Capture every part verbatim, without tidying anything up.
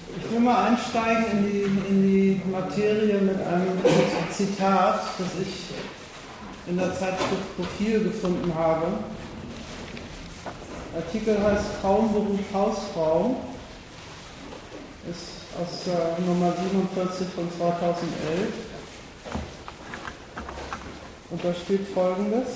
Ich will mal einsteigen in die, in die Materie mit einem Zitat, das ich in der Zeitschrift Profil gefunden habe. Der Artikel heißt Traumberuf Hausfrau, ist aus der Nummer siebenundvierzig von zweitausendelf. Und da steht Folgendes: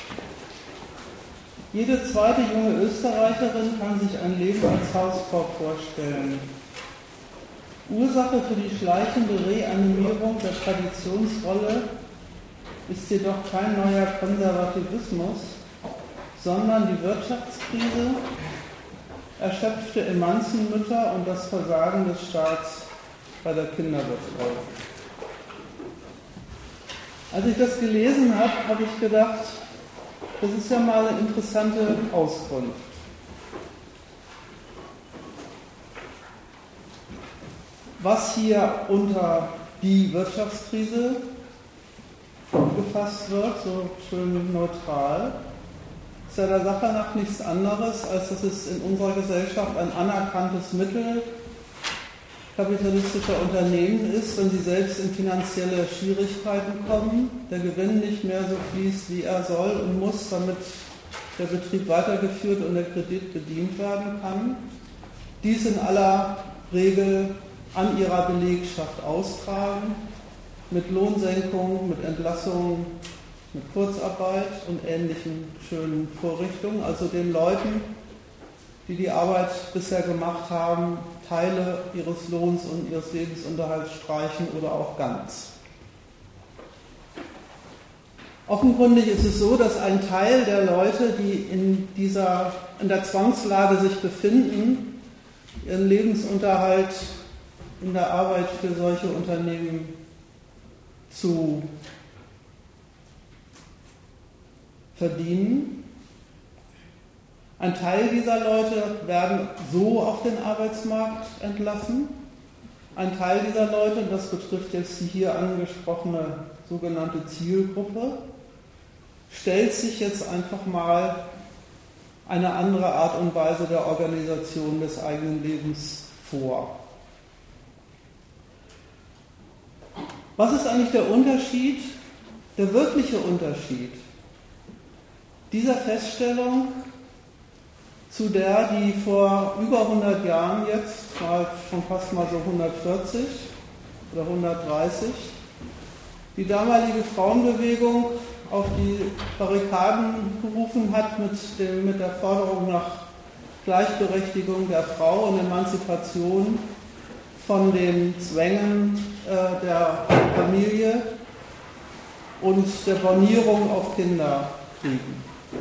Jede zweite junge Österreicherin kann sich ein Leben als Hausfrau vorstellen. Ursache für die schleichende Reanimierung der Traditionsrolle ist jedoch kein neuer Konservativismus, sondern die Wirtschaftskrise, erschöpfte Emanzenmütter und das Versagen des Staats bei der Kinderbetreuung. Als ich das gelesen habe, habe ich gedacht, das ist ja mal eine interessante Auskunft. Was hier unter die Wirtschaftskrise gefasst wird, so schön neutral, ist ja der Sache nach nichts anderes, als dass es in unserer Gesellschaft ein anerkanntes Mittel kapitalistischer Unternehmen ist, wenn sie selbst in finanzielle Schwierigkeiten kommen, der Gewinn nicht mehr so fließt, wie er soll und muss, damit der Betrieb weitergeführt und der Kredit bedient werden kann, dies in aller Regel an ihrer Belegschaft austragen, mit Lohnsenkungen, mit Entlassungen, mit Kurzarbeit und ähnlichen schönen Vorrichtungen, also den Leuten, die die Arbeit bisher gemacht haben, Teile ihres Lohns und ihres Lebensunterhalts streichen oder auch ganz. Offenkundig ist es so, dass ein Teil der Leute, die in dieser, in der Zwangslage sich befinden, ihren Lebensunterhalt in der Arbeit für solche Unternehmen zu verdienen. Ein Teil dieser Leute werden so auf den Arbeitsmarkt entlassen. Ein Teil dieser Leute, und das betrifft jetzt die hier angesprochene sogenannte Zielgruppe, stellt sich jetzt einfach mal eine andere Art und Weise der Organisation des eigenen Lebens vor. Was ist eigentlich der Unterschied, der wirkliche Unterschied dieser Feststellung zu der, die vor über hundert Jahren jetzt, mal schon fast mal so hundertvierzig oder hundertdreißig, die damalige Frauenbewegung auf die Barrikaden gerufen hat mit, dem, mit der Forderung nach Gleichberechtigung der Frau und Emanzipation von den Zwängen äh, der Familie und der Bornierung auf Kinder kriegen.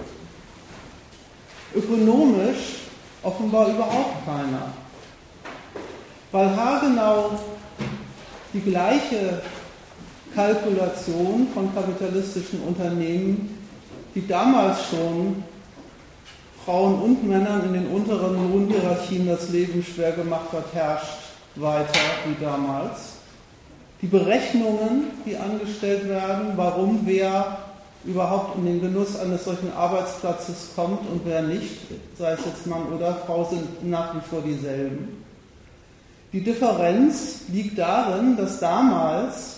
Ökonomisch offenbar überhaupt keiner, weil haargenau die gleiche Kalkulation von kapitalistischen Unternehmen, die damals schon Frauen und Männern in den unteren Lohnhierarchien das Leben schwer gemacht hat, herrscht weiter wie damals. Die Berechnungen, die angestellt werden, warum wer überhaupt in den Genuss eines solchen Arbeitsplatzes kommt und wer nicht, sei es jetzt Mann oder Frau, sind nach wie vor dieselben. Die Differenz liegt darin, dass damals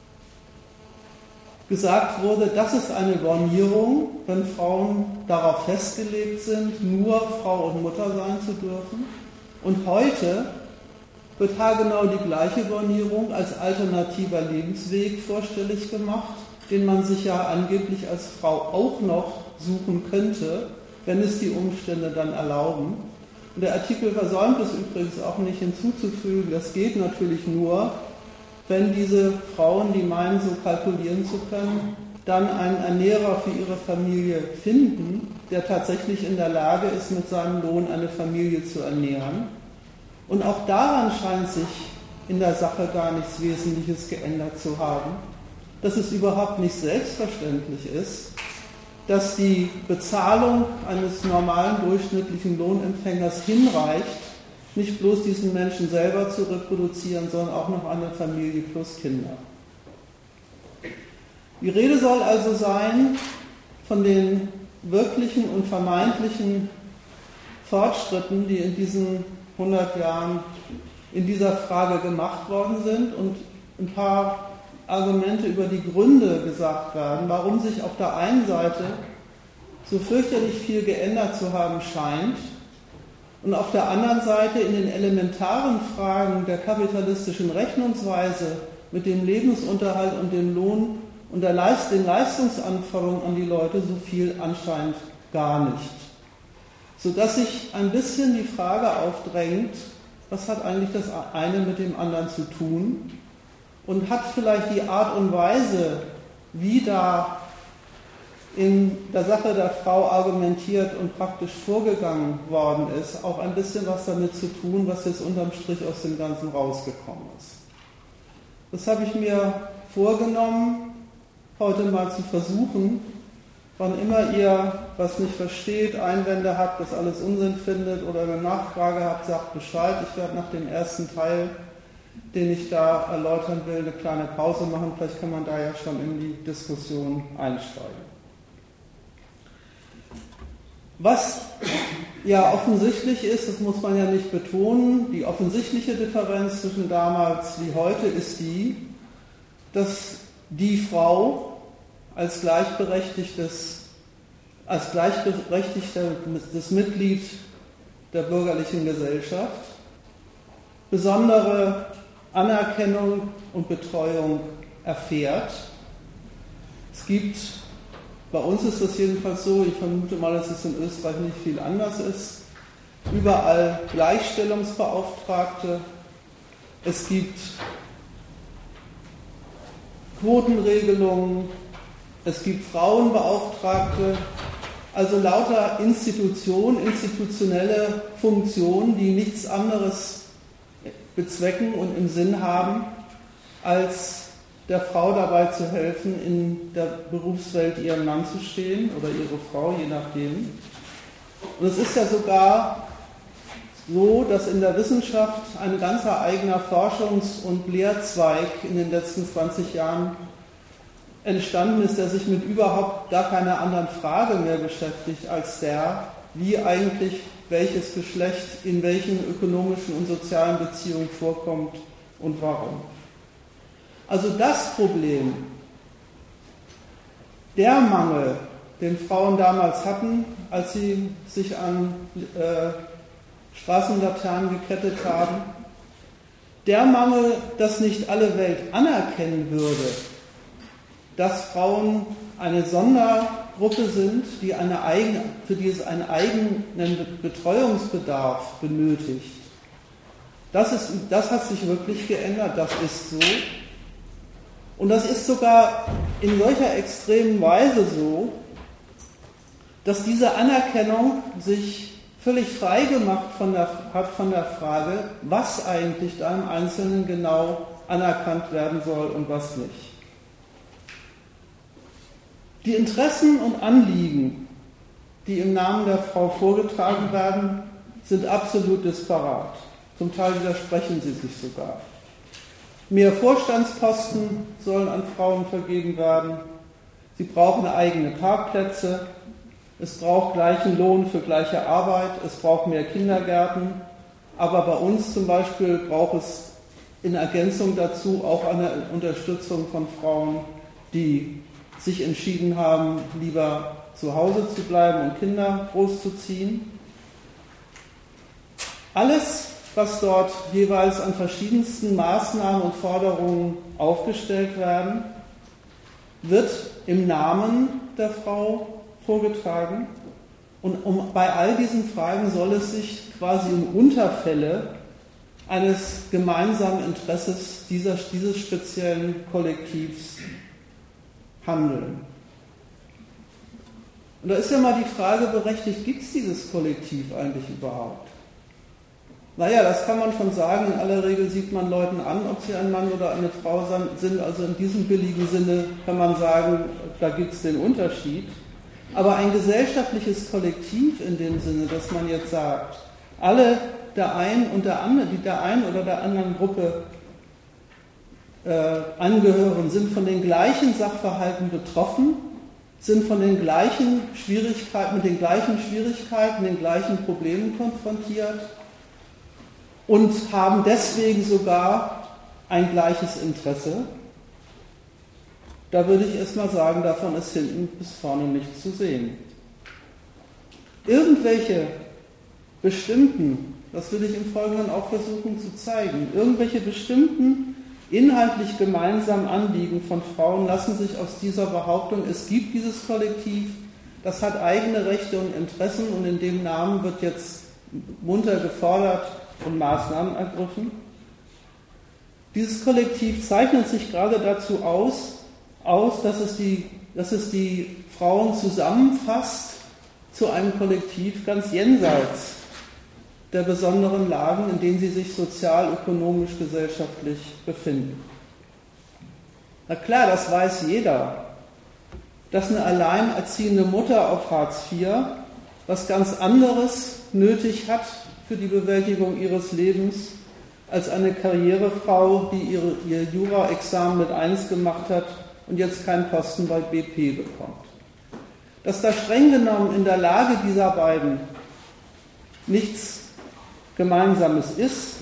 gesagt wurde, das ist eine Bornierung, wenn Frauen darauf festgelegt sind, nur Frau und Mutter sein zu dürfen. Und heute wird haargenau die gleiche Bornierung als alternativer Lebensweg vorstellig gemacht, den man sich ja angeblich als Frau auch noch suchen könnte, wenn es die Umstände dann erlauben. Und der Artikel versäumt es übrigens auch nicht hinzuzufügen, das geht natürlich nur, wenn diese Frauen, die meinen, so kalkulieren zu können, dann einen Ernährer für ihre Familie finden, der tatsächlich in der Lage ist, mit seinem Lohn eine Familie zu ernähren. Und auch daran scheint sich in der Sache gar nichts Wesentliches geändert zu haben, dass es überhaupt nicht selbstverständlich ist, dass die Bezahlung eines normalen durchschnittlichen Lohnempfängers hinreicht, nicht bloß diesen Menschen selber zu reproduzieren, sondern auch noch eine Familie plus Kinder. Die Rede soll also sein von den wirklichen und vermeintlichen Fortschritten, die in diesen hundert Jahren in dieser Frage gemacht worden sind und ein paar Argumente über die Gründe gesagt werden, warum sich auf der einen Seite so fürchterlich viel geändert zu haben scheint und auf der anderen Seite in den elementaren Fragen der kapitalistischen Rechnungsweise mit dem Lebensunterhalt und dem Lohn und der Leist- den Leistungsanforderungen an die Leute so viel anscheinend gar nicht. Sodass sich ein bisschen die Frage aufdrängt, was hat eigentlich das eine mit dem anderen zu tun und hat vielleicht die Art und Weise, wie da in der Sache der Frau argumentiert und praktisch vorgegangen worden ist, auch ein bisschen was damit zu tun, was jetzt unterm Strich aus dem Ganzen rausgekommen ist. Das habe ich mir vorgenommen, heute mal zu versuchen. Wann immer ihr was nicht versteht, Einwände habt, das alles Unsinn findet oder eine Nachfrage habt, sagt Bescheid. Ich werde nach dem ersten Teil, den ich da erläutern will, eine kleine Pause machen. Vielleicht kann man da ja schon in die Diskussion einsteigen. Was ja offensichtlich ist, das muss man ja nicht betonen, die offensichtliche Differenz zwischen damals wie heute ist die, dass die Frau als gleichberechtigtes, als gleichberechtigtes Mitglied der bürgerlichen Gesellschaft besondere Anerkennung und Betreuung erfährt. Es gibt, bei uns ist das jedenfalls so, ich vermute mal, dass es in Österreich nicht viel anders ist, überall Gleichstellungsbeauftragte, es gibt Quotenregelungen, es gibt Frauenbeauftragte, also lauter Institutionen, institutionelle Funktionen, die nichts anderes bezwecken und im Sinn haben, als der Frau dabei zu helfen, in der Berufswelt ihrem Mann zu stehen oder ihre Frau, je nachdem. Und es ist ja sogar so, dass in der Wissenschaft ein ganzer eigener Forschungs- und Lehrzweig in den letzten zwanzig Jahren entstanden ist, der sich mit überhaupt gar keiner anderen Frage mehr beschäftigt als der, wie eigentlich welches Geschlecht in welchen ökonomischen und sozialen Beziehungen vorkommt und warum. Also das Problem, der Mangel, den Frauen damals hatten, als sie sich an äh, Straßenlaternen gekettet haben, der Mangel, dass nicht alle Welt anerkennen würde, dass Frauen eine Sondergruppe sind, die eine eigene, für die es einen eigenen Betreuungsbedarf benötigt. Das, ist, das hat sich wirklich geändert, das ist so. Und das ist sogar in solcher extremen Weise so, dass diese Anerkennung sich völlig frei gemacht von der, hat von der Frage, was eigentlich da im Einzelnen genau anerkannt werden soll und was nicht. Die Interessen und Anliegen, die im Namen der Frau vorgetragen werden, sind absolut disparat. Zum Teil widersprechen sie sich sogar. Mehr Vorstandsposten sollen an Frauen vergeben werden. Sie brauchen eigene Parkplätze. Es braucht gleichen Lohn für gleiche Arbeit. Es braucht mehr Kindergärten. Aber bei uns zum Beispiel braucht es in Ergänzung dazu auch eine Unterstützung von Frauen, die sich entschieden haben, lieber zu Hause zu bleiben und Kinder großzuziehen. Alles, was dort jeweils an verschiedensten Maßnahmen und Forderungen aufgestellt werden, wird im Namen der Frau vorgetragen. Und um, bei all diesen Fragen soll es sich quasi um Unterfälle eines gemeinsamen Interesses dieser, dieses speziellen Kollektivs handeln. Und da ist ja mal die Frage berechtigt, gibt es dieses Kollektiv eigentlich überhaupt? Naja, das kann man schon sagen. In aller Regel sieht man Leuten an, ob sie ein Mann oder eine Frau sind. Also in diesem billigen Sinne kann man sagen, da gibt es den Unterschied. Aber ein gesellschaftliches Kollektiv in dem Sinne, dass man jetzt sagt, alle der einen und der anderen, die der einen oder der anderen Gruppe äh, angehören, sind von den gleichen Sachverhalten betroffen, sind von den gleichen Schwierigkeiten, mit den gleichen Schwierigkeiten, den gleichen Problemen konfrontiert. und haben deswegen sogar ein gleiches Interesse. Da würde ich erstmal sagen, davon ist hinten bis vorne nichts zu sehen. Irgendwelche bestimmten, das will ich im Folgenden auch versuchen zu zeigen, irgendwelche bestimmten inhaltlich gemeinsamen Anliegen von Frauen lassen sich aus dieser Behauptung, es gibt dieses Kollektiv, das hat eigene Rechte und Interessen und in dem Namen wird jetzt munter gefordert und Maßnahmen ergriffen. Dieses Kollektiv zeichnet sich gerade dazu aus, aus dass, es die, dass es die Frauen zusammenfasst zu einem Kollektiv ganz jenseits der besonderen Lagen, in denen sie sich sozial, ökonomisch, gesellschaftlich befinden. Na klar, das weiß jeder, dass eine alleinerziehende Mutter auf Hartz vier was ganz anderes nötig hat für die Bewältigung ihres Lebens als eine Karrierefrau, die ihre, ihr Jura-Examen mit eins gemacht hat und jetzt keinen Posten bei B P bekommt. Dass da streng genommen in der Lage dieser beiden nichts Gemeinsames ist,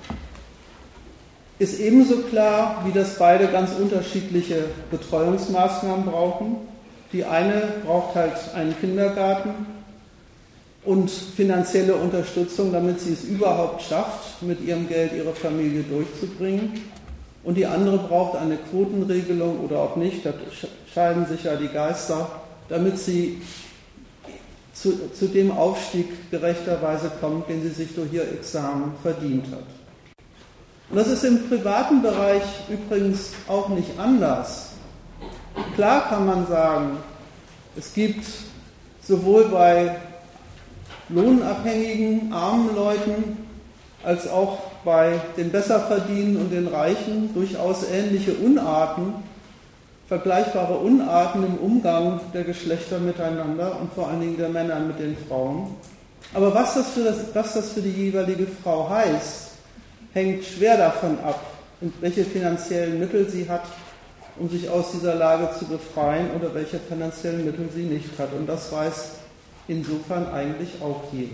ist ebenso klar, wie dass beide ganz unterschiedliche Betreuungsmaßnahmen brauchen. Die eine braucht halt einen Kindergarten und finanzielle Unterstützung, damit sie es überhaupt schafft, mit ihrem Geld ihre Familie durchzubringen. Und die andere braucht eine Quotenregelung oder auch nicht, da scheiden sich ja die Geister, damit sie zu, zu dem Aufstieg gerechterweise kommt, den sie sich durch ihr Examen verdient hat. Und das ist im privaten Bereich übrigens auch nicht anders. Klar kann man sagen, es gibt sowohl bei lohnabhängigen, armen Leuten als auch bei den Besserverdienenden und den Reichen durchaus ähnliche Unarten, vergleichbare Unarten im Umgang der Geschlechter miteinander und vor allen Dingen der Männer mit den Frauen. Aber was das für, das, was das für die jeweilige Frau heißt, hängt schwer davon ab, welche finanziellen Mittel sie hat, um sich aus dieser Lage zu befreien oder welche finanziellen Mittel sie nicht hat. Und das weiß insofern eigentlich auch jeder.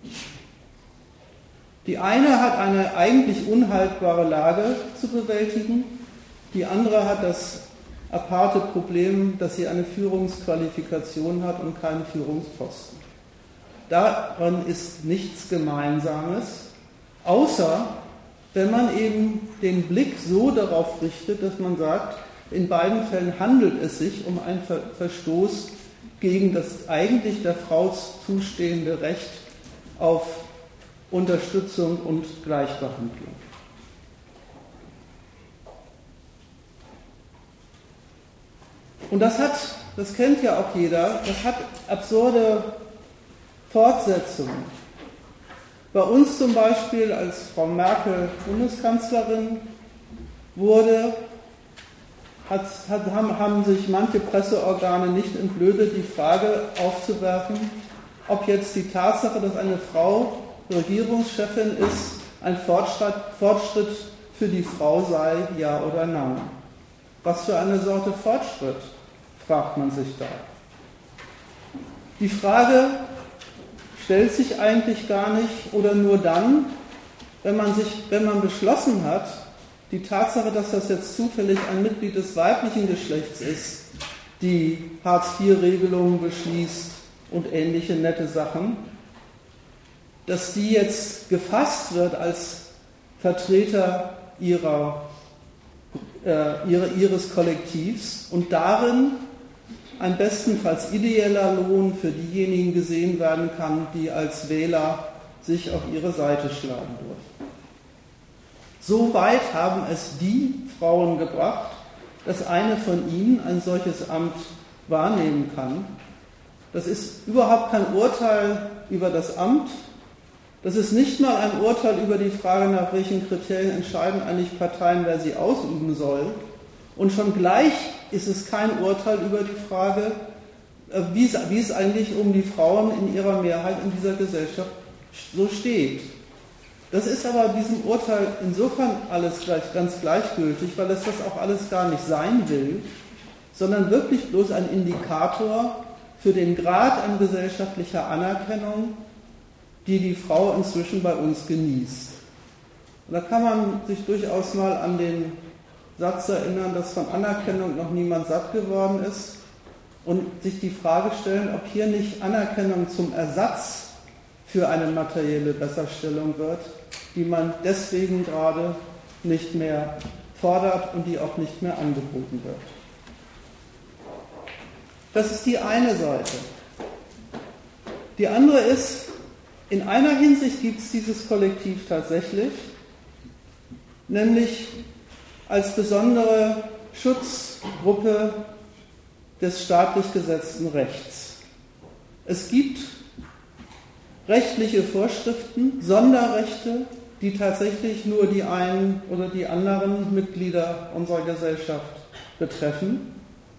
Die eine hat eine eigentlich unhaltbare Lage zu bewältigen, die andere hat das aparte Problem, dass sie eine Führungsqualifikation hat und keinen Führungsposten. Daran ist nichts Gemeinsames, außer wenn man eben den Blick so darauf richtet, dass man sagt, in beiden Fällen handelt es sich um einen Verstoß gegen das eigentlich der Frau zustehende Recht auf Unterstützung und Gleichbehandlung. Und das hat, das kennt ja auch jeder, das hat absurde Fortsetzungen. Bei uns zum Beispiel, als Frau Merkel Bundeskanzlerin wurde, hat, hat, haben, haben sich manche Presseorgane nicht entblödet, die Frage aufzuwerfen, ob jetzt die Tatsache, dass eine Frau Regierungschefin ist, ein Fortschritt, Fortschritt für die Frau sei, ja oder nein. Was für eine Sorte Fortschritt, fragt man sich da. Die Frage stellt sich eigentlich gar nicht oder nur dann, wenn man, sich, wenn man beschlossen hat, die Tatsache, dass das jetzt zufällig ein Mitglied des weiblichen Geschlechts ist, die Hartz vier Regelungen beschließt und ähnliche nette Sachen, dass die jetzt gefasst wird als Vertreter ihrer, äh, ihrer, ihres Kollektivs und darin ein bestenfalls ideeller Lohn für diejenigen gesehen werden kann, die als Wähler sich auf ihre Seite schlagen dürfen. So weit haben es die Frauen gebracht, dass eine von ihnen ein solches Amt wahrnehmen kann. Das ist überhaupt kein Urteil über das Amt. Das ist nicht mal ein Urteil über die Frage, nach welchen Kriterien entscheiden eigentlich Parteien, wer sie ausüben soll. Und schon gleich ist es kein Urteil über die Frage, wie es, wie es eigentlich um die Frauen in ihrer Mehrheit in dieser Gesellschaft so steht. Das ist aber diesem Urteil insofern alles gleich, ganz gleichgültig, weil es das auch alles gar nicht sein will, sondern wirklich bloß ein Indikator für den Grad an gesellschaftlicher Anerkennung, die die Frau inzwischen bei uns genießt. Und da kann man sich durchaus mal an den Satz erinnern, dass von Anerkennung noch niemand satt geworden ist und sich die Frage stellen, ob hier nicht Anerkennung zum Ersatz für eine materielle Besserstellung wird, die man deswegen gerade nicht mehr fordert und die auch nicht mehr angeboten wird. Das ist die eine Seite. Die andere ist, in einer Hinsicht gibt es dieses Kollektiv tatsächlich, nämlich als besondere Schutzgruppe des staatlich gesetzten Rechts. Es gibt rechtliche Vorschriften, Sonderrechte, die tatsächlich nur die einen oder die anderen Mitglieder unserer Gesellschaft betreffen.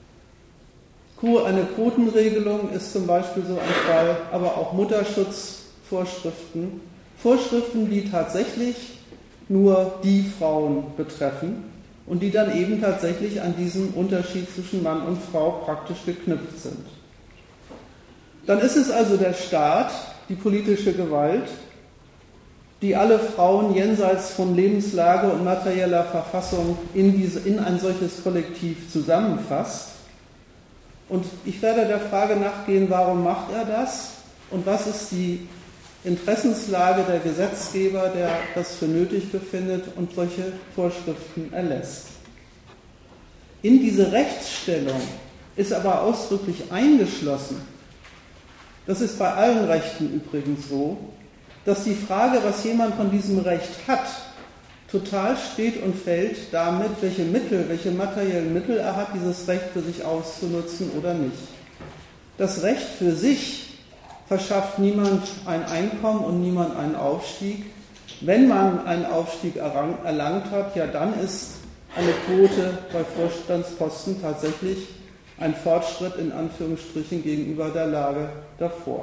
Eine Quotenregelung ist zum Beispiel so ein Fall, aber auch Mutterschutzvorschriften, Vorschriften, die tatsächlich nur die Frauen betreffen und die dann eben tatsächlich an diesen Unterschied zwischen Mann und Frau praktisch geknüpft sind. Dann ist es also der Staat, die politische Gewalt, die alle Frauen jenseits von Lebenslage und materieller Verfassung in, diese, in ein solches Kollektiv zusammenfasst. Und ich werde der Frage nachgehen, warum macht er das und was ist die Interessenslage der Gesetzgeber, der das für nötig befindet und solche Vorschriften erlässt. In diese Rechtsstellung ist aber ausdrücklich eingeschlossen, das ist bei allen Rechten übrigens so, dass die Frage, was jemand von diesem Recht hat, total steht und fällt damit, welche Mittel, welche materiellen Mittel er hat, dieses Recht für sich auszunutzen oder nicht. Das Recht für sich verschafft niemand ein Einkommen und niemand einen Aufstieg. Wenn man einen Aufstieg erlangt hat, ja dann ist eine Quote bei Vorstandsposten tatsächlich ein Fortschritt in Anführungsstrichen gegenüber der Lage davor.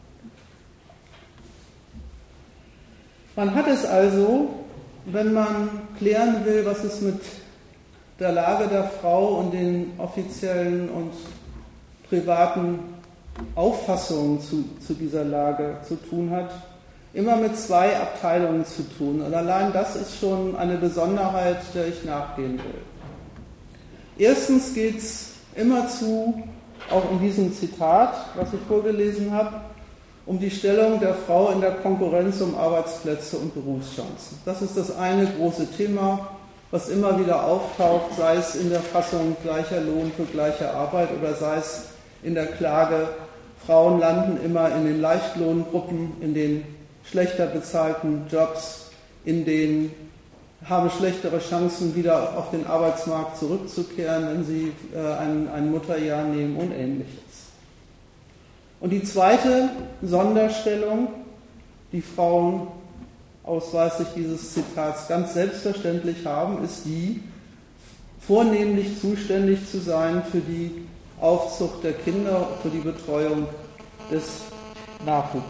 Man hat es also, wenn man klären will, was es mit der Lage der Frau und den offiziellen und privaten Auffassungen zu, zu dieser Lage zu tun hat, immer mit zwei Abteilungen zu tun. Und allein das ist schon eine Besonderheit, der ich nachgehen will. Erstens geht es immerzu, auch in diesem Zitat, was ich vorgelesen habe, um die Stellung der Frau in der Konkurrenz um Arbeitsplätze und Berufschancen. Das ist das eine große Thema, was immer wieder auftaucht, sei es in der Fassung gleicher Lohn für gleiche Arbeit oder sei es in der Klage, Frauen landen immer in den Leichtlohngruppen, in den schlechter bezahlten Jobs, in denen haben schlechtere Chancen, wieder auf den Arbeitsmarkt zurückzukehren, wenn sie äh, ein, ein Mutterjahr nehmen und Ähnliches. Und die zweite Sonderstellung, die Frauen ausweislich dieses Zitats ganz selbstverständlich haben, ist die, vornehmlich zuständig zu sein für die Aufzucht der Kinder, für die Betreuung des Nachwuchses.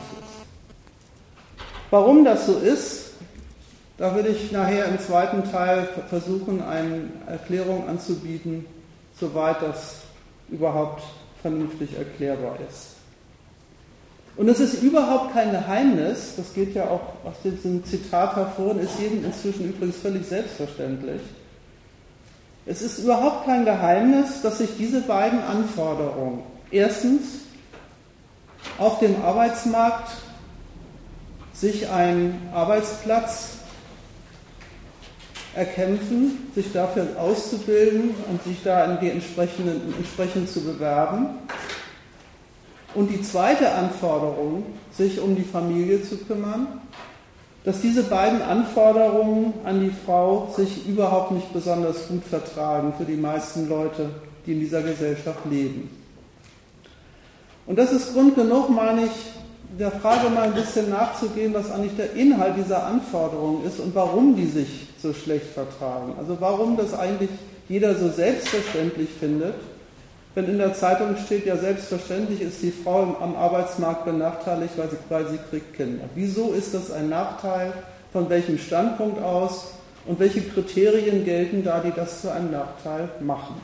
Warum das so ist, da will ich nachher im zweiten Teil versuchen, eine Erklärung anzubieten, soweit das überhaupt vernünftig erklärbar ist. Und es ist überhaupt kein Geheimnis, das geht ja auch aus diesem Zitat hervor und ist jedem inzwischen übrigens völlig selbstverständlich. Es ist überhaupt kein Geheimnis, dass sich diese beiden Anforderungen, erstens auf dem Arbeitsmarkt sich einen Arbeitsplatz erkämpfen, sich dafür auszubilden und sich da in die entsprechenden, entsprechend zu bewerben. Und die zweite Anforderung, sich um die Familie zu kümmern, dass diese beiden Anforderungen an die Frau sich überhaupt nicht besonders gut vertragen für die meisten Leute, die in dieser Gesellschaft leben. Und das ist Grund genug, meine ich, der Frage mal ein bisschen nachzugehen, was eigentlich der Inhalt dieser Anforderungen ist und warum die sich so schlecht vertragen. Also warum das eigentlich jeder so selbstverständlich findet, wenn in der Zeitung steht, ja selbstverständlich ist die Frau am Arbeitsmarkt benachteiligt, weil sie, weil sie kriegt Kinder. Wieso ist das ein Nachteil? Von welchem Standpunkt aus? Und welche Kriterien gelten da, die das zu einem Nachteil machen?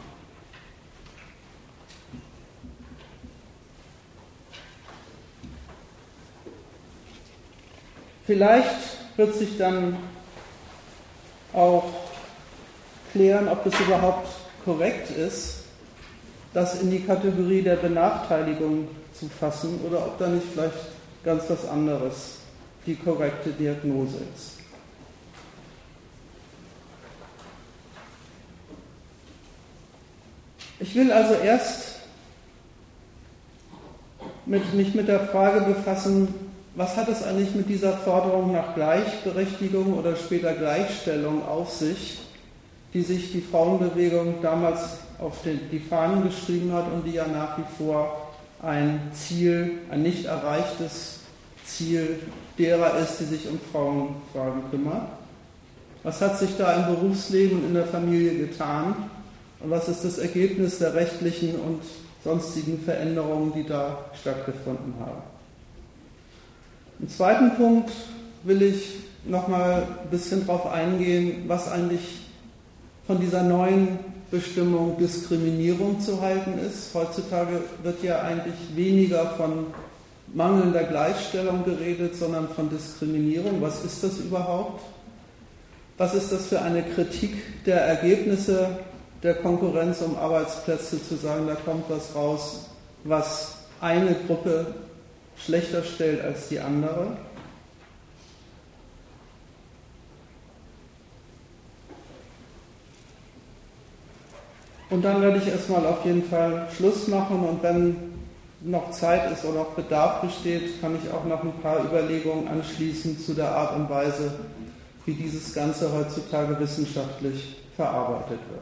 Vielleicht wird sich dann auch klären, ob das überhaupt korrekt ist, das in die Kategorie der Benachteiligung zu fassen oder ob da nicht vielleicht ganz was anderes die korrekte Diagnose ist. Ich will also erst mit, mich mit der Frage befassen, was hat es eigentlich mit dieser Forderung nach Gleichberechtigung oder später Gleichstellung auf sich, die sich die Frauenbewegung damals auf den, die Fahnen geschrieben hat und die ja nach wie vor ein Ziel, ein nicht erreichtes Ziel derer ist, die sich um Frauenfragen kümmern. Was hat sich da im Berufsleben und in der Familie getan und was ist das Ergebnis der rechtlichen und sonstigen Veränderungen, die da stattgefunden haben? Im zweiten Punkt will ich nochmal ein bisschen darauf eingehen, was eigentlich von dieser neuen Bestimmung Diskriminierung zu halten ist. Heutzutage wird ja eigentlich weniger von mangelnder Gleichstellung geredet, sondern von Diskriminierung. Was ist das überhaupt? Was ist das für eine Kritik der Ergebnisse der Konkurrenz um Arbeitsplätze, zu sagen, da kommt was raus, was eine Gruppe schlechter stellt als die andere? Und dann werde ich erstmal auf jeden Fall Schluss machen und wenn noch Zeit ist oder noch Bedarf besteht, kann ich auch noch ein paar Überlegungen anschließen zu der Art und Weise, wie dieses Ganze heutzutage wissenschaftlich verarbeitet wird.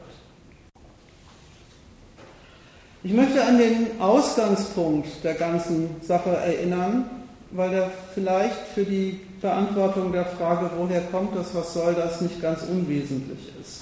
Ich möchte an den Ausgangspunkt der ganzen Sache erinnern, weil der vielleicht für die Beantwortung der Frage, woher kommt das, was soll das, nicht ganz unwesentlich ist.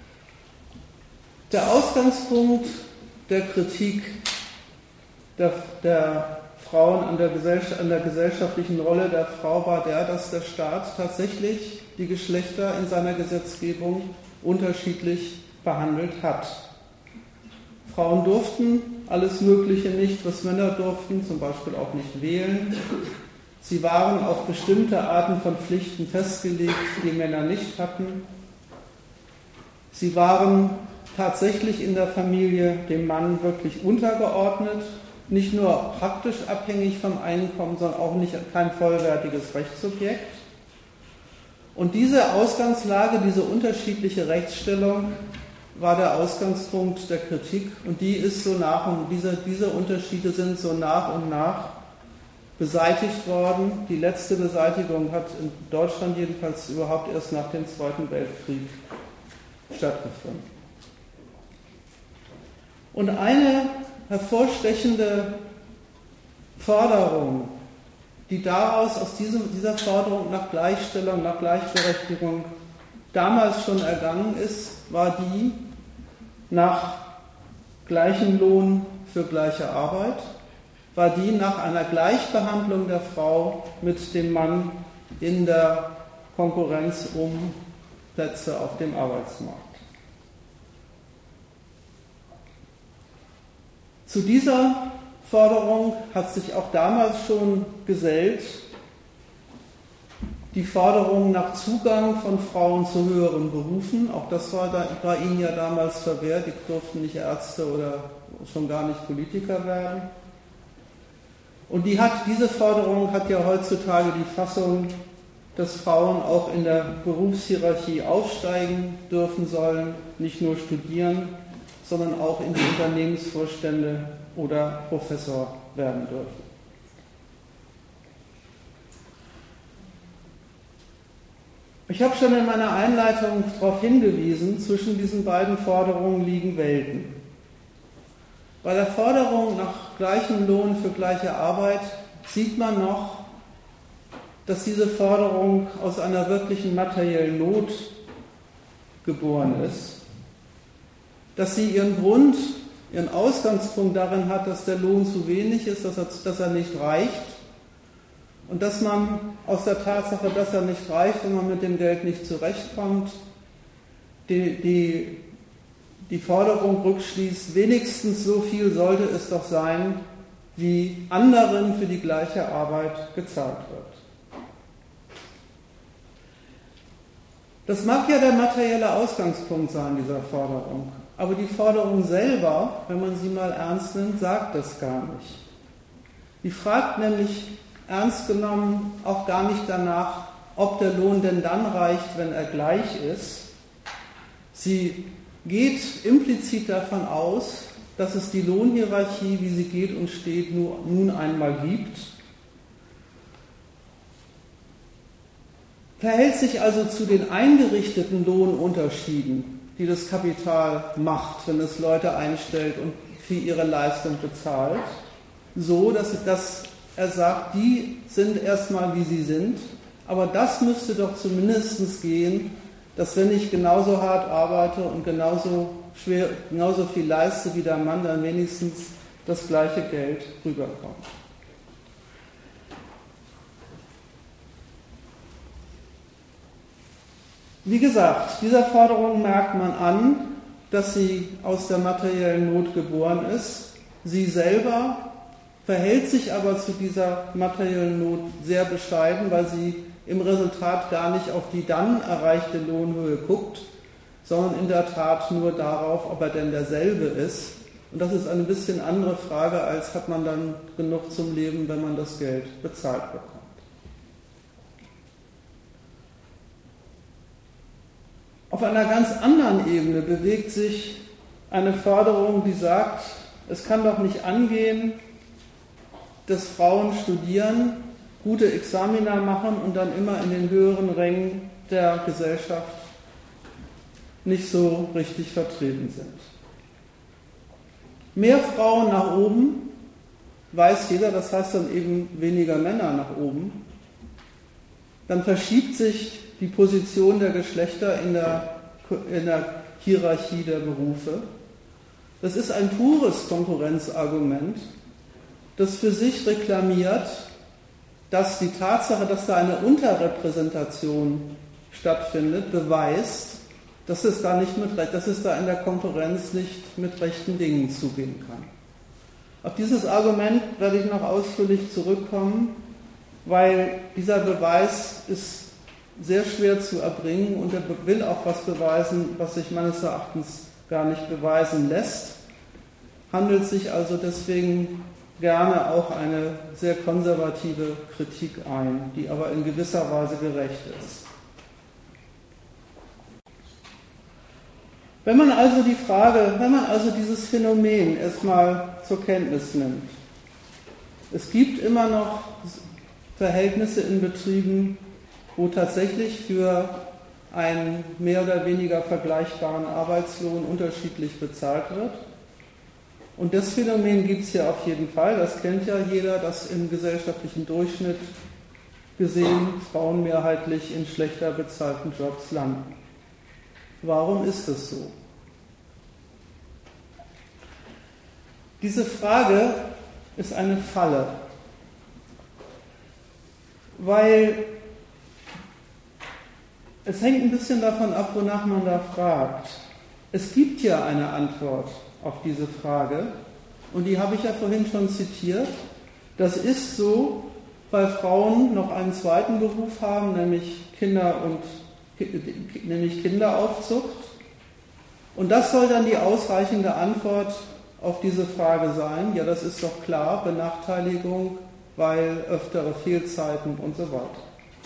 Der Ausgangspunkt der Kritik der, der Frauen an der, an der gesellschaftlichen Rolle der Frau war der, dass der Staat tatsächlich die Geschlechter in seiner Gesetzgebung unterschiedlich behandelt hat. Frauen durften alles Mögliche nicht, was Männer durften, zum Beispiel auch nicht wählen. Sie waren auf bestimmte Arten von Pflichten festgelegt, die Männer nicht hatten. Sie waren tatsächlich in der Familie dem Mann wirklich untergeordnet, nicht nur praktisch abhängig vom Einkommen, sondern auch nicht kein vollwertiges Rechtssubjekt. Und diese Ausgangslage, diese unterschiedliche Rechtsstellung war der Ausgangspunkt der Kritik und die ist so nach und diese, diese Unterschiede sind so nach und nach beseitigt worden. Die letzte Beseitigung hat in Deutschland jedenfalls überhaupt erst nach dem Zweiten Weltkrieg stattgefunden. Und eine hervorstechende Forderung, die daraus aus diesem, dieser Forderung nach Gleichstellung, nach Gleichberechtigung damals schon ergangen ist, war die nach gleichem Lohn für gleiche Arbeit, war die nach einer Gleichbehandlung der Frau mit dem Mann in der Konkurrenz um Plätze auf dem Arbeitsmarkt. Zu dieser Forderung hat sich auch damals schon gesellt die Forderung nach Zugang von Frauen zu höheren Berufen. Auch das war, da, war ihnen ja damals verwehrt. Die durften nicht Ärzte oder schon gar nicht Politiker werden. Und die hat, diese Forderung hat ja heutzutage die Fassung, dass Frauen auch in der Berufshierarchie aufsteigen dürfen sollen, nicht nur studieren, sondern auch in die Unternehmensvorstände oder Professor werden dürfen. Ich habe schon in meiner Einleitung darauf hingewiesen, zwischen diesen beiden Forderungen liegen Welten. Bei der Forderung nach gleichem Lohn für gleiche Arbeit sieht man noch, dass diese Forderung aus einer wirklichen materiellen Not geboren ist, dass sie ihren Grund, ihren Ausgangspunkt darin hat, dass der Lohn zu wenig ist, dass er, dass er nicht reicht und dass man aus der Tatsache, dass er nicht reicht und man mit dem Geld nicht zurechtkommt, die, die, die Forderung rückschließt, wenigstens so viel sollte es doch sein, wie anderen für die gleiche Arbeit gezahlt wird. Das mag ja der materielle Ausgangspunkt sein, dieser Forderung. Aber die Forderung selber, wenn man sie mal ernst nimmt, sagt das gar nicht. Die fragt nämlich ernst genommen auch gar nicht danach, ob der Lohn denn dann reicht, wenn er gleich ist. Sie geht implizit davon aus, dass es die Lohnhierarchie, wie sie geht und steht, nur, nun einmal gibt. Verhält sich also zu den eingerichteten Lohnunterschieden, die das Kapital macht, wenn es Leute einstellt und für ihre Leistung bezahlt, so, dass, dass er sagt, die sind erstmal, wie sie sind, aber das müsste doch zumindest gehen, dass wenn ich genauso hart arbeite und genauso, schwer, genauso viel leiste wie der Mann, dann wenigstens das gleiche Geld rüberkommt. Wie gesagt, dieser Forderung merkt man an, dass sie aus der materiellen Not geboren ist. Sie selber verhält sich aber zu dieser materiellen Not sehr bescheiden, weil sie im Resultat gar nicht auf die dann erreichte Lohnhöhe guckt, sondern in der Tat nur darauf, ob er denn derselbe ist. Und das ist eine bisschen andere Frage, als hat man dann genug zum Leben, wenn man das Geld bezahlt bekommt. Auf einer ganz anderen Ebene bewegt sich eine Forderung, die sagt, es kann doch nicht angehen, dass Frauen studieren, gute Examina machen und dann immer in den höheren Rängen der Gesellschaft nicht so richtig vertreten sind. Mehr Frauen nach oben, weiß jeder, das heißt dann eben weniger Männer nach oben, dann verschiebt sich die Position der Geschlechter in der, in der Hierarchie der Berufe. Das ist ein pures Konkurrenzargument, das für sich reklamiert, dass die Tatsache, dass da eine Unterrepräsentation stattfindet, beweist, dass es da nicht mit, dass es da in der Konkurrenz nicht mit rechten Dingen zugehen kann. Auf dieses Argument werde ich noch ausführlich zurückkommen, weil dieser Beweis ist sehr schwer zu erbringen und er will auch was beweisen, was sich meines Erachtens gar nicht beweisen lässt. Handelt sich also deswegen gerne auch eine sehr konservative Kritik ein, die aber in gewisser Weise gerecht ist. Wenn man also die Frage, wenn man also dieses Phänomen erstmal zur Kenntnis nimmt, es gibt immer noch Verhältnisse in Betrieben, wo tatsächlich für einen mehr oder weniger vergleichbaren Arbeitslohn unterschiedlich bezahlt wird. Und das Phänomen gibt es ja auf jeden Fall, das kennt ja jeder, dass im gesellschaftlichen Durchschnitt gesehen Frauen mehrheitlich in schlechter bezahlten Jobs landen. Warum ist das so? Diese Frage ist eine Falle, weil es hängt ein bisschen davon ab, wonach man da fragt. Es gibt ja eine Antwort auf diese Frage und die habe ich ja vorhin schon zitiert. Das ist so, weil Frauen noch einen zweiten Beruf haben, nämlich Kinder und nämlich Kinderaufzucht. Und das soll dann die ausreichende Antwort auf diese Frage sein. Ja, das ist doch klar, Benachteiligung, weil öftere Fehlzeiten und so weiter.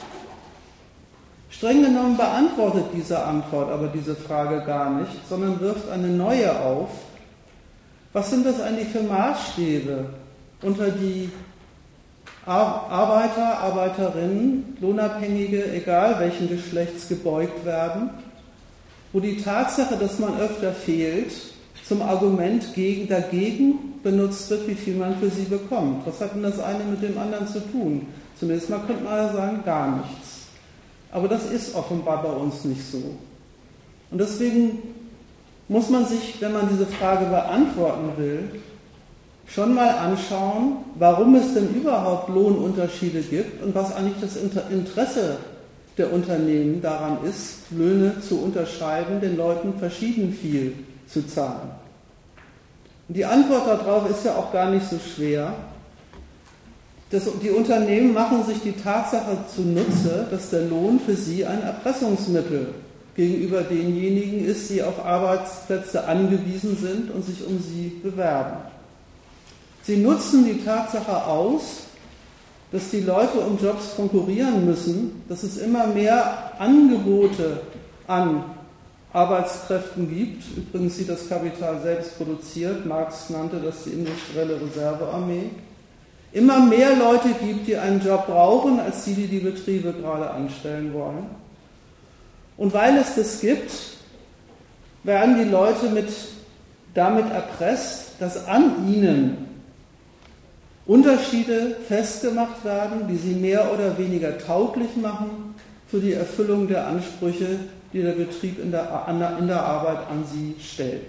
Streng genommen beantwortet diese Antwort aber diese Frage gar nicht, sondern wirft eine neue auf. Was sind das eigentlich für Maßstäbe, unter die Arbeiter, Arbeiterinnen, Lohnabhängige, egal welchen Geschlechts, gebeugt werden, wo die Tatsache, dass man öfter fehlt, zum Argument gegen, dagegen benutzt wird, wie viel man für sie bekommt. Was hat denn das eine mit dem anderen zu tun? Zunächst mal könnte man sagen, gar nichts. Aber das ist offenbar bei uns nicht so. Und deswegen muss man sich, wenn man diese Frage beantworten will, schon mal anschauen, warum es denn überhaupt Lohnunterschiede gibt und was eigentlich das Interesse der Unternehmen daran ist, Löhne zu unterscheiden, den Leuten verschieden viel zu zahlen. Und die Antwort darauf ist ja auch gar nicht so schwer. Das, die Unternehmen machen sich die Tatsache zunutze, dass der Lohn für sie ein Erpressungsmittel gegenüber denjenigen ist, die auf Arbeitsplätze angewiesen sind und sich um sie bewerben. Sie nutzen die Tatsache aus, dass die Leute um Jobs konkurrieren müssen, dass es immer mehr Angebote an Arbeitskräften gibt, übrigens die das Kapital selbst produziert, Marx nannte das die industrielle Reservearmee, immer mehr Leute gibt, die einen Job brauchen, als die, die die Betriebe gerade anstellen wollen. Und weil es das gibt, werden die Leute mit, damit erpresst, dass an ihnen Unterschiede festgemacht werden, die sie mehr oder weniger tauglich machen für die Erfüllung der Ansprüche, die der Betrieb in der, in der Arbeit an sie stellt.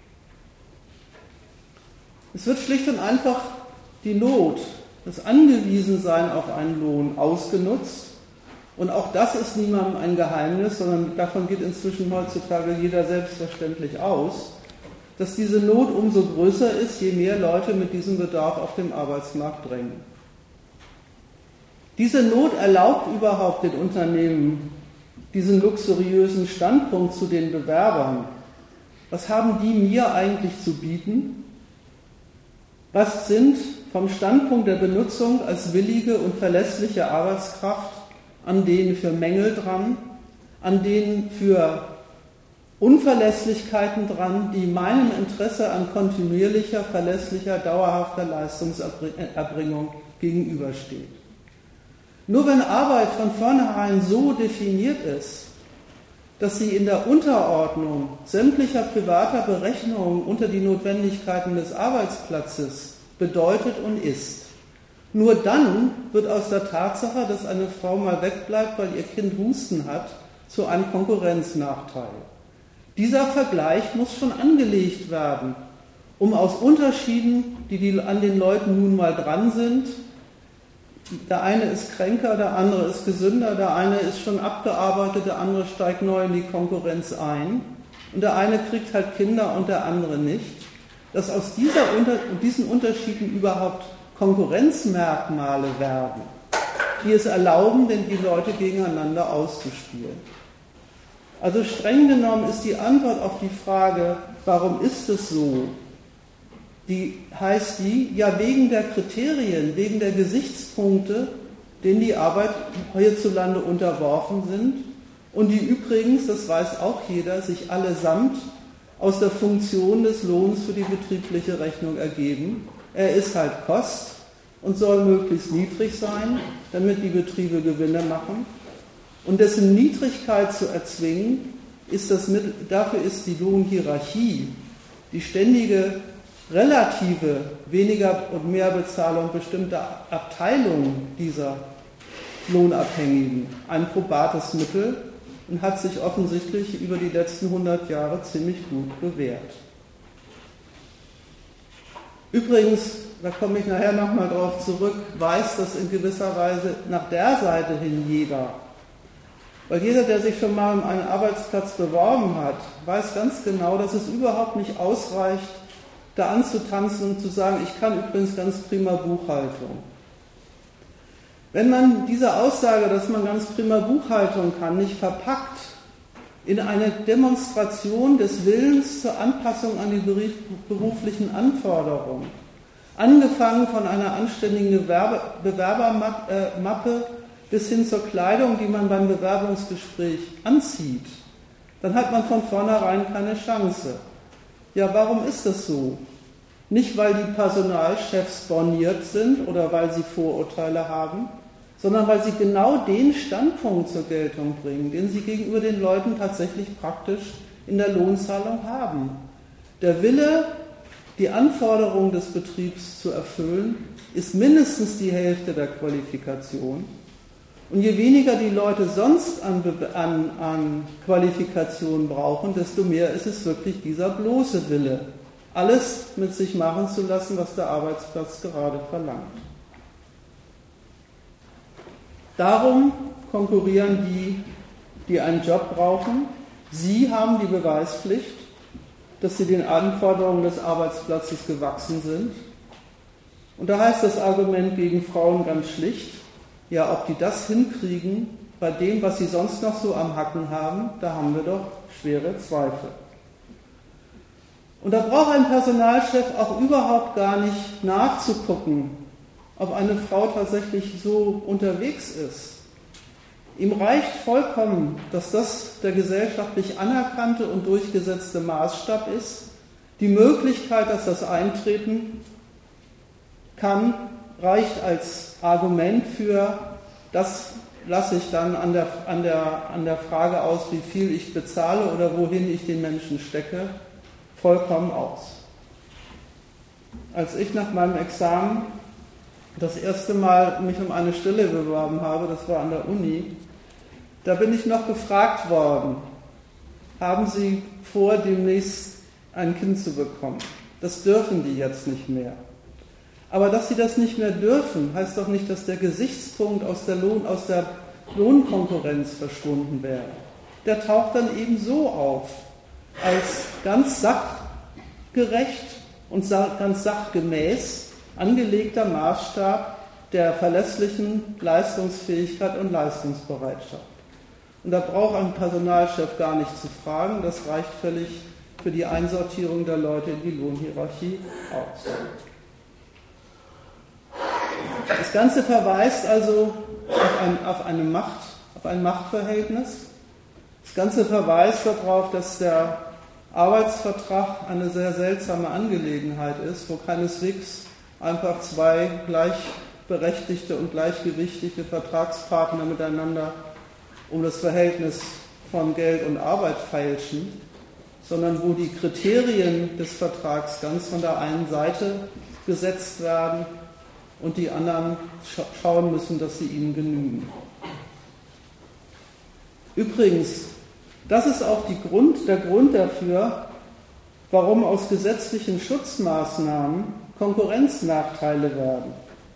Es wird schlicht und einfach die Not, das Angewiesensein auf einen Lohn ausgenutzt. Und auch das ist niemandem ein Geheimnis, sondern davon geht inzwischen heutzutage jeder selbstverständlich aus, dass diese Not umso größer ist, je mehr Leute mit diesem Bedarf auf dem Arbeitsmarkt drängen. Diese Not erlaubt überhaupt den Unternehmen diesen luxuriösen Standpunkt zu den Bewerbern. Was haben die mir eigentlich zu bieten? Was sind vom Standpunkt der Benutzung als willige und verlässliche Arbeitskraft an denen für Mängel dran, an denen für Unverlässlichkeiten dran, die meinem Interesse an kontinuierlicher, verlässlicher, dauerhafter Leistungserbringung gegenübersteht. Nur wenn Arbeit von vornherein so definiert ist, dass sie in der Unterordnung sämtlicher privater Berechnungen unter die Notwendigkeiten des Arbeitsplatzes bedeutet und ist, nur dann wird aus der Tatsache, dass eine Frau mal wegbleibt, weil ihr Kind Husten hat, zu einem Konkurrenznachteil. Dieser Vergleich muss schon angelegt werden, um aus Unterschieden, die, die an den Leuten nun mal dran sind, der eine ist kränker, der andere ist gesünder, der eine ist schon abgearbeitet, der andere steigt neu in die Konkurrenz ein und der eine kriegt halt Kinder und der andere nicht, dass aus dieser, diesen Unterschieden überhaupt Konkurrenzmerkmale werden, die es erlauben, denn die Leute gegeneinander auszuspielen. Also streng genommen ist die Antwort auf die Frage, warum ist es so, die heißt die, ja wegen der Kriterien, wegen der Gesichtspunkte, denen die Arbeit hierzulande unterworfen sind und die übrigens, das weiß auch jeder, sich allesamt aus der Funktion des Lohns für die betriebliche Rechnung ergeben. Er ist halt Kost und soll möglichst niedrig sein, damit die Betriebe Gewinne machen. Und dessen Niedrigkeit zu erzwingen, ist das Mittel, dafür ist die Lohnhierarchie, die ständige relative weniger und mehr Bezahlung bestimmter Abteilungen dieser Lohnabhängigen ein probates Mittel und hat sich offensichtlich über die letzten hundert Jahre ziemlich gut bewährt. Übrigens, da komme ich nachher nochmal drauf zurück, weiß das in gewisser Weise nach der Seite hin jeder. Weil jeder, der sich schon mal um einen Arbeitsplatz beworben hat, weiß ganz genau, dass es überhaupt nicht ausreicht, da anzutanzen und zu sagen, ich kann übrigens ganz prima Buchhaltung. Wenn man diese Aussage, dass man ganz prima Buchhaltung kann, nicht verpackt in eine Demonstration des Willens zur Anpassung an die beruflichen Anforderungen, angefangen von einer anständigen Bewerbermappe bis hin zur Kleidung, die man beim Bewerbungsgespräch anzieht, dann hat man von vornherein keine Chance. Ja, warum ist das so? Nicht, weil die Personalchefs borniert sind oder weil sie Vorurteile haben, sondern weil sie genau den Standpunkt zur Geltung bringen, den sie gegenüber den Leuten tatsächlich praktisch in der Lohnzahlung haben. Der Wille, die Anforderungen des Betriebs zu erfüllen, ist mindestens die Hälfte der Qualifikation. Und je weniger die Leute sonst an, an, an Qualifikationen brauchen, desto mehr ist es wirklich dieser bloße Wille, alles mit sich machen zu lassen, was der Arbeitsplatz gerade verlangt. Darum konkurrieren die, die einen Job brauchen. Sie haben die Beweispflicht, dass sie den Anforderungen des Arbeitsplatzes gewachsen sind. Und da heißt das Argument gegen Frauen ganz schlicht, ja, ob die das hinkriegen, bei dem, was sie sonst noch so am Hacken haben, da haben wir doch schwere Zweifel. Und da braucht ein Personalchef auch überhaupt gar nicht nachzugucken, ob eine Frau tatsächlich so unterwegs ist. Ihm reicht vollkommen, dass das der gesellschaftlich anerkannte und durchgesetzte Maßstab ist. Die Möglichkeit, dass das eintreten kann, reicht als Argument für, das lasse ich dann an der, an der, an der Frage aus, wie viel ich bezahle oder wohin ich den Menschen stecke, vollkommen aus. Als ich nach meinem Examen das erste Mal mich um eine Stelle beworben habe, das war an der Uni, da bin ich noch gefragt worden, haben Sie vor, demnächst ein Kind zu bekommen? Das dürfen die jetzt nicht mehr. Aber dass sie das nicht mehr dürfen, heißt doch nicht, dass der Gesichtspunkt aus der, Lohn, aus der Lohnkonkurrenz verschwunden wäre. Der taucht dann eben so auf, als ganz sachgerecht und ganz sachgemäß angelegter Maßstab der verlässlichen Leistungsfähigkeit und Leistungsbereitschaft. Und da braucht ein Personalchef gar nicht zu fragen, das reicht völlig für die Einsortierung der Leute in die Lohnhierarchie aus. Das Ganze verweist also auf ein, auf eine Macht, auf ein Machtverhältnis. Das Ganze verweist darauf, dass der Arbeitsvertrag eine sehr seltsame Angelegenheit ist, wo keineswegs einfach zwei gleichberechtigte und gleichgewichtige Vertragspartner miteinander um das Verhältnis von Geld und Arbeit feilschen, sondern wo die Kriterien des Vertrags ganz von der einen Seite gesetzt werden und die anderen scha- schauen müssen, dass sie ihnen genügen. Übrigens, das ist auch die Grund, der Grund dafür, warum aus gesetzlichen Schutzmaßnahmen Konkurrenznachteile werden.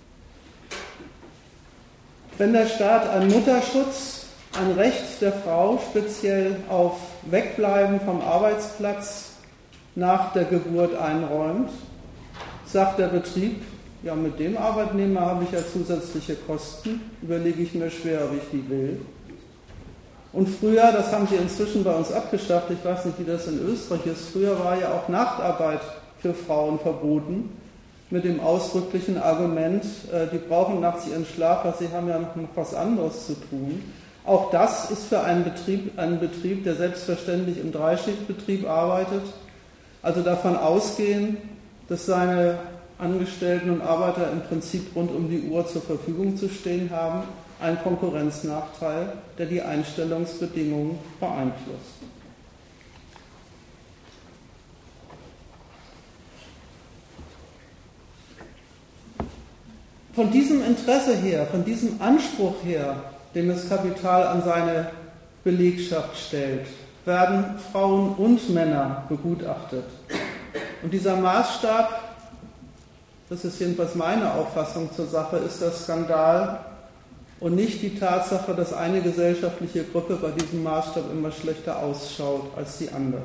Wenn der Staat einen Mutterschutz, ein Recht der Frau speziell auf Wegbleiben vom Arbeitsplatz nach der Geburt einräumt, sagt der Betrieb, ja, mit dem Arbeitnehmer habe ich ja zusätzliche Kosten, überlege ich mir schwer, ob ich die will. Und früher, das haben sie inzwischen bei uns abgeschafft, ich weiß nicht, wie das in Österreich ist, früher war ja auch Nachtarbeit für Frauen verboten, mit dem ausdrücklichen Argument, die brauchen nachts ihren Schlaf, weil sie haben ja noch was anderes zu tun. Auch das ist für einen Betrieb, einen Betrieb, der selbstverständlich im Dreischichtbetrieb arbeitet, also davon ausgehen, dass seine Angestellten und Arbeiter im Prinzip rund um die Uhr zur Verfügung zu stehen haben, ein Konkurrenznachteil, der die Einstellungsbedingungen beeinflusst. Von diesem Interesse her, von diesem Anspruch her, den das Kapital an seine Belegschaft stellt, werden Frauen und Männer begutachtet. Und dieser Maßstab, das ist jedenfalls meine Auffassung zur Sache, ist der Skandal und nicht die Tatsache, dass eine gesellschaftliche Gruppe bei diesem Maßstab immer schlechter ausschaut als die andere.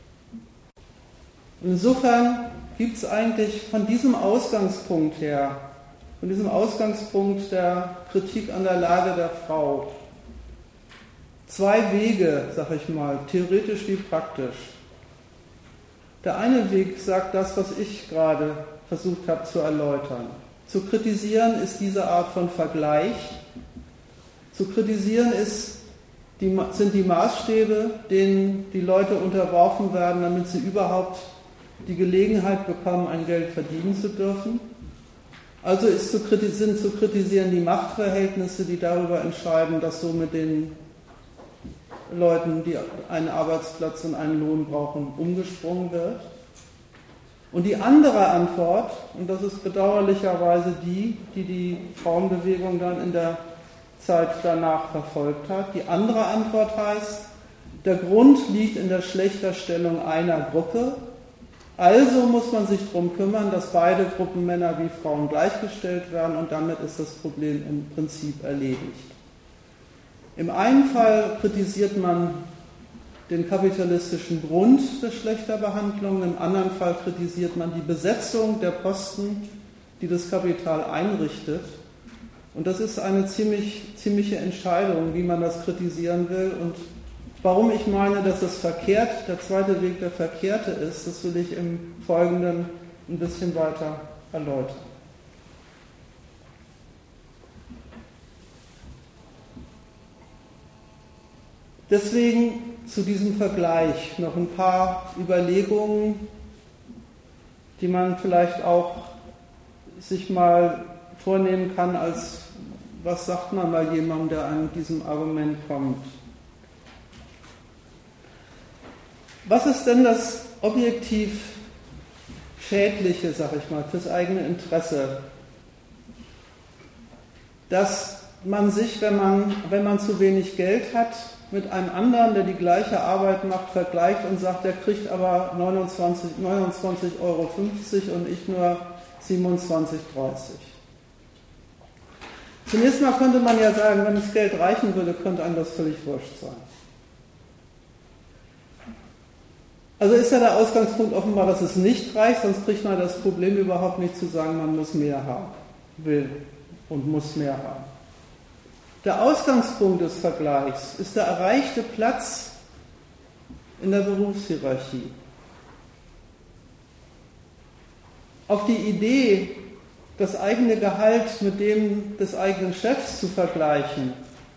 Insofern gibt es eigentlich von diesem Ausgangspunkt her, von diesem Ausgangspunkt der Kritik an der Lage der Frau, zwei Wege, sag ich mal, theoretisch wie praktisch. Der eine Weg sagt das, was ich gerade versucht habe zu erläutern. Zu kritisieren ist diese Art von Vergleich. Zu kritisieren ist, die, sind die Maßstäbe, denen die Leute unterworfen werden, damit sie überhaupt die Gelegenheit bekommen, ein Geld verdienen zu dürfen. Also ist zu sind zu kritisieren die Machtverhältnisse, die darüber entscheiden, dass so mit den Leuten, die einen Arbeitsplatz und einen Lohn brauchen, umgesprungen wird. Und die andere Antwort, und das ist bedauerlicherweise die, die die Frauenbewegung dann in der Zeit danach verfolgt hat, die andere Antwort heißt, der Grund liegt in der Schlechterstellung einer Gruppe, also muss man sich darum kümmern, dass beide Gruppen Männer wie Frauen gleichgestellt werden und damit ist das Problem im Prinzip erledigt. Im einen Fall kritisiert man den kapitalistischen Grund der Schlechterbehandlung, im anderen Fall kritisiert man die Besetzung der Posten, die das Kapital einrichtet. Und das ist eine ziemlich, ziemliche Entscheidung, wie man das kritisieren will. Und warum ich meine, dass es verkehrt, der zweite Weg der verkehrte ist, das will ich im Folgenden ein bisschen weiter erläutern. Deswegen zu diesem Vergleich noch ein paar Überlegungen, die man vielleicht auch sich mal vornehmen kann, als was sagt man mal jemandem, der an diesem Argument kommt. Was ist denn das objektiv Schädliche, sag ich mal, fürs eigene Interesse? Dass man sich, wenn man, wenn man zu wenig Geld hat, mit einem anderen, der die gleiche Arbeit macht, vergleicht und sagt, der kriegt aber neunundzwanzig Euro fünfzig und ich nur siebenundzwanzig dreißig. Zunächst mal könnte man ja sagen, wenn das Geld reichen würde, könnte einem das völlig wurscht sein. Also ist ja der Ausgangspunkt offenbar, dass es nicht reicht, sonst kriegt man das Problem überhaupt nicht zu sagen, man muss mehr haben, will und muss mehr haben. Der Ausgangspunkt des Vergleichs ist der erreichte Platz in der Berufshierarchie. Auf die Idee, das eigene Gehalt mit dem des eigenen Chefs zu vergleichen,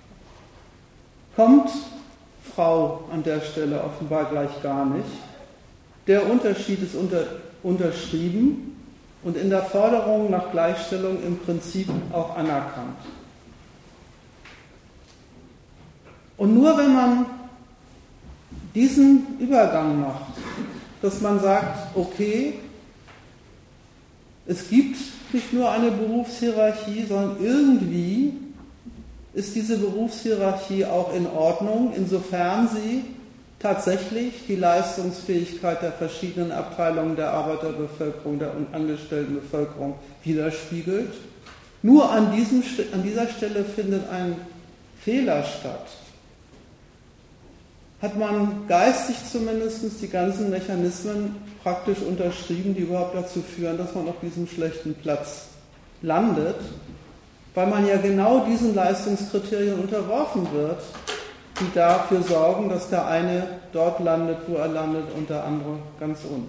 kommt Frau an der Stelle offenbar gleich gar nicht. Der Unterschied ist unter, unterschrieben und in der Forderung nach Gleichstellung im Prinzip auch anerkannt. Und nur wenn man diesen Übergang macht, dass man sagt, okay, es gibt nicht nur eine Berufshierarchie, sondern irgendwie ist diese Berufshierarchie auch in Ordnung, insofern sie tatsächlich die Leistungsfähigkeit der verschiedenen Abteilungen der Arbeiterbevölkerung, der Angestelltenbevölkerung widerspiegelt. Nur an, diesem, an dieser Stelle findet ein Fehler statt. Hat man geistig zumindest die ganzen Mechanismen praktisch unterschrieben, die überhaupt dazu führen, dass man auf diesem schlechten Platz landet, weil man ja genau diesen Leistungskriterien unterworfen wird, die dafür sorgen, dass der eine dort landet, wo er landet und der andere ganz unten.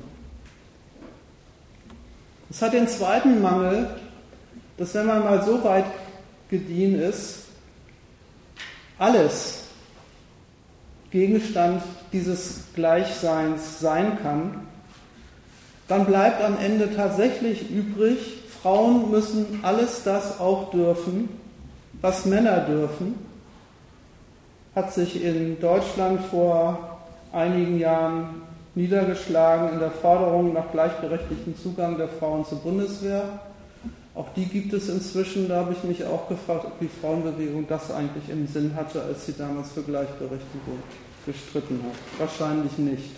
Es hat den zweiten Mangel, dass wenn man mal so weit gediehen ist, alles Gegenstand dieses Gleichseins sein kann, dann bleibt am Ende tatsächlich übrig, Frauen müssen alles das auch dürfen, was Männer dürfen. Hat sich in Deutschland vor einigen Jahren niedergeschlagen in der Forderung nach gleichberechtigtem Zugang der Frauen zur Bundeswehr. Auch die gibt es inzwischen. Da habe ich mich auch gefragt, ob die Frauenbewegung das eigentlich im Sinn hatte, als sie damals für Gleichberechtigung gestritten hat. Wahrscheinlich nicht.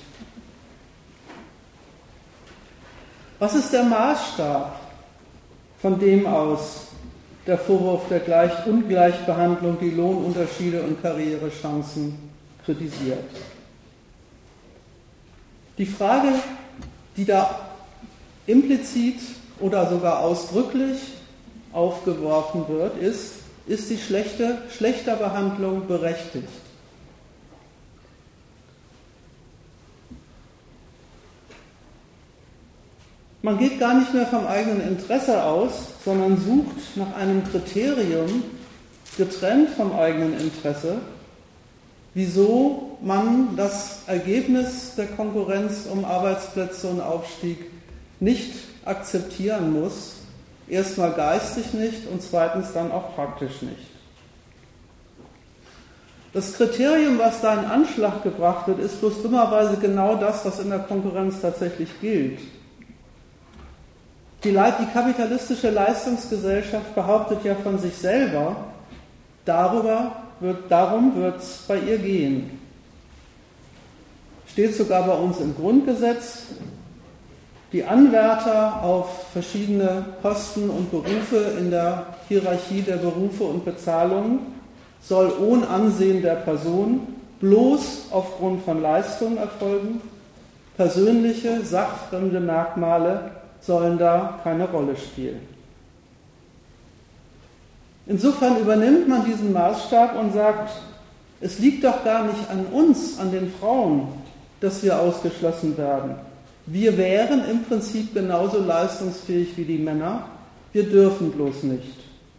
Was ist der Maßstab, von dem aus der Vorwurf der Gleich- Ungleichbehandlung, die Lohnunterschiede und Karrierechancen kritisiert? Die Frage, die da implizit oder sogar ausdrücklich aufgeworfen wird, ist, ist die schlechte Schlechterbehandlung berechtigt? Man geht gar nicht mehr vom eigenen Interesse aus, sondern sucht nach einem Kriterium, getrennt vom eigenen Interesse, wieso man das Ergebnis der Konkurrenz um Arbeitsplätze und Aufstieg nicht akzeptieren muss, erstmal geistig nicht und zweitens dann auch praktisch nicht. Das Kriterium, was da in Anschlag gebracht wird, ist bloß dummerweise genau das, was in der Konkurrenz tatsächlich gilt. Die, die kapitalistische Leistungsgesellschaft behauptet ja von sich selber, darüber wird, darum wird es bei ihr gehen. Steht sogar bei uns im Grundgesetz, die Anwärter auf verschiedene Posten und Berufe in der Hierarchie der Berufe und Bezahlungen soll ohne Ansehen der Person bloß aufgrund von Leistung erfolgen. Persönliche, sachfremde Merkmale sollen da keine Rolle spielen. Insofern übernimmt man diesen Maßstab und sagt, es liegt doch gar nicht an uns, an den Frauen, dass wir ausgeschlossen werden. Wir wären im Prinzip genauso leistungsfähig wie die Männer, wir dürfen bloß nicht.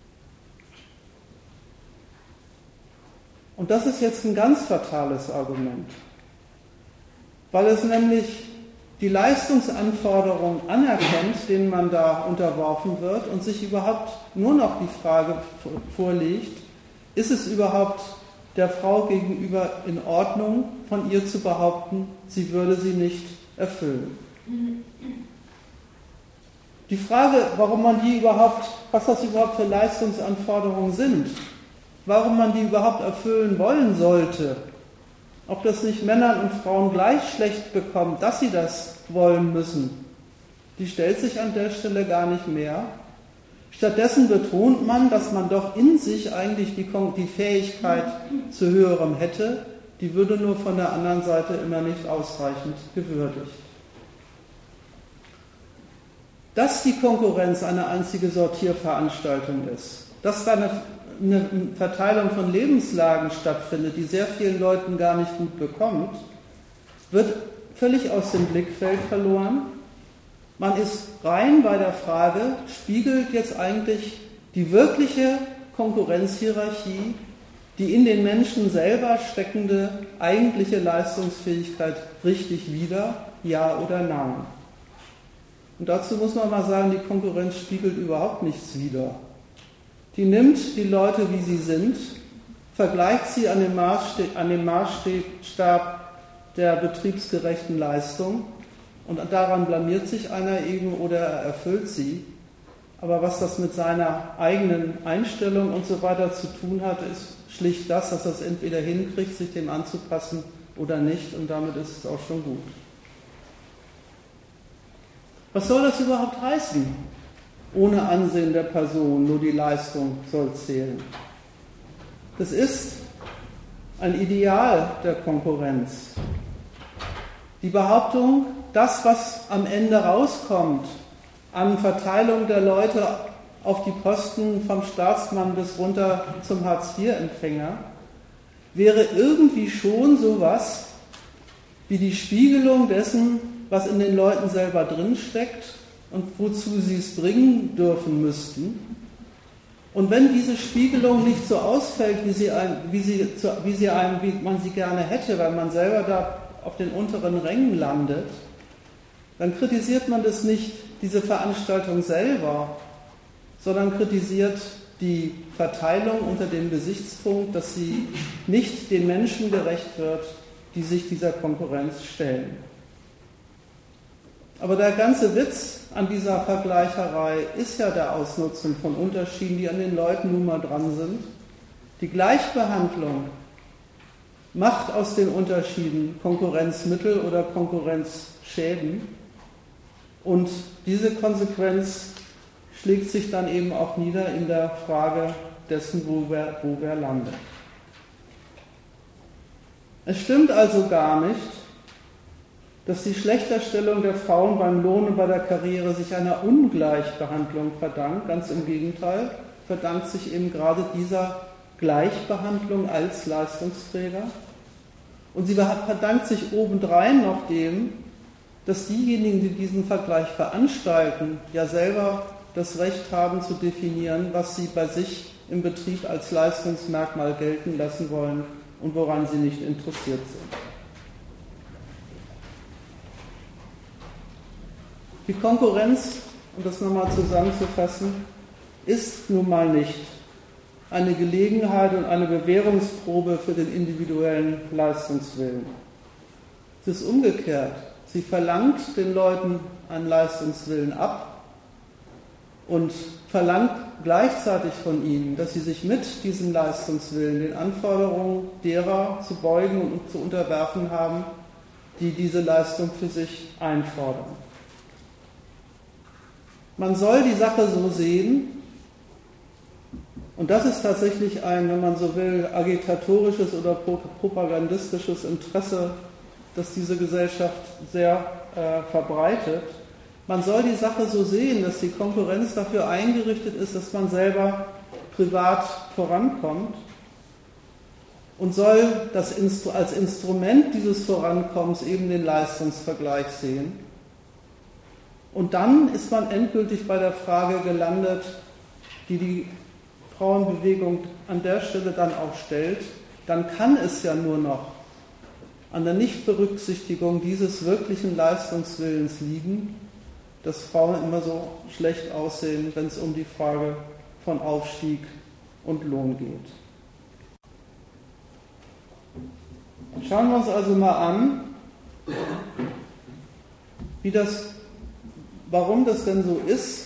Und das ist jetzt ein ganz fatales Argument, weil es nämlich die Leistungsanforderungen anerkennt, denen man da unterworfen wird und sich überhaupt nur noch die Frage vorlegt, ist es überhaupt der Frau gegenüber in Ordnung, von ihr zu behaupten, sie würde sie nicht erfüllen. Die Frage, warum man die überhaupt, was das überhaupt für Leistungsanforderungen sind, warum man die überhaupt erfüllen wollen sollte, ob das nicht Männern und Frauen gleich schlecht bekommt, dass sie das wollen müssen, die stellt sich an der Stelle gar nicht mehr. Stattdessen betont man, dass man doch in sich eigentlich die, die Fähigkeit zu Höherem hätte, die würde nur von der anderen Seite immer nicht ausreichend gewürdigt. Dass die Konkurrenz eine einzige Sortierveranstaltung ist, dass da eine, eine Verteilung von Lebenslagen stattfindet, die sehr vielen Leuten gar nicht gut bekommt, wird völlig aus dem Blickfeld verloren. Man ist rein bei der Frage, spiegelt jetzt eigentlich die wirkliche Konkurrenzhierarchie, die in den Menschen selber steckende eigentliche Leistungsfähigkeit richtig wider, ja oder nein? Und dazu muss man mal sagen, die Konkurrenz spiegelt überhaupt nichts wider. Die nimmt die Leute, wie sie sind, vergleicht sie an dem Maßstab, an dem Maßstab der betriebsgerechten Leistung und daran blamiert sich einer eben oder er erfüllt sie. Aber was das mit seiner eigenen Einstellung und so weiter zu tun hat, ist schlicht das, dass er es entweder hinkriegt, sich dem anzupassen oder nicht und damit ist es auch schon gut. Was soll das überhaupt heißen? Ohne Ansehen der Person, nur die Leistung soll zählen. Das ist ein Ideal der Konkurrenz. Die Behauptung, das, was am Ende rauskommt, an Verteilung der Leute auf die Posten vom Staatsmann bis runter zum Hartz-vier-Empfänger, wäre irgendwie schon sowas wie die Spiegelung dessen, was in den Leuten selber drinsteckt und wozu sie es bringen dürfen müssten. Und wenn diese Spiegelung nicht so ausfällt, wie, sie ein, wie, sie, wie, sie einem, wie man sie gerne hätte, weil man selber da auf den unteren Rängen landet, dann kritisiert man das nicht, diese Veranstaltung selber, sondern kritisiert die Verteilung unter dem Gesichtspunkt, dass sie nicht den Menschen gerecht wird, die sich dieser Konkurrenz stellen. Aber der ganze Witz an dieser Vergleicherei ist ja der Ausnutzen von Unterschieden, die an den Leuten nun mal dran sind. Die Gleichbehandlung macht aus den Unterschieden Konkurrenzmittel oder Konkurrenzschäden. Und diese Konsequenz schlägt sich dann eben auch nieder in der Frage dessen, wo wer, wo wer landet. Es stimmt also gar nicht, dass die Schlechterstellung der Frauen beim Lohn und bei der Karriere sich einer Ungleichbehandlung verdankt. Ganz im Gegenteil, verdankt sich eben gerade dieser Gleichbehandlung als Leistungsträger. Und sie verdankt sich obendrein noch dem, dass diejenigen, die diesen Vergleich veranstalten, ja selber das Recht haben zu definieren, was sie bei sich im Betrieb als Leistungsmerkmal gelten lassen wollen und woran sie nicht interessiert sind. Die Konkurrenz, um das nochmal zusammenzufassen, ist nun mal nicht eine Gelegenheit und eine Bewährungsprobe für den individuellen Leistungswillen. Es ist umgekehrt. Sie verlangt den Leuten einen Leistungswillen ab und verlangt gleichzeitig von ihnen, dass sie sich mit diesem Leistungswillen den Anforderungen derer zu beugen und zu unterwerfen haben, die diese Leistung für sich einfordern. Man soll die Sache so sehen, und das ist tatsächlich ein, wenn man so will, agitatorisches oder propagandistisches Interesse, das diese Gesellschaft sehr äh, verbreitet. Man soll die Sache so sehen, dass die Konkurrenz dafür eingerichtet ist, dass man selber privat vorankommt und soll das Instru- als Instrument dieses Vorankommens eben den Leistungsvergleich sehen. Und dann ist man endgültig bei der Frage gelandet, die die Frauenbewegung an der Stelle dann auch stellt, dann kann es ja nur noch an der Nichtberücksichtigung dieses wirklichen Leistungswillens liegen, dass Frauen immer so schlecht aussehen, wenn es um die Frage von Aufstieg und Lohn geht. Schauen wir uns also mal an, wie das, warum das denn so ist,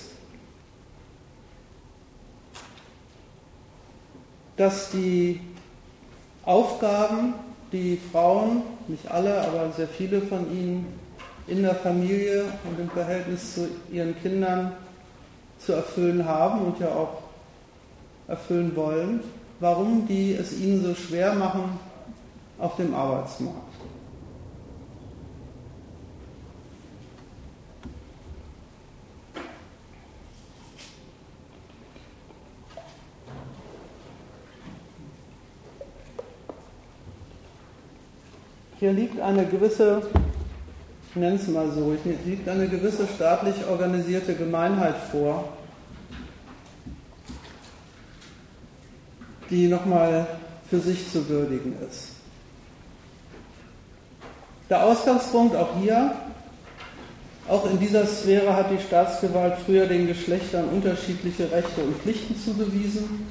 dass die Aufgaben, die Frauen, nicht alle, aber sehr viele von ihnen, in der Familie und im Verhältnis zu ihren Kindern zu erfüllen haben und ja auch erfüllen wollen, warum die es ihnen so schwer machen auf dem Arbeitsmarkt. Hier liegt eine gewisse, ich nenne es mal so, hier liegt eine gewisse staatlich organisierte Gemeinheit vor, die nochmal für sich zu würdigen ist. Der Ausgangspunkt auch hier, auch in dieser Sphäre hat die Staatsgewalt früher den Geschlechtern unterschiedliche Rechte und Pflichten zugewiesen.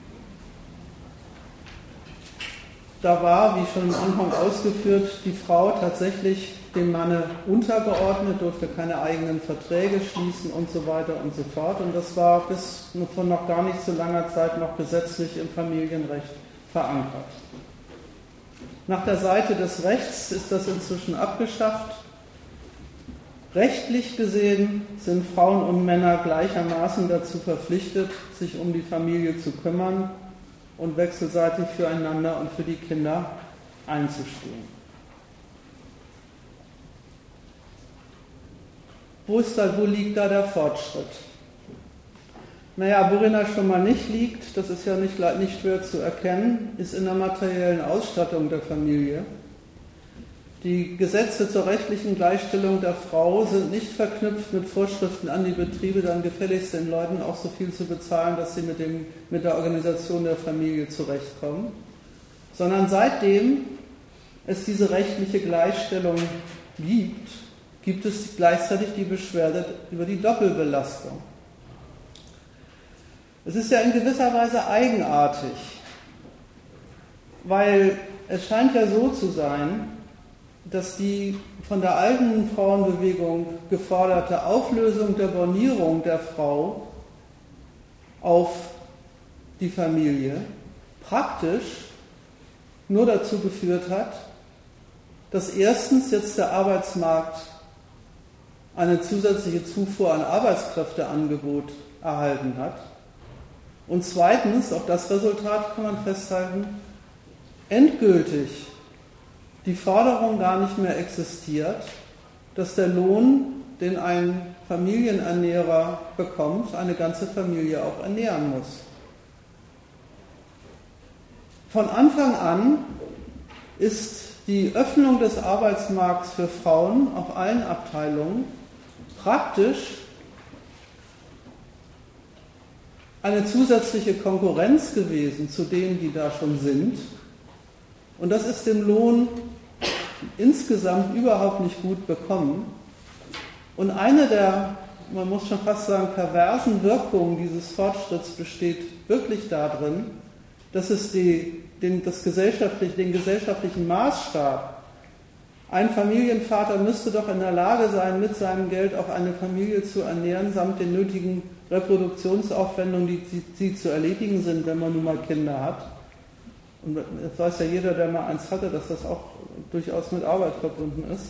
Da war, wie schon am Anfang ausgeführt, die Frau tatsächlich dem Manne untergeordnet, durfte keine eigenen Verträge schließen und so weiter und so fort. Und das war bis vor noch gar nicht so langer Zeit noch gesetzlich im Familienrecht verankert. Nach der Seite des Rechts ist das inzwischen abgeschafft. Rechtlich gesehen sind Frauen und Männer gleichermaßen dazu verpflichtet, sich um die Familie zu kümmern und wechselseitig füreinander und für die Kinder einzustehen. Wo, ist da, wo liegt da der Fortschritt? Naja, worin er schon mal nicht liegt, das ist ja nicht, nicht schwer zu erkennen, ist in der materiellen Ausstattung der Familie. Die Gesetze zur rechtlichen Gleichstellung der Frau sind nicht verknüpft mit Vorschriften an die Betriebe, dann gefälligst den Leuten auch so viel zu bezahlen, dass sie mit, dem, mit der Organisation der Familie zurechtkommen, sondern seitdem es diese rechtliche Gleichstellung gibt, gibt es gleichzeitig die Beschwerde über die Doppelbelastung. Es ist ja in gewisser Weise eigenartig, weil es scheint ja so zu sein, dass die von der alten Frauenbewegung geforderte Auflösung der Bornierung der Frau auf die Familie praktisch nur dazu geführt hat, dass erstens jetzt der Arbeitsmarkt eine zusätzliche Zufuhr an Arbeitskräfteangebot erhalten hat und zweitens, auch das Resultat kann man festhalten, endgültig die Forderung gar nicht mehr existiert, dass der Lohn, den ein Familienernährer bekommt, eine ganze Familie auch ernähren muss. Von Anfang an ist die Öffnung des Arbeitsmarkts für Frauen auf allen Abteilungen praktisch eine zusätzliche Konkurrenz gewesen zu denen, die da schon sind. Und das ist dem Lohn insgesamt überhaupt nicht gut bekommen. Und eine der, man muss schon fast sagen, perversen Wirkungen dieses Fortschritts besteht wirklich darin, dass es die, den, das gesellschaftlich, den gesellschaftlichen Maßstab, ein Familienvater müsste doch in der Lage sein, mit seinem Geld auch eine Familie zu ernähren, samt den nötigen Reproduktionsaufwendungen, die sie zu erledigen sind, wenn man nun mal Kinder hat. Und das weiß ja jeder, der mal eins hatte, dass das auch durchaus mit Arbeit verbunden ist,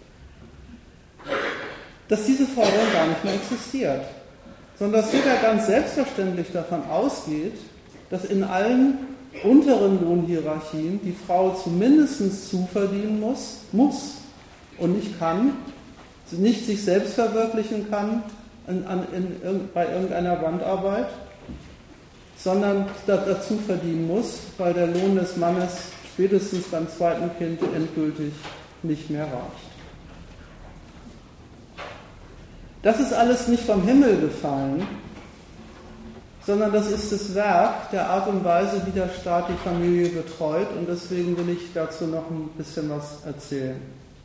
dass diese Forderung gar nicht mehr existiert, sondern dass jeder ganz selbstverständlich davon ausgeht, dass in allen unteren Lohnhierarchien die Frau zumindest zuverdienen muss, muss und nicht kann, nicht sich selbst verwirklichen kann in, in, in, bei irgendeiner Bandarbeit, sondern dazu verdienen muss, weil der Lohn des Mannes spätestens beim zweiten Kind endgültig nicht mehr reicht. Das ist alles nicht vom Himmel gefallen, sondern das ist das Werk der Art und Weise, wie der Staat die Familie betreut, und deswegen will ich dazu noch ein bisschen was erzählen.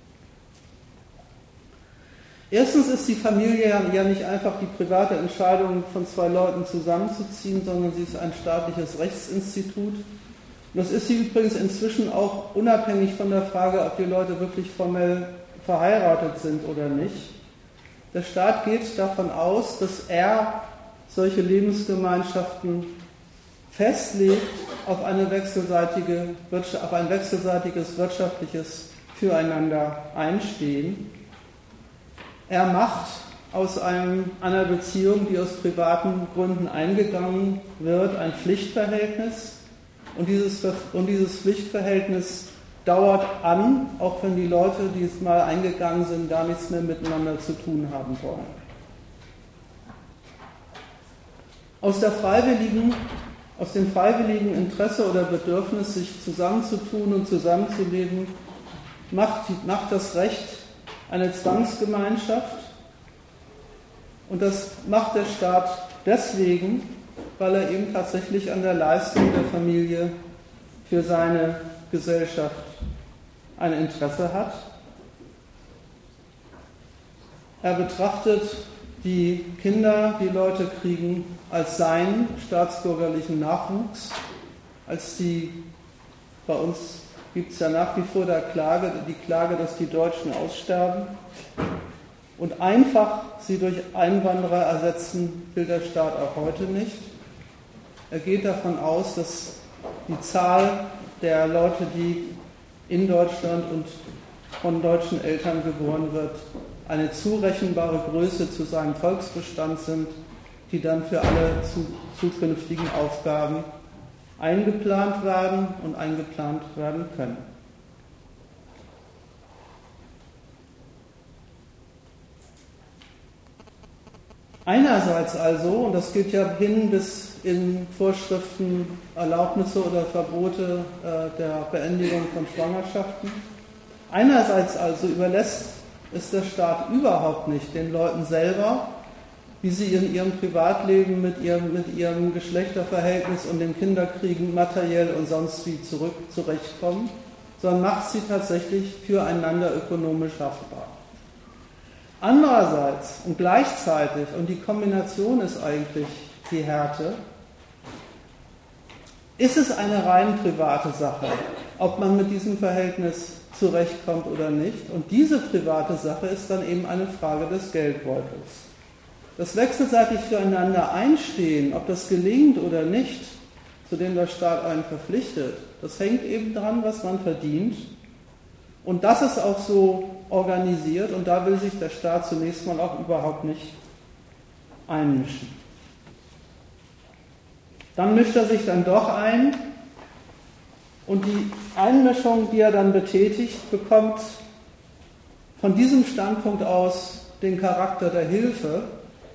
Erstens ist die Familie ja nicht einfach die private Entscheidung von zwei Leuten zusammenzuziehen, sondern sie ist ein staatliches Rechtsinstitut. Und das ist sie übrigens inzwischen auch unabhängig von der Frage, ob die Leute wirklich formell verheiratet sind oder nicht. Der Staat geht davon aus, dass er solche Lebensgemeinschaften festlegt auf, eine wechselseitige, auf ein wechselseitiges wirtschaftliches Füreinander einstehen. Er macht aus einem, einer Beziehung, die aus privaten Gründen eingegangen wird, ein Pflichtverhältnis. Und dieses, und dieses Pflichtverhältnis dauert an, auch wenn die Leute, die es mal eingegangen sind, gar nichts mehr miteinander zu tun haben wollen. Aus, der freiwilligen, aus dem freiwilligen Interesse oder Bedürfnis, sich zusammenzutun und zusammenzuleben, macht, macht das Recht eine Zwangsgemeinschaft, und das macht der Staat deswegen, weil er eben tatsächlich an der Leistung der Familie für seine Gesellschaft ein Interesse hat. Er betrachtet die Kinder, die Leute kriegen, als seinen staatsbürgerlichen Nachwuchs, als die, bei uns gibt es ja nach wie vor der Klage, die Klage, dass die Deutschen aussterben. Und einfach sie durch Einwanderer ersetzen will der Staat auch heute nicht. Er geht davon aus, dass die Zahl der Leute, die in Deutschland und von deutschen Eltern geboren wird, eine zurechenbare Größe zu seinem Volksbestand sind, die dann für alle zu, zukünftigen Aufgaben eingeplant werden und eingeplant werden können. Einerseits also, und das geht ja hin bis in Vorschriften, Erlaubnisse oder Verbote äh, der Beendigung von Schwangerschaften, einerseits also überlässt es der Staat überhaupt nicht den Leuten selber, wie sie in ihrem Privatleben mit ihrem, mit ihrem Geschlechterverhältnis und dem Kinderkriegen materiell und sonst wie zurück zurechtkommen, sondern macht sie tatsächlich füreinander ökonomisch haftbar. Andererseits und gleichzeitig, und die Kombination ist eigentlich die Härte, ist es eine rein private Sache, ob man mit diesem Verhältnis zurechtkommt oder nicht. Und diese private Sache ist dann eben eine Frage des Geldbeutels. Das wechselseitig füreinander einstehen, ob das gelingt oder nicht, zu dem der Staat einen verpflichtet, das hängt eben daran, was man verdient. Und das ist auch so organisiert, und da will sich der Staat zunächst mal auch überhaupt nicht einmischen. Dann mischt er sich dann doch ein, und die Einmischung, die er dann betätigt, bekommt von diesem Standpunkt aus den Charakter der Hilfe.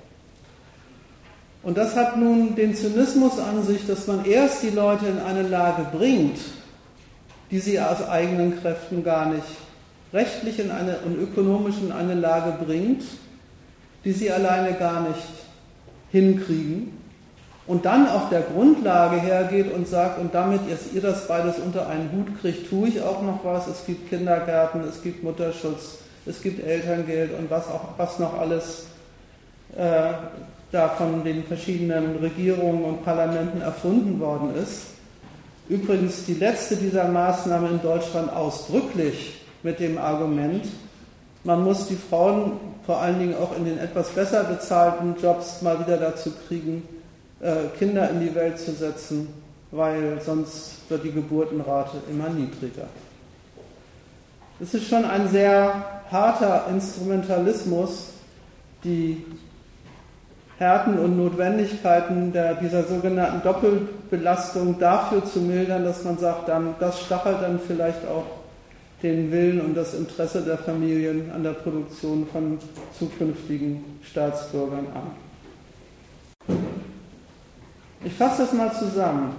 Und das hat nun den Zynismus an sich, dass man erst die Leute in eine Lage bringt, die sie aus eigenen Kräften gar nicht rechtlich in eine, und ökonomisch in eine Lage bringt, die sie alleine gar nicht hinkriegen, und dann auf der Grundlage hergeht und sagt, und damit ihr das beides unter einen Hut kriegt, tue ich auch noch was. Es gibt Kindergärten, es gibt Mutterschutz, es gibt Elterngeld und was, auch, was noch alles äh, da von den verschiedenen Regierungen und Parlamenten erfunden worden ist. Übrigens die letzte dieser Maßnahmen in Deutschland ausdrücklich mit dem Argument, man muss die Frauen vor allen Dingen auch in den etwas besser bezahlten Jobs mal wieder dazu kriegen, Kinder in die Welt zu setzen, weil sonst wird die Geburtenrate immer niedriger. Es ist schon ein sehr harter Instrumentalismus, die Härten und Notwendigkeiten der, dieser sogenannten Doppelbelastung dafür zu mildern, dass man sagt, dann, das stachelt dann vielleicht auch den Willen und das Interesse der Familien an der Produktion von zukünftigen Staatsbürgern an. Ich fasse das mal zusammen.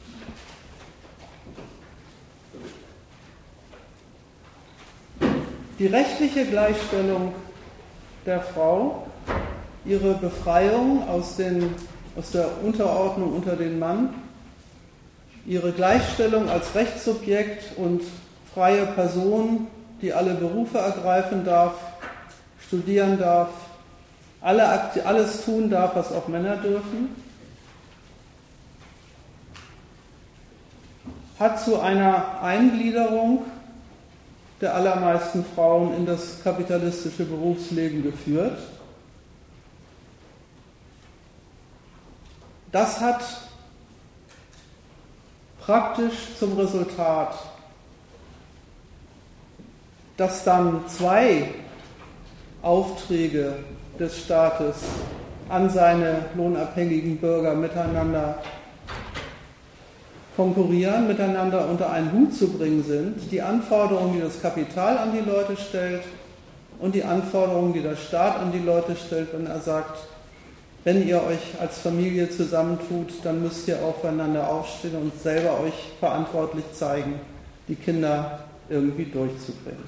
Die rechtliche Gleichstellung der Frau, ihre Befreiung aus, den, aus der Unterordnung unter den Mann, ihre Gleichstellung als Rechtssubjekt und freie Person, die alle Berufe ergreifen darf, studieren darf, alle, alles tun darf, was auch Männer dürfen, hat zu einer Eingliederung der allermeisten Frauen in das kapitalistische Berufsleben geführt. Das hat praktisch zum Resultat, dass dann zwei Aufträge des Staates an seine lohnabhängigen Bürger miteinander konkurrieren, miteinander unter einen Hut zu bringen sind. Die Anforderungen, die das Kapital an die Leute stellt und die Anforderungen, die der Staat an die Leute stellt, wenn er sagt, wenn ihr euch als Familie zusammentut, dann müsst ihr aufeinander aufstehen und selber euch verantwortlich zeigen, die Kinder irgendwie durchzubringen.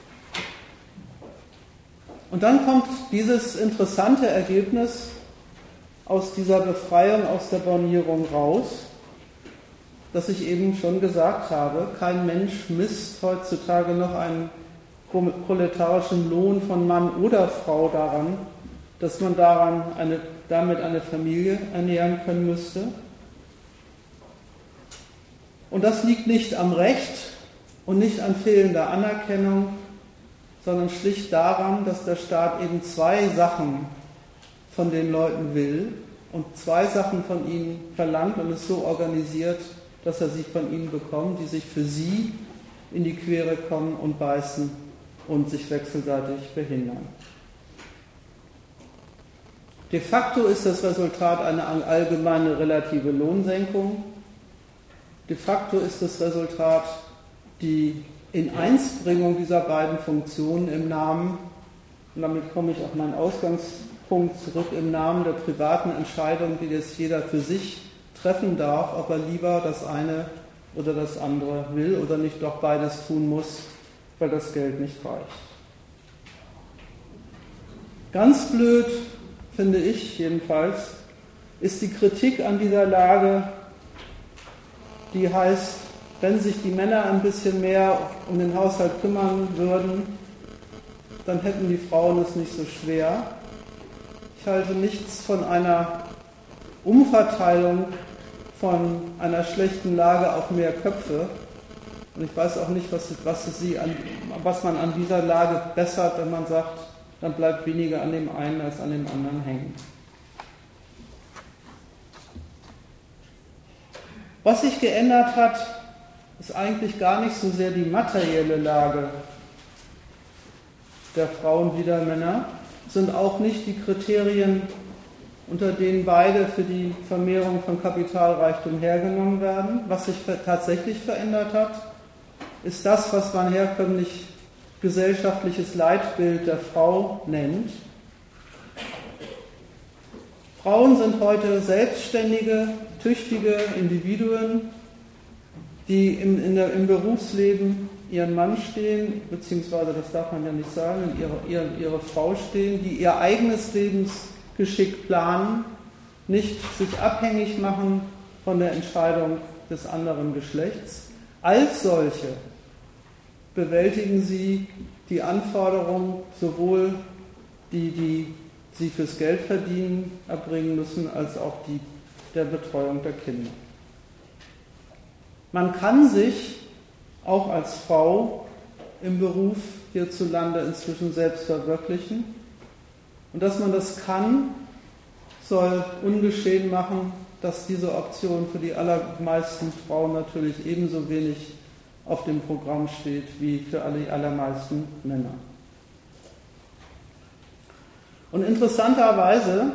Und dann kommt dieses interessante Ergebnis aus dieser Befreiung, aus der Bornierung raus, dass ich eben schon gesagt habe, kein Mensch misst heutzutage noch einen proletarischen Lohn von Mann oder Frau daran, dass man daran eine, damit eine Familie ernähren können müsste. Und das liegt nicht am Recht und nicht an fehlender Anerkennung, sondern schlicht daran, dass der Staat eben zwei Sachen von den Leuten will und zwei Sachen von ihnen verlangt und es so organisiert, dass er sie von ihnen bekommt, die sich für sie in die Quere kommen und beißen und sich wechselseitig behindern. De facto ist das Resultat eine allgemeine relative Lohnsenkung. De facto ist das Resultat die Ineinsbringung dieser beiden Funktionen im Namen, und damit komme ich auf meinen Ausgangspunkt zurück, im Namen der privaten Entscheidung, die jetzt jeder für sich treffen darf, ob er lieber das eine oder das andere will oder nicht doch beides tun muss, weil das Geld nicht reicht. Ganz blöd, finde ich jedenfalls, ist die Kritik an dieser Lage, die heißt, wenn sich die Männer ein bisschen mehr um den Haushalt kümmern würden, dann hätten die Frauen es nicht so schwer. Ich halte nichts von einer Umverteilung von einer schlechten Lage auf mehr Köpfe. Und ich weiß auch nicht, was, was, sie an, was man an dieser Lage bessert, wenn man sagt, dann bleibt weniger an dem einen als an dem anderen hängen. Was sich geändert hat, ist eigentlich gar nicht so sehr die materielle Lage der Frauen wie der Männer, sind auch nicht die Kriterien, unter denen beide für die Vermehrung von Kapitalreichtum hergenommen werden. Was sich tatsächlich verändert hat, ist das, was man herkömmlich gesellschaftliches Leitbild der Frau nennt. Frauen sind heute selbstständige, tüchtige Individuen, die im, in der, im Berufsleben ihren Mann stehen, beziehungsweise, das darf man ja nicht sagen, ihre, ihre, ihre Frau stehen, die ihr eigenes Lebensgeschick planen, nicht sich abhängig machen von der Entscheidung des anderen Geschlechts. Als solche bewältigen sie die Anforderungen, sowohl die, die sie fürs Geld verdienen, erbringen müssen, als auch die der Betreuung der Kinder. Man kann sich auch als Frau im Beruf hierzulande inzwischen selbst verwirklichen. Und dass man das kann, soll ungeschehen machen, dass diese Option für die allermeisten Frauen natürlich ebenso wenig auf dem Programm steht wie für die allermeisten Männer. Und interessanterweise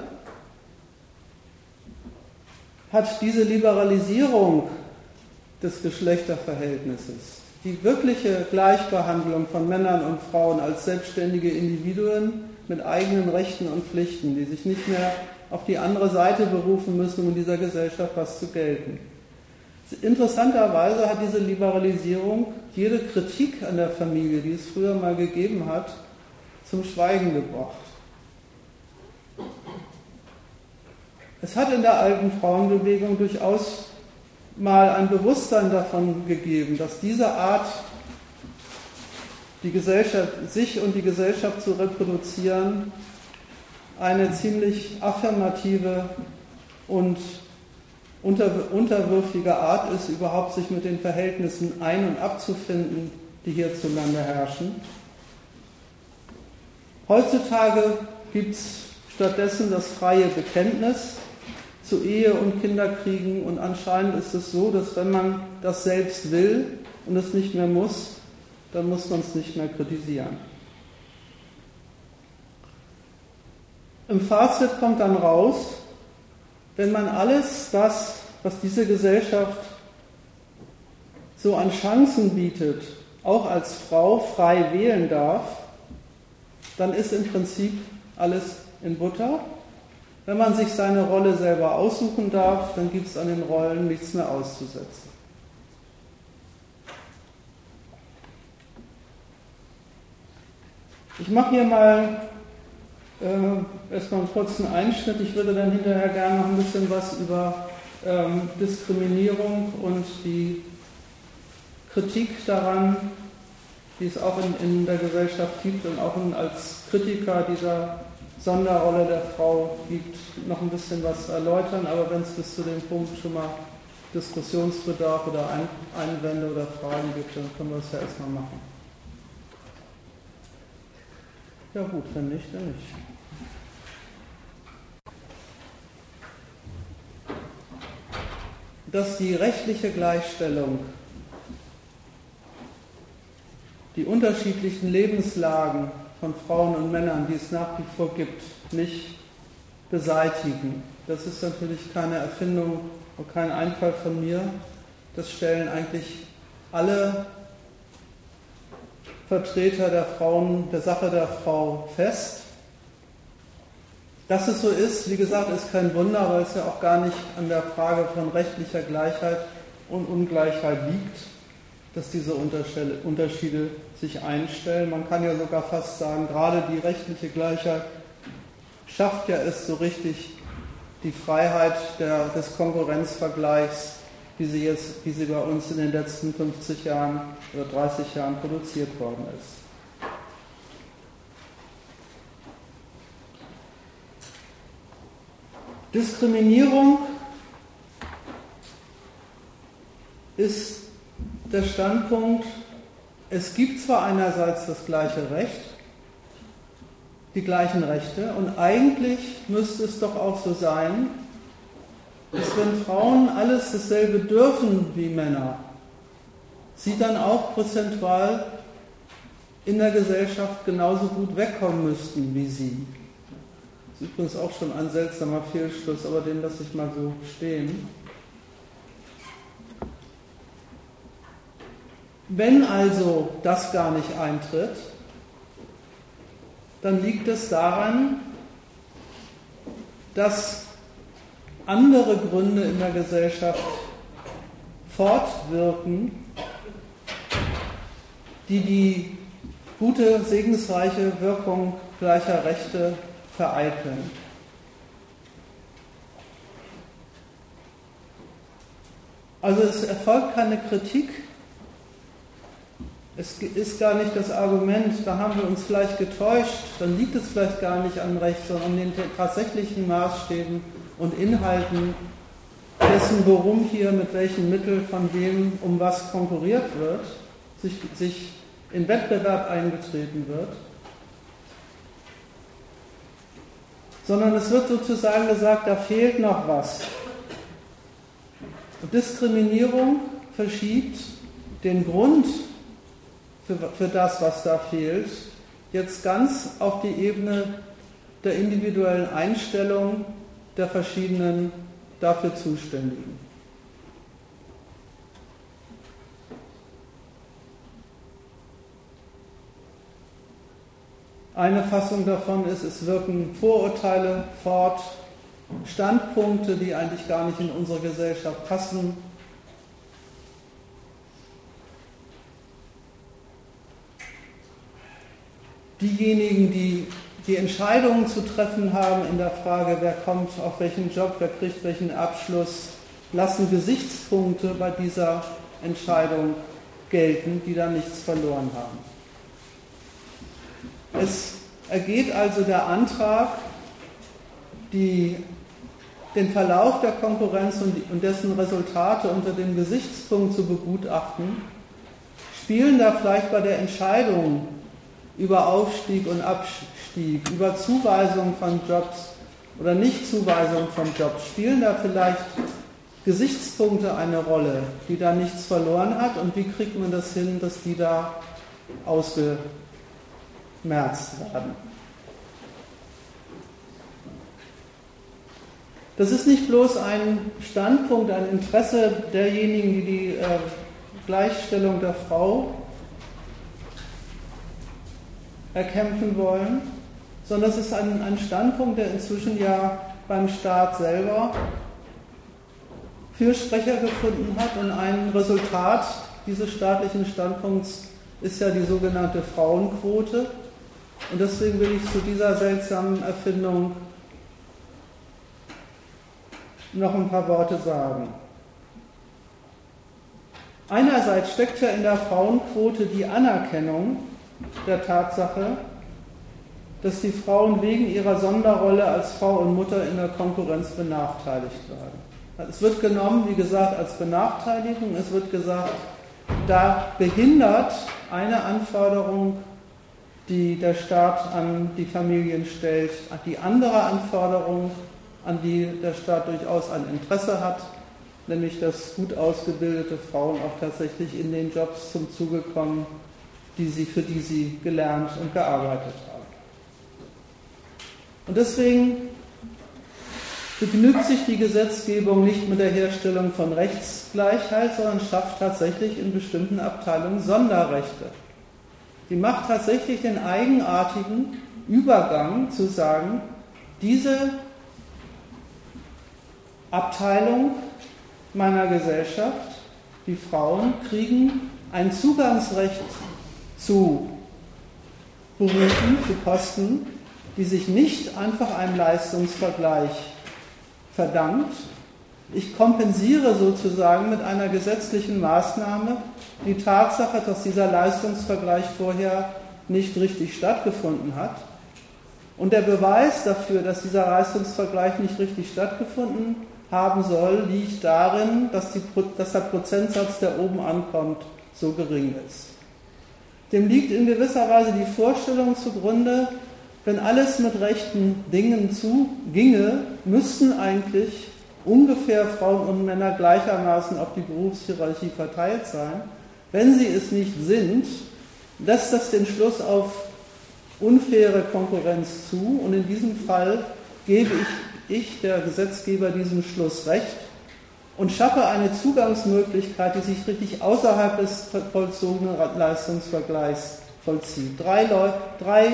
hat diese Liberalisierung des Geschlechterverhältnisses, die wirkliche Gleichbehandlung von Männern und Frauen als selbstständige Individuen mit eigenen Rechten und Pflichten, die sich nicht mehr auf die andere Seite berufen müssen, um in dieser Gesellschaft was zu gelten. Interessanterweise hat diese Liberalisierung jede Kritik an der Familie, die es früher mal gegeben hat, zum Schweigen gebracht. Es hat in der alten Frauenbewegung durchaus mal ein Bewusstsein davon gegeben, dass diese Art, die Gesellschaft, sich und die Gesellschaft zu reproduzieren, eine ziemlich affirmative und unter, unterwürfige Art ist, überhaupt sich mit den Verhältnissen ein- und abzufinden, die hierzulande herrschen. Heutzutage gibt es stattdessen das freie Bekenntnis zu Ehe und Kinderkriegen, und anscheinend ist es so, dass wenn man das selbst will und es nicht mehr muss, dann muss man es nicht mehr kritisieren. Im Fazit kommt dann raus, wenn man alles das, was diese Gesellschaft so an Chancen bietet, auch als Frau frei wählen darf, dann ist im Prinzip alles in Butter. Wenn man sich seine Rolle selber aussuchen darf, dann gibt es an den Rollen nichts mehr auszusetzen. Ich mache hier mal äh, erstmal einen kurzen Einschnitt. Ich würde dann hinterher gerne noch ein bisschen was über ähm, Diskriminierung und die Kritik daran, die es auch in, in der Gesellschaft gibt und auch in, als Kritiker dieser Sonderrolle der Frau gibt, noch ein bisschen was erläutern, aber wenn es bis zu dem Punkt schon mal Diskussionsbedarf oder Ein Einwände oder Fragen gibt, dann können wir es ja erstmal machen. Ja gut, wenn nicht, dann nicht. Dass die rechtliche Gleichstellung die unterschiedlichen Lebenslagen von Frauen und Männern, die es nach wie vor gibt, nicht beseitigen. Das ist natürlich keine Erfindung und kein Einfall von mir. Das stellen eigentlich alle Vertreter der Frauen, der Sache der Frau fest. Dass es so ist, wie gesagt, ist kein Wunder, weil es ja auch gar nicht an der Frage von rechtlicher Gleichheit und Ungleichheit liegt, dass diese Unterschiede sich einstellen. Man kann ja sogar fast sagen, gerade die rechtliche Gleichheit schafft ja es so richtig, die Freiheit der, des Konkurrenzvergleichs, wie sie jetzt, wie sie bei uns in den letzten fünfzig Jahren oder dreißig Jahren produziert worden ist. Diskriminierung ist der Standpunkt, es gibt zwar einerseits das gleiche Recht, die gleichen Rechte, und eigentlich müsste es doch auch so sein, dass wenn Frauen alles dasselbe dürfen wie Männer, sie dann auch prozentual in der Gesellschaft genauso gut wegkommen müssten wie sie. Das ist übrigens auch schon ein seltsamer Fehlschluss, aber den lasse ich mal so stehen. Wenn also das gar nicht eintritt, dann liegt es daran, dass andere Gründe in der Gesellschaft fortwirken, die die gute, segensreiche Wirkung gleicher Rechte vereiteln. Also es erfolgt keine Kritik. Es ist gar nicht das Argument, da haben wir uns vielleicht getäuscht, dann liegt es vielleicht gar nicht am Recht, sondern an den tatsächlichen Maßstäben und Inhalten dessen, worum hier, mit welchen Mitteln, von wem, um was konkurriert wird, sich, sich in Wettbewerb eingetreten wird. Sondern es wird sozusagen gesagt, da fehlt noch was. Und Diskriminierung verschiebt den Grund für, für das, was da fehlt, jetzt ganz auf die Ebene der individuellen Einstellung der verschiedenen dafür Zuständigen. Eine Fassung davon ist, es wirken Vorurteile fort, Standpunkte, die eigentlich gar nicht in unsere Gesellschaft passen. Diejenigen, die die Entscheidungen zu treffen haben in der Frage, wer kommt auf welchen Job, wer kriegt welchen Abschluss, lassen Gesichtspunkte bei dieser Entscheidung gelten, die da nichts verloren haben. Es ergeht also der Antrag, die, den Verlauf der Konkurrenz und, die, und dessen Resultate unter dem Gesichtspunkt zu begutachten, spielen da vielleicht bei der Entscheidung über Aufstieg und Abstieg, über Zuweisung von Jobs oder Nichtzuweisung von Jobs, spielen da vielleicht Gesichtspunkte eine Rolle, die da nichts verloren hat, und wie kriegt man das hin, dass die da ausgemerzt werden? Das ist nicht bloß ein Standpunkt, ein Interesse derjenigen, die die äh, Gleichstellung der Frau erkämpfen wollen, sondern es ist ein, ein Standpunkt, der inzwischen ja beim Staat selber Fürsprecher gefunden hat, und ein Resultat dieses staatlichen Standpunkts ist ja die sogenannte Frauenquote, und deswegen will ich zu dieser seltsamen Erfindung noch ein paar Worte sagen. Einerseits steckt ja in der Frauenquote die Anerkennung der Tatsache, dass die Frauen wegen ihrer Sonderrolle als Frau und Mutter in der Konkurrenz benachteiligt werden. Es wird genommen, wie gesagt, als Benachteiligung. Es wird gesagt, da behindert eine Anforderung, die der Staat an die Familien stellt, die andere Anforderung, an die der Staat durchaus ein Interesse hat, nämlich dass gut ausgebildete Frauen auch tatsächlich in den Jobs zum Zuge kommen, die sie, für die sie gelernt und gearbeitet haben. Und deswegen begnügt sich die Gesetzgebung nicht mit der Herstellung von Rechtsgleichheit, sondern schafft tatsächlich in bestimmten Abteilungen Sonderrechte. Die macht tatsächlich den eigenartigen Übergang zu sagen, diese Abteilung meiner Gesellschaft, die Frauen, kriegen ein Zugangsrecht zu Berufen, zu Posten, die sich nicht einfach einem Leistungsvergleich verdankt. Ich kompensiere sozusagen mit einer gesetzlichen Maßnahme die Tatsache, dass dieser Leistungsvergleich vorher nicht richtig stattgefunden hat. Und der Beweis dafür, dass dieser Leistungsvergleich nicht richtig stattgefunden haben soll, liegt darin, dass, die, dass der Prozentsatz, der oben ankommt, so gering ist. Dem liegt in gewisser Weise die Vorstellung zugrunde, wenn alles mit rechten Dingen zuginge, müssten eigentlich ungefähr Frauen und Männer gleichermaßen auf die Berufshierarchie verteilt sein. Wenn sie es nicht sind, lässt das den Schluss auf unfaire Konkurrenz zu, und in diesem Fall gebe ich ich, der Gesetzgeber, diesem Schluss recht und schaffe eine Zugangsmöglichkeit, die sich richtig außerhalb des vollzogenen Leistungsvergleichs vollzieht. Drei Leute, drei,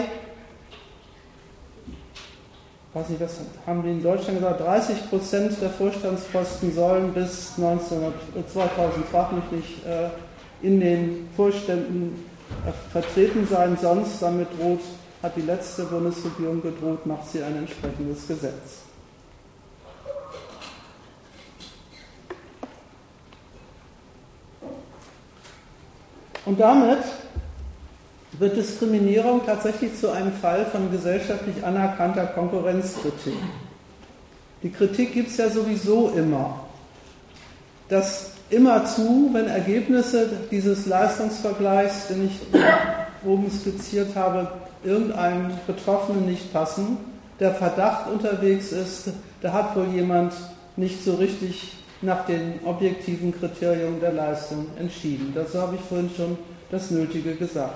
weiß nicht, was haben die in Deutschland gesagt, dreißig Prozent der Vorstandsposten sollen bis zweitausend, frag mich nicht, in den Vorständen vertreten sein, sonst, damit droht, hat die letzte Bundesregierung gedroht, macht sie ein entsprechendes Gesetz. Und damit wird Diskriminierung tatsächlich zu einem Fall von gesellschaftlich anerkannter Konkurrenzkritik. Die Kritik gibt es ja sowieso immer. Das immerzu, wenn Ergebnisse dieses Leistungsvergleichs, den ich oben skizziert habe, irgendeinem Betroffenen nicht passen, der Verdacht unterwegs ist, da hat wohl jemand nicht so richtig nach den objektiven Kriterien der Leistung entschieden. Dazu habe ich vorhin schon das Nötige gesagt.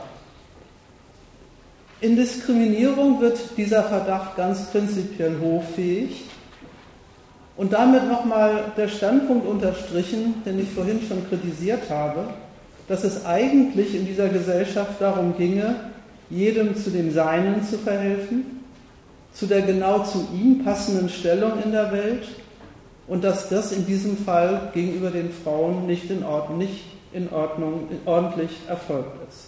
In Diskriminierung wird dieser Verdacht ganz prinzipiell hoffähig und damit nochmal der Standpunkt unterstrichen, den ich vorhin schon kritisiert habe, dass es eigentlich in dieser Gesellschaft darum ginge, jedem zu dem Seinen zu verhelfen zu der genau zu ihm passenden Stellung in der Welt und dass das in diesem Fall gegenüber den Frauen nicht in Ordnung, nicht in Ordnung, ordentlich erfolgt ist.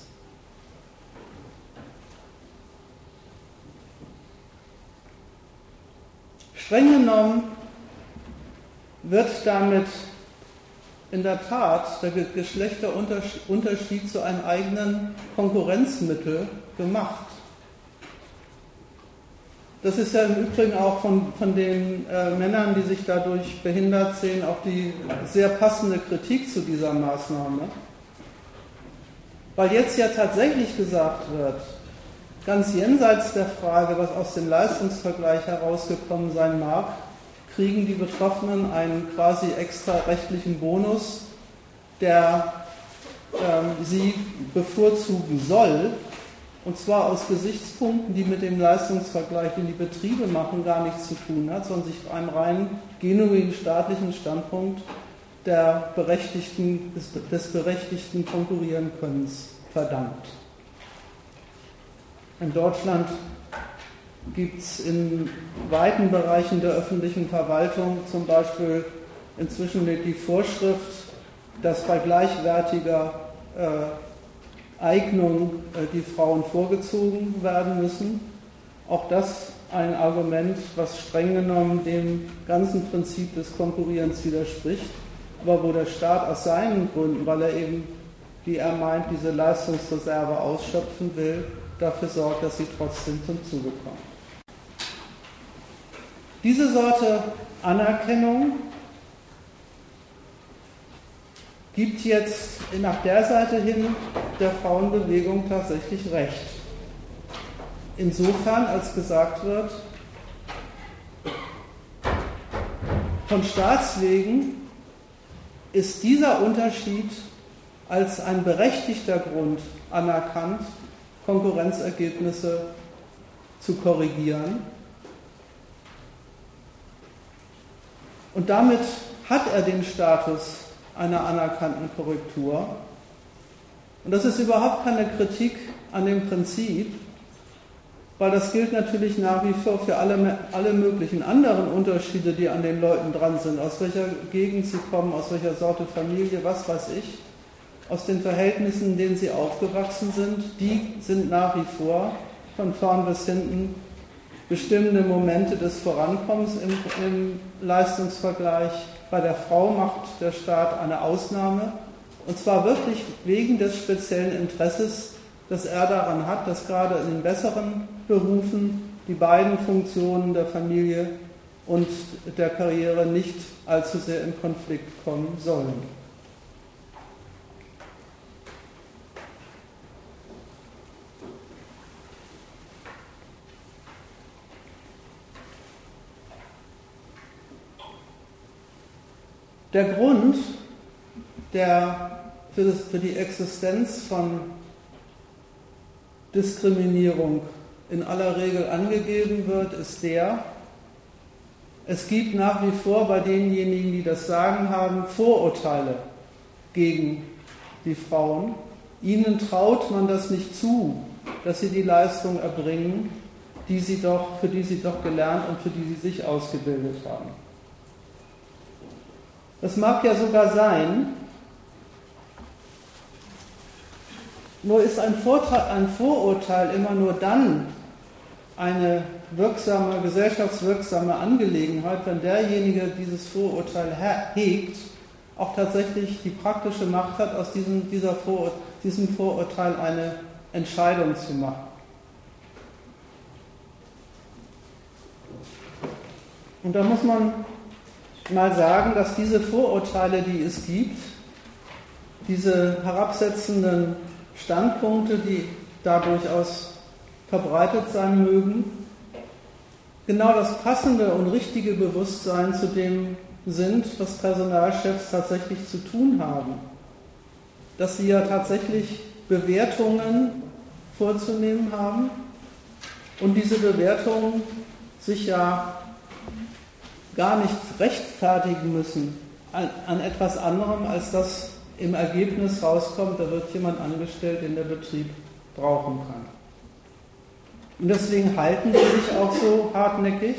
Streng genommen wird damit in der Tat der Geschlechterunterschied zu einem eigenen Konkurrenzmittel gemacht. Das ist ja im Übrigen auch von, von den äh, Männern, die sich dadurch behindert sehen, auch die sehr passende Kritik zu dieser Maßnahme. Weil jetzt ja tatsächlich gesagt wird, ganz jenseits der Frage, was aus dem Leistungsvergleich herausgekommen sein mag, kriegen die Betroffenen einen quasi extra rechtlichen Bonus, der ähm, sie bevorzugen soll, und zwar aus Gesichtspunkten, die mit dem Leistungsvergleich, den die Betriebe machen, gar nichts zu tun hat, sondern sich einem rein genuinen staatlichen Standpunkt der berechtigten, des, des berechtigten Konkurrierenkönnens verdankt. In Deutschland gibt es in weiten Bereichen der öffentlichen Verwaltung zum Beispiel inzwischen die Vorschrift, dass bei gleichwertiger äh, Eignung äh, die Frauen vorgezogen werden müssen. Auch das ein Argument, was streng genommen dem ganzen Prinzip des Konkurrierens widerspricht, aber wo der Staat aus seinen Gründen, weil er eben, wie er meint, diese Leistungsreserve ausschöpfen will, dafür sorgt, dass sie trotzdem zum Zuge kommen. Diese Sorte Anerkennung gibt jetzt nach der Seite hin der Frauenbewegung tatsächlich recht. Insofern, als gesagt wird, von Staatswegen ist dieser Unterschied als ein berechtigter Grund anerkannt, Konkurrenzergebnisse zu korrigieren. Und damit hat er den Status einer anerkannten Korrektur. Und das ist überhaupt keine Kritik an dem Prinzip, weil das gilt natürlich nach wie vor für alle, alle möglichen anderen Unterschiede, die an den Leuten dran sind, aus welcher Gegend sie kommen, aus welcher Sorte Familie, was weiß ich, aus den Verhältnissen, in denen sie aufgewachsen sind, die sind nach wie vor von vorn bis hinten bestimmende Momente des Vorankommens im, im Leistungsvergleich. Bei der Frau macht der Staat eine Ausnahme, und zwar wirklich wegen des speziellen Interesses, das er daran hat, dass gerade in den besseren Berufen die beiden Funktionen der Familie und der Karriere nicht allzu sehr in Konflikt kommen sollen. Der Grund, der für, das, für die Existenz von Diskriminierung in aller Regel angegeben wird, ist der, es gibt nach wie vor bei denjenigen, die das Sagen haben, Vorurteile gegen die Frauen. Ihnen traut man das nicht zu, dass sie die Leistung erbringen, die sie doch, für die sie doch gelernt und für die sie sich ausgebildet haben. Das mag ja sogar sein, nur ist ein, Vorteil, ein Vorurteil immer nur dann eine wirksame, gesellschaftswirksame Angelegenheit, wenn derjenige dieses Vorurteil hegt, auch tatsächlich die praktische Macht hat, aus diesem, dieser Vorur- diesem Vorurteil eine Entscheidung zu machen. Und da muss man mal sagen, dass diese Vorurteile, die es gibt, diese herabsetzenden Standpunkte, die da durchaus verbreitet sein mögen, genau das passende und richtige Bewusstsein zu dem sind, was Personalchefs tatsächlich zu tun haben. Dass sie ja tatsächlich Bewertungen vorzunehmen haben und diese Bewertungen sich ja gar nicht rechtfertigen müssen an, an etwas anderem, als das im Ergebnis rauskommt, da wird jemand angestellt, den der Betrieb brauchen kann. Und deswegen halten sie sich auch so hartnäckig.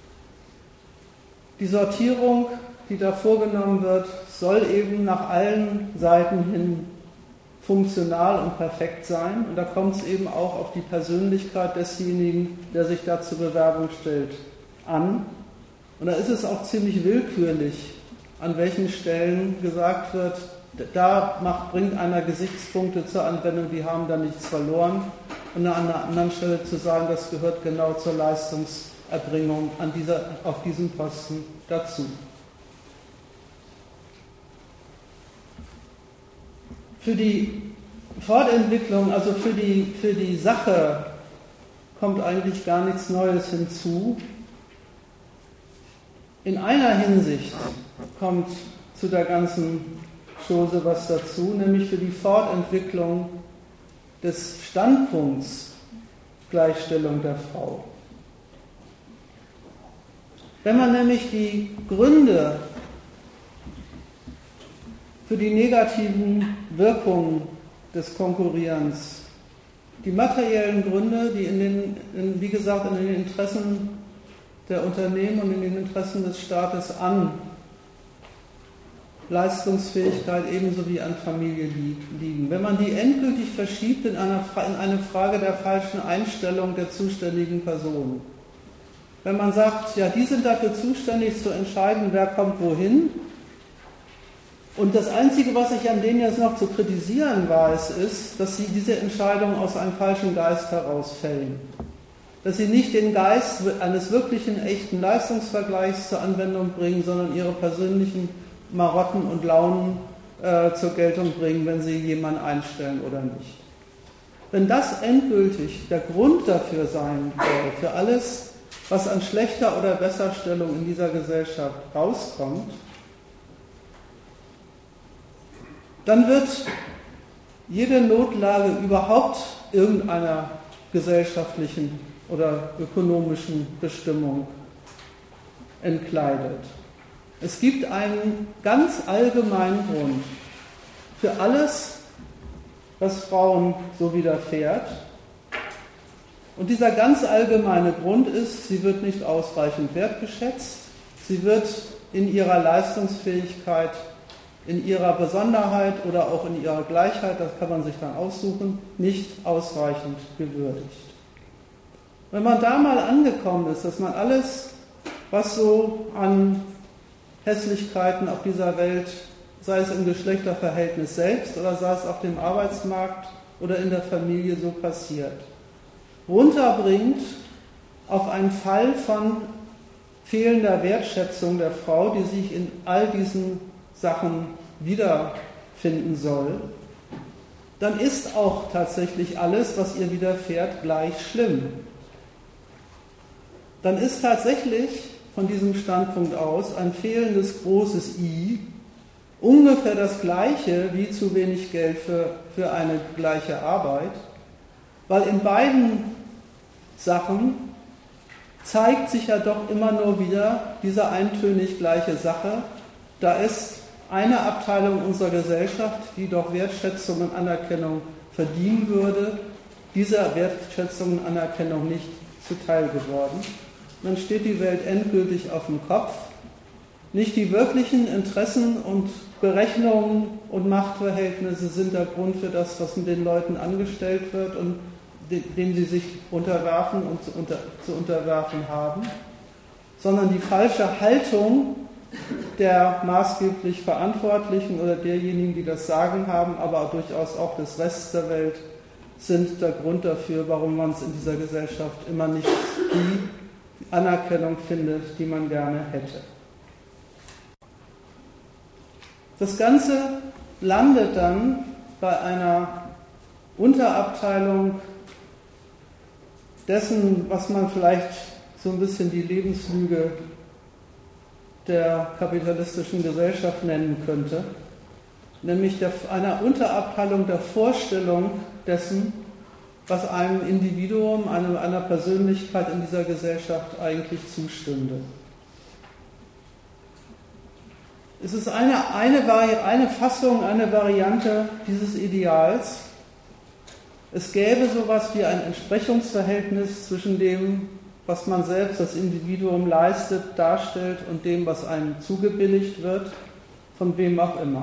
Die Sortierung, die da vorgenommen wird, soll eben nach allen Seiten hin funktional und perfekt sein. Und da kommt es eben auch auf die Persönlichkeit desjenigen, der sich da zur Bewerbung stellt, an. Und da ist es auch ziemlich willkürlich, an welchen Stellen gesagt wird, da macht, bringt einer Gesichtspunkte zur Anwendung, die haben da nichts verloren. Und an einer anderen Stelle zu sagen, das gehört genau zur Leistungserbringung an dieser, auf diesem Posten dazu. Für die Fortentwicklung, also für die, für die Sache, kommt eigentlich gar nichts Neues hinzu. In einer Hinsicht kommt zu der ganzen Chose was dazu, nämlich für die Fortentwicklung des Standpunkts Gleichstellung der Frau. Wenn man nämlich die Gründe für die negativen Wirkungen des Konkurrierens, die materiellen Gründe, die in den, in, wie gesagt, in den Interessen der Unternehmen und in den Interessen des Staates an Leistungsfähigkeit ebenso wie an Familie liegen. Wenn man die endgültig verschiebt in, einer, in eine Frage der falschen Einstellung der zuständigen Personen. Wenn man sagt, ja, die sind dafür zuständig zu entscheiden, wer kommt wohin. Und das Einzige, was ich an denen jetzt noch zu kritisieren weiß, ist, dass sie diese Entscheidung aus einem falschen Geist heraus fällen. Dass sie nicht den Geist eines wirklichen, echten Leistungsvergleichs zur Anwendung bringen, sondern ihre persönlichen Marotten und Launen äh, zur Geltung bringen, wenn sie jemanden einstellen oder nicht. Wenn das endgültig der Grund dafür sein soll, für alles, was an schlechter oder Besserstellung in dieser Gesellschaft rauskommt, dann wird jede Notlage überhaupt irgendeiner gesellschaftlichen oder ökonomischen Bestimmung entkleidet. Es gibt einen ganz allgemeinen Grund für alles, was Frauen so widerfährt. Und dieser ganz allgemeine Grund ist, sie wird nicht ausreichend wertgeschätzt, sie wird in ihrer Leistungsfähigkeit, in ihrer Besonderheit oder auch in ihrer Gleichheit, das kann man sich dann aussuchen, nicht ausreichend gewürdigt. Wenn man da mal angekommen ist, dass man alles, was so an Hässlichkeiten auf dieser Welt, sei es im Geschlechterverhältnis selbst oder sei es auf dem Arbeitsmarkt oder in der Familie so passiert, runterbringt auf einen Fall von fehlender Wertschätzung der Frau, die sich in all diesen Sachen wiederfinden soll, dann ist auch tatsächlich alles, was ihr widerfährt, gleich schlimm. Dann ist tatsächlich von diesem Standpunkt aus ein fehlendes großes I ungefähr das Gleiche wie zu wenig Geld für, für eine gleiche Arbeit, weil in beiden Sachen zeigt sich ja doch immer nur wieder diese eintönig gleiche Sache. Da ist eine Abteilung unserer Gesellschaft, die doch Wertschätzung und Anerkennung verdienen würde, dieser Wertschätzung und Anerkennung nicht zuteil geworden. Dann steht die Welt endgültig auf dem Kopf. Nicht die wirklichen Interessen und Berechnungen und Machtverhältnisse sind der Grund für das, was mit den Leuten angestellt wird und dem sie sich unterwerfen und zu, unter, zu unterwerfen haben, sondern die falsche Haltung der maßgeblich Verantwortlichen oder derjenigen, die das Sagen haben, aber durchaus auch des Restes der Welt, sind der Grund dafür, warum man es in dieser Gesellschaft immer nicht die Anerkennung findet, die man gerne hätte. Das Ganze landet dann bei einer Unterabteilung dessen, was man vielleicht so ein bisschen die Lebenslüge der kapitalistischen Gesellschaft nennen könnte, nämlich der, einer Unterabteilung der Vorstellung dessen, was einem Individuum, einem, einer Persönlichkeit in dieser Gesellschaft eigentlich zustünde. Es ist eine, eine, eine Fassung, eine Variante dieses Ideals, es gäbe sowas wie ein Entsprechungsverhältnis zwischen dem, was man selbst, das Individuum leistet, darstellt und dem, was einem zugebilligt wird, von wem auch immer.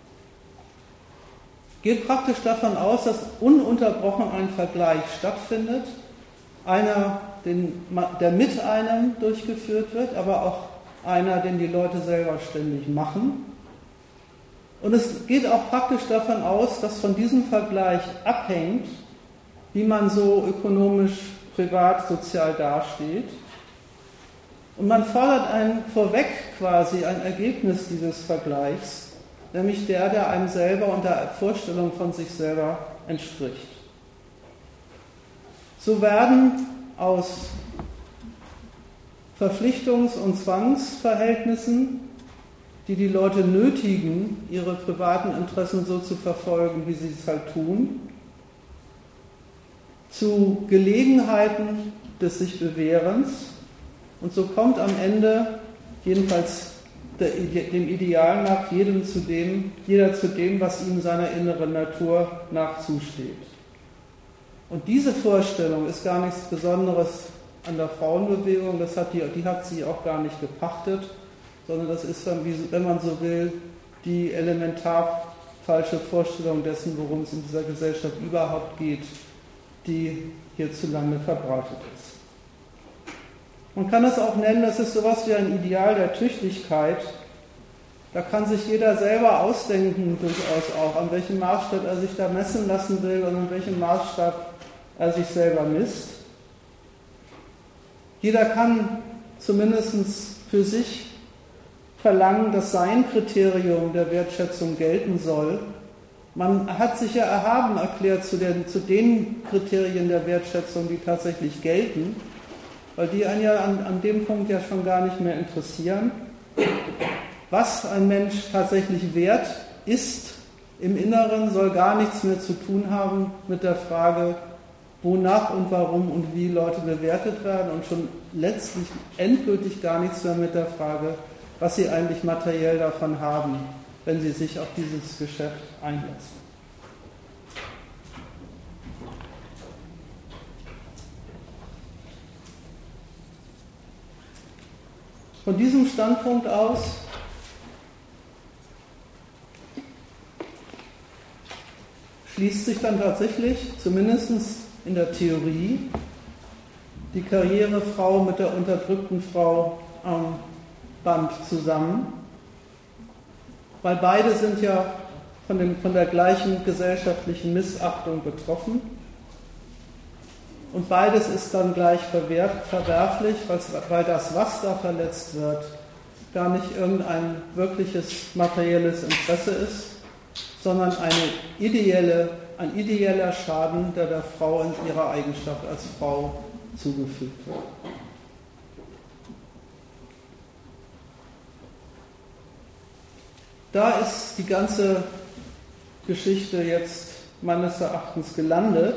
Geht praktisch davon aus, dass ununterbrochen ein Vergleich stattfindet, einer, den, der mit einem durchgeführt wird, aber auch einer, den die Leute selber ständig machen. Und es geht auch praktisch davon aus, dass von diesem Vergleich abhängt, wie man so ökonomisch, privat, sozial dasteht. Und man fordert ein vorweg quasi ein Ergebnis dieses Vergleichs, nämlich der, der einem selber und der Vorstellung von sich selber entspricht. So werden aus Verpflichtungs- und Zwangsverhältnissen, die die Leute nötigen, ihre privaten Interessen so zu verfolgen, wie sie es halt tun, zu Gelegenheiten des sich Bewährens, und so kommt am Ende, jedenfalls der, dem Ideal nach, jedem zu dem, jeder zu dem, was ihm seiner inneren Natur nach zusteht. Und diese Vorstellung ist gar nichts Besonderes an der Frauenbewegung, das hat die, die hat sie auch gar nicht gepachtet, sondern das ist dann, wenn man so will, die elementar falsche Vorstellung dessen, worum es in dieser Gesellschaft überhaupt geht, die hierzulande verbreitet ist. Man kann das auch nennen, das ist sowas wie ein Ideal der Tüchtigkeit. Da kann sich jeder selber ausdenken, durchaus auch, an welchem Maßstab er sich da messen lassen will und an welchem Maßstab er sich selber misst. Jeder kann zumindest für sich verlangen, dass sein Kriterium der Wertschätzung gelten soll. Man hat sich ja erhaben erklärt zu den, zu den Kriterien der Wertschätzung, die tatsächlich gelten, weil die einen ja an, an dem Punkt ja schon gar nicht mehr interessieren. Was ein Mensch tatsächlich wert ist im Inneren, soll gar nichts mehr zu tun haben mit der Frage, wonach und warum und wie Leute bewertet werden, und schon letztlich endgültig gar nichts mehr mit der Frage, was sie eigentlich materiell davon haben, wenn sie sich auf dieses Geschäft einlassen. Von diesem Standpunkt aus schließt sich dann tatsächlich, zumindest in der Theorie, die Karrierefrau mit der unterdrückten Frau am Band zusammen, weil beide sind ja von, dem, von der gleichen gesellschaftlichen Missachtung betroffen. Und beides ist dann gleich verwerflich, weil das, was da verletzt wird, gar nicht irgendein wirkliches materielles Interesse ist, sondern eine ideelle, ein ideeller Schaden, der der Frau in ihrer Eigenschaft als Frau zugefügt wird. Da ist die ganze Geschichte jetzt meines Erachtens gelandet.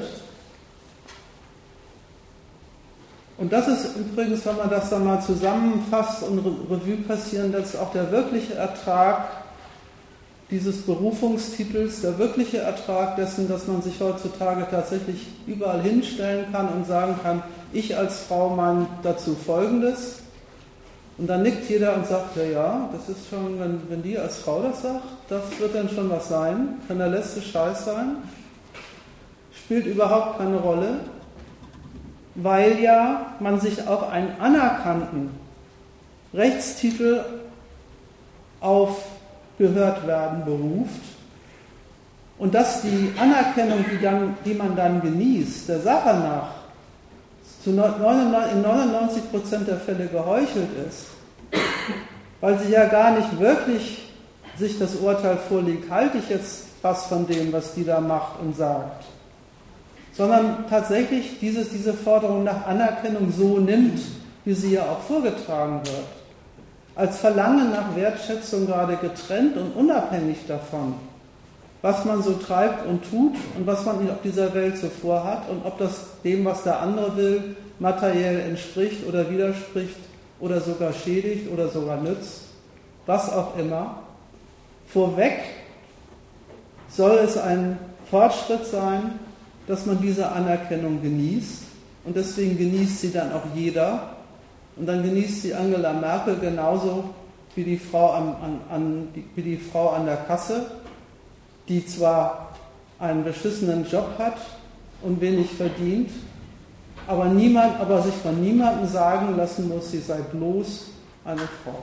Und das ist übrigens, wenn man das dann mal zusammenfasst und Revue passieren lässt, auch der wirkliche Ertrag dieses Berufungstitels, der wirkliche Ertrag dessen, dass man sich heutzutage tatsächlich überall hinstellen kann und sagen kann, ich als Frau meine dazu Folgendes. Und dann nickt jeder und sagt, ja, ja, das ist schon, wenn, wenn die als Frau das sagt, das wird dann schon was sein, kann der letzte Scheiß sein, spielt überhaupt keine Rolle, weil ja man sich auf einen anerkannten Rechtstitel auf Gehörtwerden beruft und dass die Anerkennung, die, dann, die man dann genießt, der Sache nach zu neunundneunzig, in neunundneunzig Prozent der Fälle geheuchelt ist, weil sie ja gar nicht wirklich sich das Urteil vorlegt, halte ich jetzt was von dem, was die da macht und sagt, sondern tatsächlich dieses, diese Forderung nach Anerkennung so nimmt, wie sie ja auch vorgetragen wird, als Verlangen nach Wertschätzung gerade getrennt und unabhängig davon, was man so treibt und tut und was man auf dieser Welt so vorhat und ob das dem, was der andere will, materiell entspricht oder widerspricht oder sogar schädigt oder sogar nützt, was auch immer. Vorweg soll es ein Fortschritt sein, dass man diese Anerkennung genießt und deswegen genießt sie dann auch jeder und dann genießt sie Angela Merkel genauso wie die Frau an, an, an, wie die Frau an der Kasse, die zwar einen beschissenen Job hat und wenig verdient, aber, niemand, aber sich von niemandem sagen lassen muss, sie sei bloß eine Frau.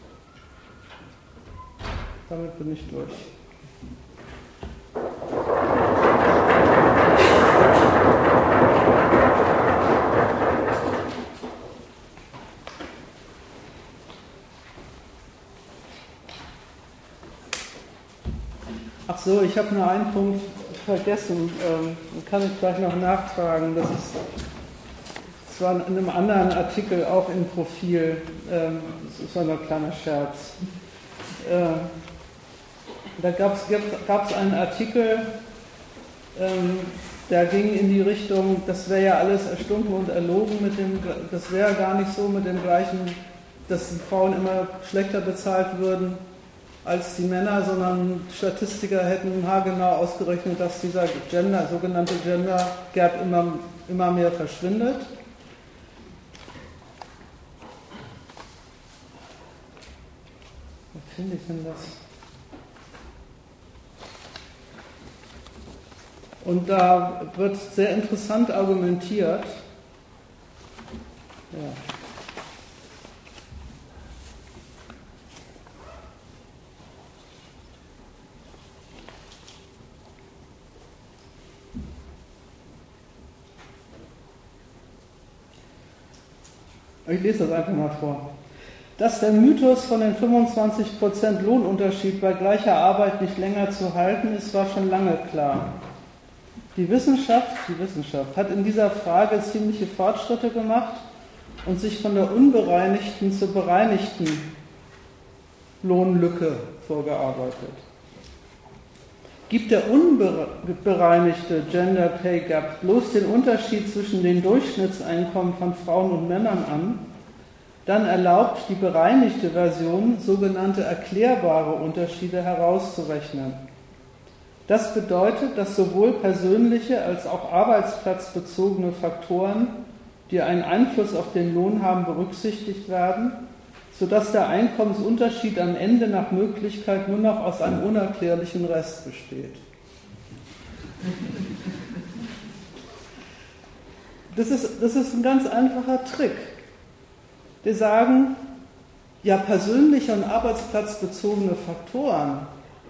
Damit bin ich durch. Ach so, ich habe nur einen Punkt vergessen, ähm, kann ich gleich noch nachtragen. Das ist zwar in einem anderen Artikel auch im Profil, ähm, das ist so ein kleiner Scherz. Äh, da gab es einen Artikel, ähm, der ging in die Richtung, das wäre ja alles erstunken und erlogen, mit dem, das wäre gar nicht so mit dem gleichen, dass die Frauen immer schlechter bezahlt würden als die Männer, sondern Statistiker hätten haargenau ausgerechnet, dass dieser Gender, sogenannte Gender Gap immer, immer mehr verschwindet. Wo finde ich denn das? Und da wird sehr interessant argumentiert. Ja. Ich lese das einfach mal vor. Dass der Mythos von den fünfundzwanzig Prozent Lohnunterschied bei gleicher Arbeit nicht länger zu halten ist, war schon lange klar. Die Wissenschaft, die Wissenschaft hat in dieser Frage ziemliche Fortschritte gemacht und sich von der unbereinigten zur bereinigten Lohnlücke vorgearbeitet. Gibt der unbereinigte Gender Pay Gap bloß den Unterschied zwischen den Durchschnittseinkommen von Frauen und Männern an, dann erlaubt die bereinigte Version sogenannte erklärbare Unterschiede herauszurechnen. Das bedeutet, dass sowohl persönliche als auch arbeitsplatzbezogene Faktoren, die einen Einfluss auf den Lohn haben, berücksichtigt werden, sodass der Einkommensunterschied am Ende nach Möglichkeit nur noch aus einem unerklärlichen Rest besteht. Das ist, das ist ein ganz einfacher Trick. Wir sagen, ja, persönliche und arbeitsplatzbezogene Faktoren,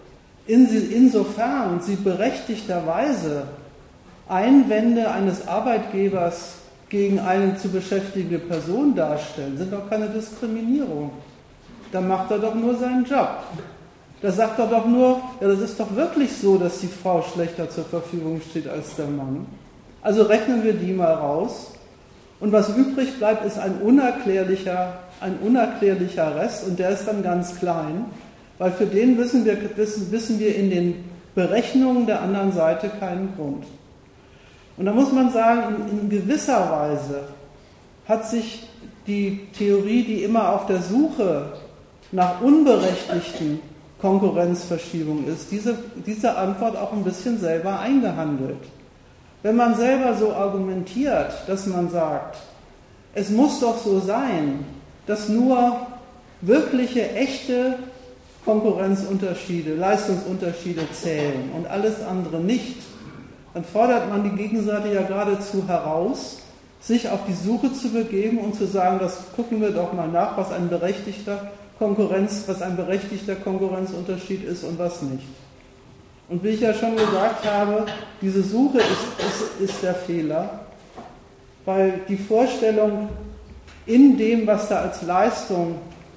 insofern sie berechtigterweise Einwände eines Arbeitgebers gegen eine zu beschäftigende Person darstellen, sind doch keine Diskriminierung. Da macht er doch nur seinen Job. Da sagt er doch nur, ja, das ist doch wirklich so, dass die Frau schlechter zur Verfügung steht als der Mann. Also rechnen wir die mal raus. Und was übrig bleibt, ist ein unerklärlicher, ein unerklärlicher Rest und der ist dann ganz klein, weil für den wissen wir, wissen, wissen wir in den Berechnungen der anderen Seite keinen Grund. Und da muss man sagen, in, in gewisser Weise hat sich die Theorie, die immer auf der Suche nach unberechtigten Konkurrenzverschiebungen ist, diese, diese Antwort auch ein bisschen selber eingehandelt. Wenn man selber so argumentiert, dass man sagt, es muss doch so sein, dass nur wirkliche, echte Konkurrenzunterschiede, Leistungsunterschiede zählen und alles andere nicht, dann fordert man die Gegenseite ja geradezu heraus, sich auf die Suche zu begeben und zu sagen, das gucken wir doch mal nach, was ein berechtigter Konkurrenz, was ein berechtigter Konkurrenzunterschied ist und was nicht. Und wie ich ja schon gesagt habe, diese Suche ist, ist, ist der Fehler, weil die Vorstellung in dem, was da als Leistung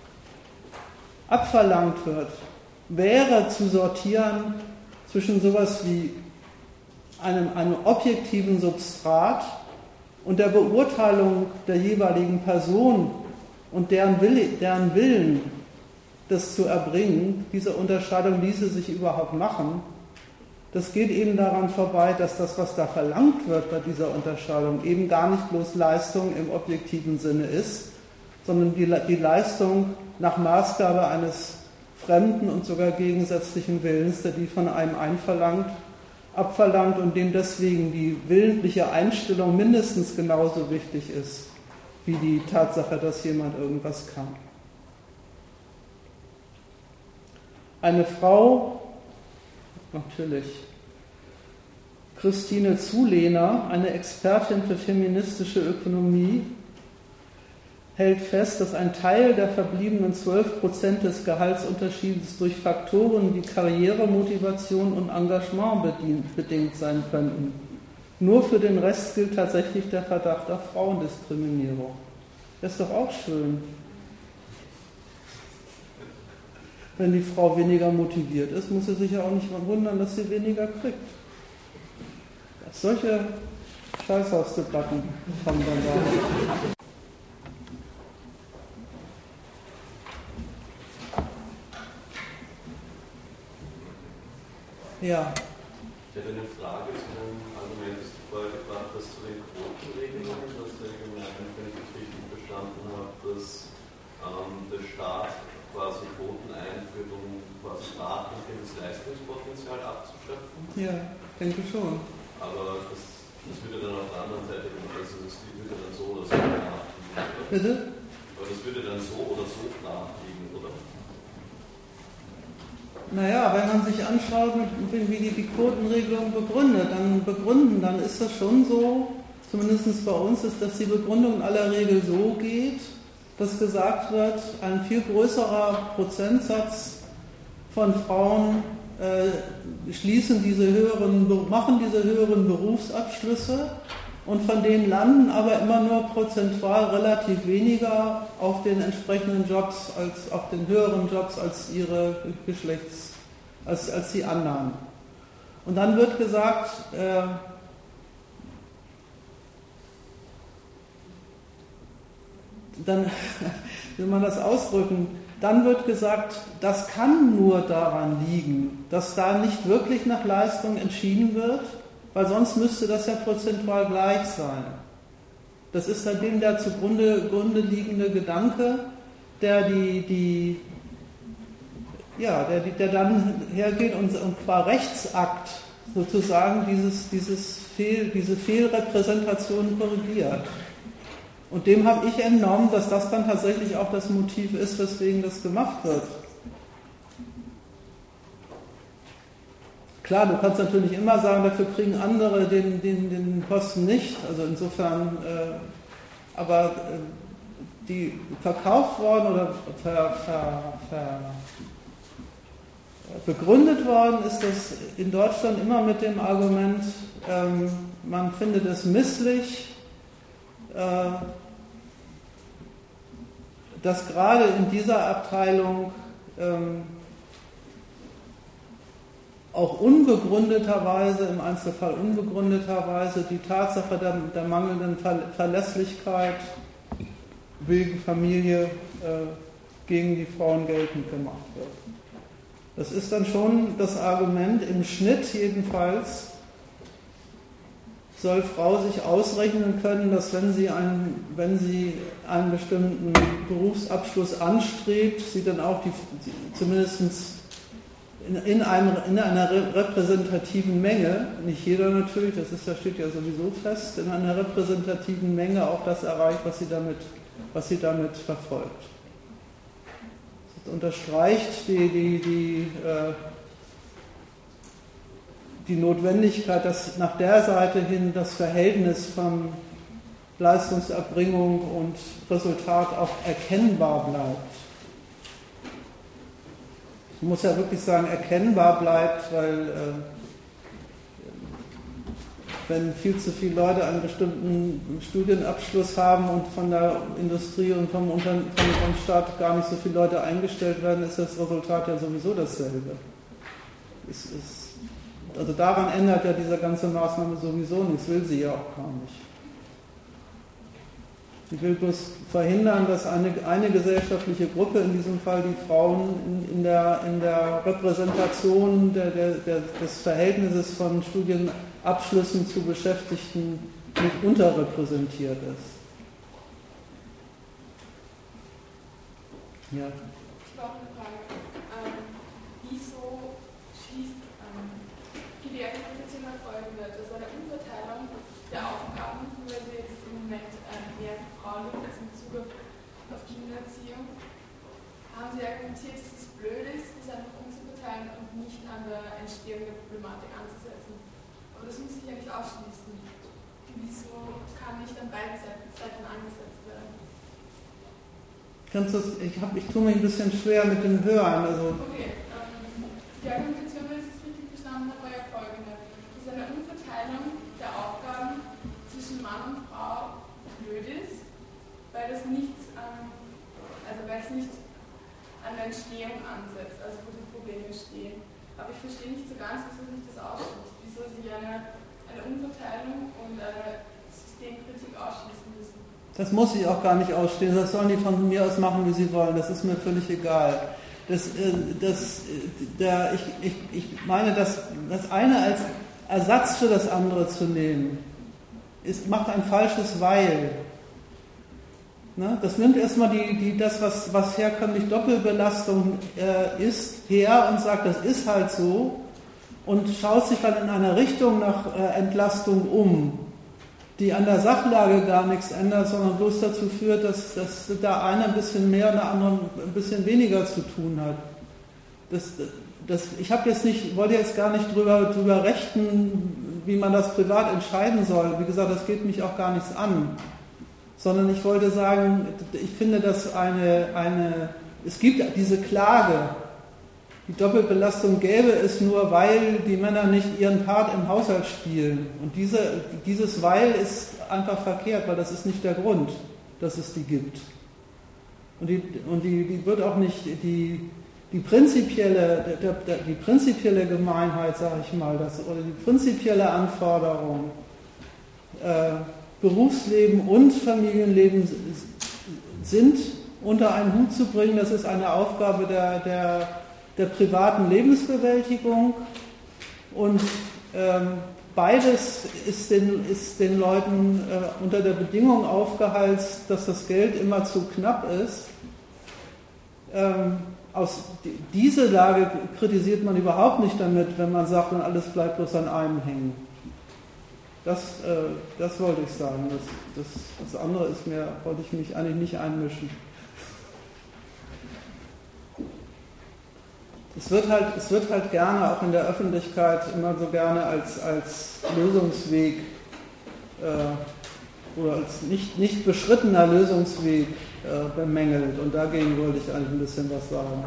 abverlangt wird, wäre zu sortieren zwischen sowas wie einem, einem objektiven Substrat und der Beurteilung der jeweiligen Person und deren, Wille, deren Willen, das zu erbringen. Diese Unterscheidung ließe sich überhaupt machen. Das geht eben daran vorbei, dass das, was da verlangt wird bei dieser Unterscheidung, eben gar nicht bloß Leistung im objektiven Sinne ist, sondern die, die Leistung nach Maßgabe eines fremden und sogar gegensätzlichen Willens, der die von einem einverlangt abverlangt und dem deswegen die willentliche Einstellung mindestens genauso wichtig ist, wie die Tatsache, dass jemand irgendwas kann. Eine Frau, natürlich, Christine Zulehner, eine Expertin für feministische Ökonomie, hält fest, dass ein Teil der verbliebenen zwölf Prozent des Gehaltsunterschiedes durch Faktoren wie Karriere, Motivation und Engagement bedient, bedingt sein könnten. Nur für den Rest gilt tatsächlich der Verdacht auf Frauendiskriminierung. Das ist doch auch schön, wenn die Frau weniger motiviert ist, muss sie sich ja auch nicht wundern, dass sie weniger kriegt. Solche Scheißhausdebatten kommen dann da. Ja. Ich hätte eine Frage zu einem Argument, das du vorher gebracht hast, zu den Quotenregelungen, dass der gemeint, wenn ich das richtig verstanden habe, dass ähm, der Staat quasi Quoten einführt, um quasi sprachliches Leistungspotenzial abzuschöpfen. Ja, denke schon. Aber das, das würde dann auf der anderen Seite, also das würde dann so oder so nachliegen, oder? Bitte? Aber das würde dann so oder so nachliegen, oder? Naja, wenn man sich anschaut, wie die die Quotenregelung begründet, dann begründen, dann ist das schon so, zumindest bei uns ist, dass die Begründung in aller Regel so geht, dass gesagt wird, ein viel größerer Prozentsatz von Frauen äh, schließen diese höheren, machen diese höheren Berufsabschlüsse und von denen landen aber immer nur prozentual relativ weniger auf den entsprechenden Jobs, als auf den höheren Jobs als ihre Geschlechts, als, als die anderen. Und dann wird gesagt, äh, dann will man das ausdrücken, dann wird gesagt, das kann nur daran liegen, dass da nicht wirklich nach Leistung entschieden wird, weil sonst müsste das ja prozentual gleich sein. Das ist dann dem der zugrunde Grunde liegende Gedanke, der die, die ja, der, der dann hergeht und, und qua Rechtsakt sozusagen dieses, dieses Fehl, diese Fehlrepräsentation korrigiert. Und dem habe ich entnommen, dass das dann tatsächlich auch das Motiv ist, weswegen das gemacht wird. Klar, du kannst natürlich immer sagen, dafür kriegen andere den, den, den Posten nicht. Also insofern, äh, aber äh, die verkauft worden oder ver, ver, ver, begründet worden ist das in Deutschland immer mit dem Argument, ähm, man findet es misslich, äh, dass gerade in dieser Abteilung ähm, auch unbegründeterweise, im Einzelfall unbegründeterweise, die Tatsache der, der mangelnden Ver Verlässlichkeit wegen Familie äh, gegen die Frauen geltend gemacht wird. Das ist dann schon das Argument, im Schnitt jedenfalls soll Frau sich ausrechnen können, dass wenn sie einen, wenn sie einen bestimmten Berufsabschluss anstrebt, sie dann auch die, zumindest in, in, einem, in einer repräsentativen Menge, nicht jeder natürlich, das ist, das steht ja sowieso fest, in einer repräsentativen Menge auch das erreicht, was sie damit, was sie damit verfolgt. Das unterstreicht die, die, die, äh, die Notwendigkeit, dass nach der Seite hin das Verhältnis von Leistungserbringung und Resultat auch erkennbar bleibt. Ich muss ja wirklich sagen, erkennbar bleibt, weil äh, wenn viel zu viele Leute einen bestimmten Studienabschluss haben und von der Industrie und vom, Unter vom, vom Staat gar nicht so viele Leute eingestellt werden, ist das Resultat ja sowieso dasselbe. Es ist, also daran ändert ja diese ganze Maßnahme sowieso nichts, will sie ja auch gar nicht. Sie will bloß verhindern, dass eine, eine gesellschaftliche Gruppe, in diesem Fall die Frauen, in, in, der, in der Repräsentation der, der, der, des Verhältnisses von Studienabschlüssen zu Beschäftigten nicht unterrepräsentiert ist. Ja. Ich habe auch eine Frage. Ähm, wieso schließt ähm, Die Argumentation war folgende, dass bei der Umverteilung der Aufgaben, weil sie jetzt im Moment mehr Frauen liegt als in Bezug auf Kindererziehung, haben sie argumentiert, dass es blöd ist, das einfach umzuverteilen und nicht an der Entstehung der Problematik anzusetzen. Aber das muss sich ja nicht ausschließen. Wieso kann nicht an beiden Seiten angesetzt werden? Kannst du, ich, hab, ich tue mich ein bisschen schwer mit dem Hören. Also okay, ähm, die Argumentation, wenn ich es richtig verstanden habe, war ja folgende. Dass eine Umverteilung der Aufgaben zwischen Mann und Frau blöd ist, weil das nichts an, also weil es nicht an der Entstehung ansetzt, also wo die Probleme stehen. Aber ich verstehe nicht so ganz, wieso sich das ausschließt. Wieso sich eine, eine Umverteilung und eine Systemkritik ausschließen müssen. Das muss ich auch gar nicht ausstehen, das sollen die von mir aus machen, wie sie wollen, das ist mir völlig egal. Das, das, der, ich, ich, ich meine, das, das eine als Ersatz für das andere zu nehmen, ist, macht ein falsches Weil. Ne? Das nimmt erstmal die, die, das, was, was herkömmlich Doppelbelastung äh, ist, her und sagt, das ist halt so und schaut sich dann in einer Richtung nach äh, Entlastung um, die an der Sachlage gar nichts ändert, sondern bloß dazu führt, dass, dass der eine ein bisschen mehr und der andere ein bisschen weniger zu tun hat. Das, das, ich habe jetzt nicht, wollte jetzt gar nicht drüber, drüber rechten, wie man das privat entscheiden soll. Wie gesagt, das geht mich auch gar nichts an. Sondern ich wollte sagen, ich finde, dass eine, eine, es gibt diese Klage, die Doppelbelastung gäbe es nur, weil die Männer nicht ihren Part im Haushalt spielen. Und diese, dieses Weil ist einfach verkehrt, weil das ist nicht der Grund, dass es die gibt. Und die, und die, die wird auch nicht, die, die, prinzipielle, der, der, die prinzipielle Gemeinheit, sage ich mal, das, oder die prinzipielle Anforderung, äh, Berufsleben und Familienleben sind unter einen Hut zu bringen, das ist eine Aufgabe der, der der privaten Lebensbewältigung und ähm, beides ist den, ist den Leuten äh, unter der Bedingung aufgehalst, dass das Geld immer zu knapp ist. Ähm, aus die, diese Lage kritisiert man überhaupt nicht damit, wenn man sagt, und alles bleibt bloß an einem hängen. Das, äh, das wollte ich sagen. Das, das, das andere ist mir, wollte ich mich eigentlich nicht einmischen. Es wird, halt, es wird halt gerne auch in der Öffentlichkeit immer so gerne als, als Lösungsweg äh, oder als nicht, nicht beschrittener Lösungsweg äh, bemängelt. Und dagegen wollte ich eigentlich ein bisschen was sagen.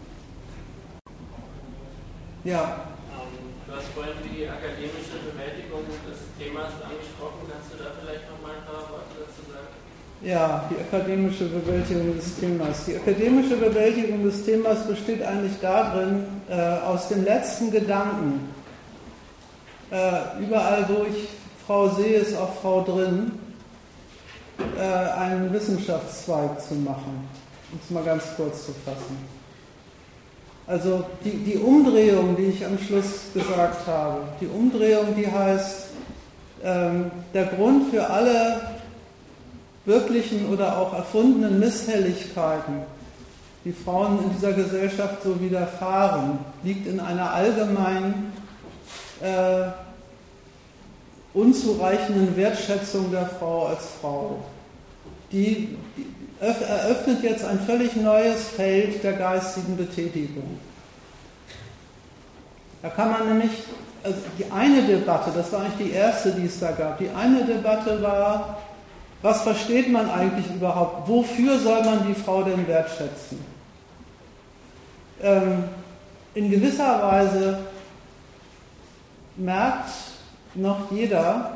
Ja. Ähm, du hast vorhin die akademische Bewältigung des Themas angesprochen. Kannst du da vielleicht noch mal ein paar Worte dazu sagen? Ja, die akademische Bewältigung des Themas. Die akademische Bewältigung des Themas besteht eigentlich darin, äh, aus dem letzten Gedanken, äh, überall wo ich Frau sehe, ist auch Frau drin, äh, einen Wissenschaftszweig zu machen, um es mal ganz kurz zu fassen. Also die, die Umdrehung, die ich am Schluss gesagt habe, die Umdrehung, die heißt, ähm, der Grund für alle wirklichen oder auch erfundenen Misshelligkeiten, die Frauen in dieser Gesellschaft so widerfahren, liegt in einer allgemeinen, äh, unzureichenden Wertschätzung der Frau als Frau. Die, die eröffnet jetzt ein völlig neues Feld der geistigen Betätigung. Da kann man nämlich, also die eine Debatte, das war eigentlich die erste, die es da gab, die eine Debatte war, was versteht man eigentlich überhaupt? Wofür soll man die Frau denn wertschätzen? Ähm, in gewisser Weise merkt noch jeder,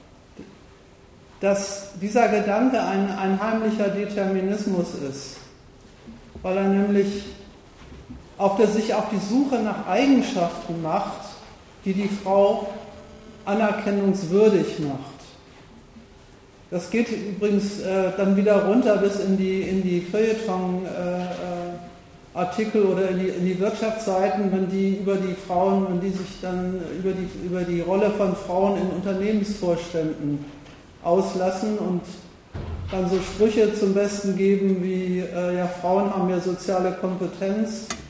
dass dieser Gedanke ein, ein heimlicher Determinismus ist, weil er nämlich auf der, sich auf die Suche nach Eigenschaften macht, die die Frau anerkennungswürdig macht. Das geht übrigens äh, dann wieder runter bis in die, in die Feuilleton-Artikel äh, oder in die, in die Wirtschaftsseiten, wenn die über die Frauen, wenn die sich dann über die, über die Rolle von Frauen in Unternehmensvorständen auslassen und dann so Sprüche zum Besten geben wie, äh, ja, Frauen haben ja soziale Kompetenz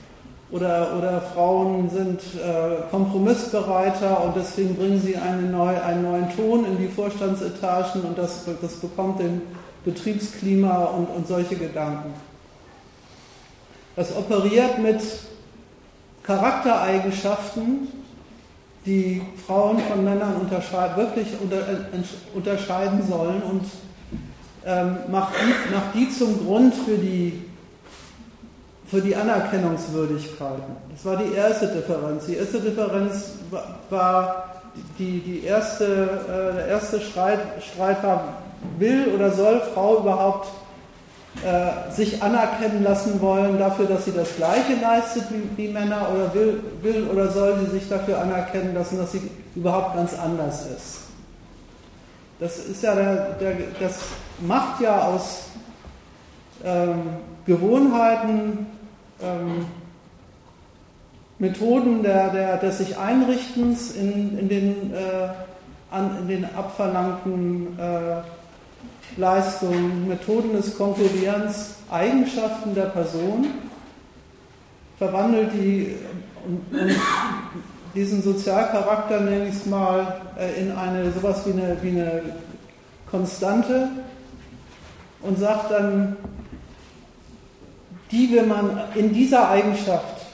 oder, oder Frauen sind äh, kompromissbereiter und deswegen bringen sie eine neu, einen neuen Ton in die Vorstandsetagen und das, das bekommt den Betriebsklima und, und solche Gedanken. Das operiert mit Charaktereigenschaften, die Frauen von Männern unterscheid, wirklich unter, äh, unterscheiden sollen und ähm, macht, die, macht die zum Grund für die, für die Anerkennungswürdigkeiten. Das war die erste Differenz. Die erste Differenz war, war die, die erste, äh, der erste Streit, Streit war, will oder soll Frau überhaupt äh, sich anerkennen lassen wollen dafür, dass sie das Gleiche leistet wie, wie Männer, oder will, will oder soll sie sich dafür anerkennen lassen, dass sie überhaupt ganz anders ist. Das ist ja der, der, das macht ja aus ähm, Gewohnheiten, ähm, Methoden der, der, des sich Einrichtens in, in, den, äh, an, in den abverlangten äh, Leistungen, Methoden des Konkurrierens, Eigenschaften der Person, verwandelt die und, und diesen Sozialcharakter, nenne ich es mal, in eine sowas wie eine, wie eine Konstante und sagt dann, die will man in dieser Eigenschaft,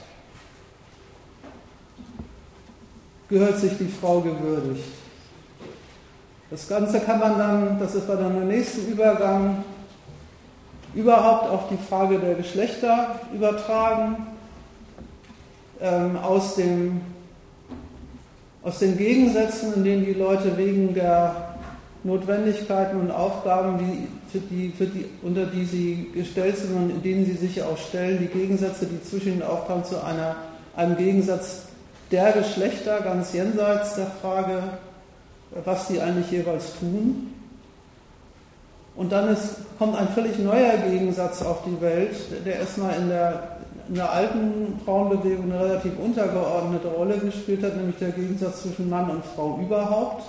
gehört sich die Frau gewürdigt. Das Ganze kann man dann, das ist dann der nächste Übergang, überhaupt auf die Frage der Geschlechter übertragen, ähm, aus, dem, aus den Gegensätzen, in denen die Leute wegen der Notwendigkeiten und Aufgaben, die, für die, für die, unter die sie gestellt sind und in denen sie sich auch stellen, die Gegensätze, die zwischen ihnen auftauchen, zu einer, einem Gegensatz der Geschlechter, ganz jenseits der Frage, was die eigentlich jeweils tun. Und dann ist, kommt ein völlig neuer Gegensatz auf die Welt, der erstmal in der, in der alten Frauenbewegung eine relativ untergeordnete Rolle gespielt hat, nämlich der Gegensatz zwischen Mann und Frau überhaupt.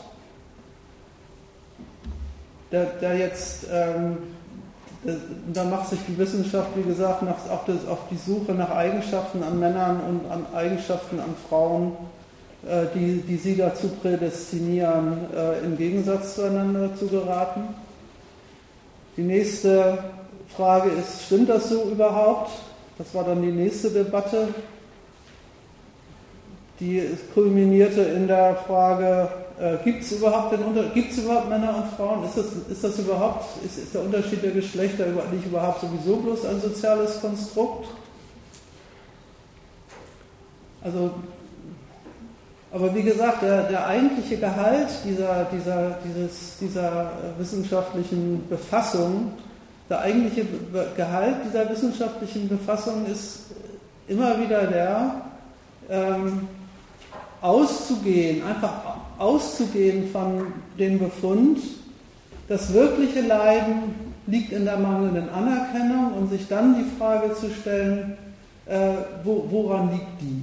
Der, der jetzt, ähm, da macht sich die Wissenschaft, wie gesagt, nach, auf, das, auf die Suche nach Eigenschaften an Männern und an Eigenschaften an Frauen, Die, die sie dazu prädestinieren, äh, im Gegensatz zueinander zu geraten. Die nächste Frage ist, stimmt das so überhaupt? Das war dann die nächste Debatte. Die kulminierte in der Frage, äh, gibt es überhaupt, gibt's überhaupt Männer und Frauen? Ist das, ist das überhaupt, ist, ist der Unterschied der Geschlechter nicht überhaupt sowieso bloß ein soziales Konstrukt? Also Aber wie gesagt, der, der eigentliche Gehalt dieser, dieser, dieses, dieser wissenschaftlichen Befassung, der eigentliche Be- Gehalt dieser wissenschaftlichen Befassung ist immer wieder der, ähm, auszugehen, einfach auszugehen von dem Befund, das wirkliche Leiden liegt in der mangelnden Anerkennung und sich dann die Frage zu stellen, äh, wo, woran liegt die?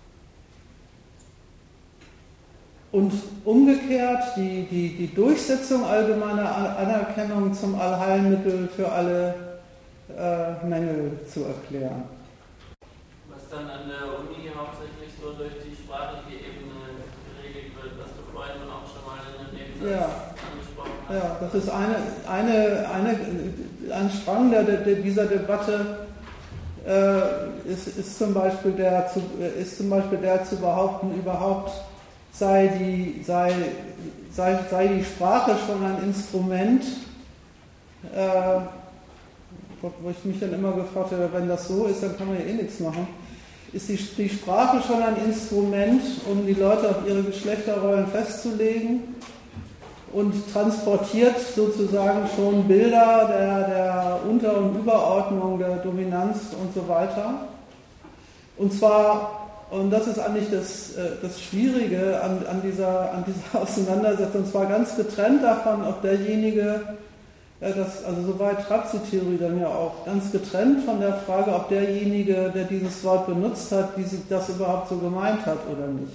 Und umgekehrt die, die, die Durchsetzung allgemeiner Anerkennung zum Allheilmittel für alle äh, Mängel zu erklären. Was dann an der Uni hauptsächlich so durch die sprachliche Ebene geregelt wird, was du vorhin auch schon mal in der Nebensatz ja. angesprochen hast. Ja, das ist eine, eine, eine, ein Strang der, der, dieser Debatte äh, ist, ist, zum Beispiel der, zu, ist zum Beispiel der zu behaupten, überhaupt Sei die, sei, sei, sei die Sprache schon ein Instrument, äh, wo ich mich dann immer gefragt habe, wenn das so ist, dann kann man ja eh nichts machen. Ist die, die Sprache schon ein Instrument, um die Leute auf ihre Geschlechterrollen festzulegen und transportiert sozusagen schon Bilder der, der Unter- und Überordnung, der Dominanz und so weiter. Und zwar Und das ist eigentlich das, das Schwierige an, an, dieser, an dieser Auseinandersetzung, und zwar ganz getrennt davon, ob derjenige, das, also soweit treibt die Theorie dann ja auch, ganz getrennt von der Frage, ob derjenige, der dieses Wort benutzt hat, das überhaupt so gemeint hat oder nicht.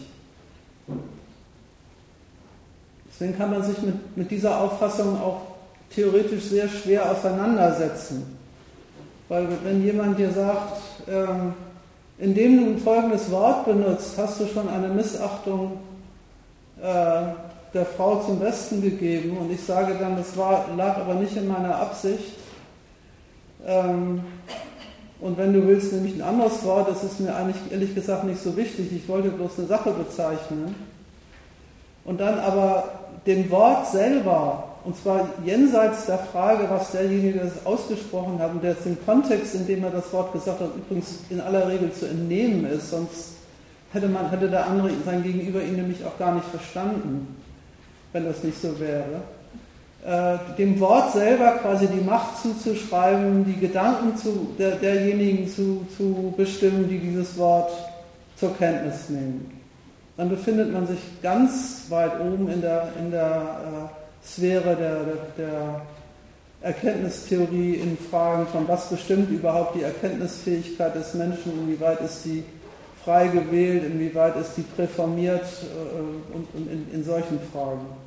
Deswegen kann man sich mit, mit dieser Auffassung auch theoretisch sehr schwer auseinandersetzen. Weil wenn jemand dir sagt, ähm, indem du ein folgendes Wort benutzt, hast du schon eine Missachtung äh, der Frau zum Besten gegeben. Und ich sage dann, das war, lag aber nicht in meiner Absicht. Ähm, und wenn du willst, nämlich ein anderes Wort, das ist mir eigentlich ehrlich gesagt nicht so wichtig. Ich wollte bloß eine Sache bezeichnen. Und dann aber dem Wort selber, und zwar jenseits der Frage, was derjenige, der es ausgesprochen hat, und der jetzt den Kontext, in dem er das Wort gesagt hat, übrigens in aller Regel zu entnehmen ist, sonst hätte, man, hätte der andere, sein Gegenüber ihn nämlich auch gar nicht verstanden, wenn das nicht so wäre. Äh, dem Wort selber quasi die Macht zuzuschreiben, die Gedanken zu, der, derjenigen zu, zu bestimmen, die dieses Wort zur Kenntnis nehmen. Dann befindet man sich ganz weit oben in der, in der äh, Sphäre der, der, der Erkenntnistheorie in Fragen von, was bestimmt überhaupt die Erkenntnisfähigkeit des Menschen, inwieweit ist die frei gewählt, inwieweit ist die präformiert äh, und, und in, in solchen Fragen.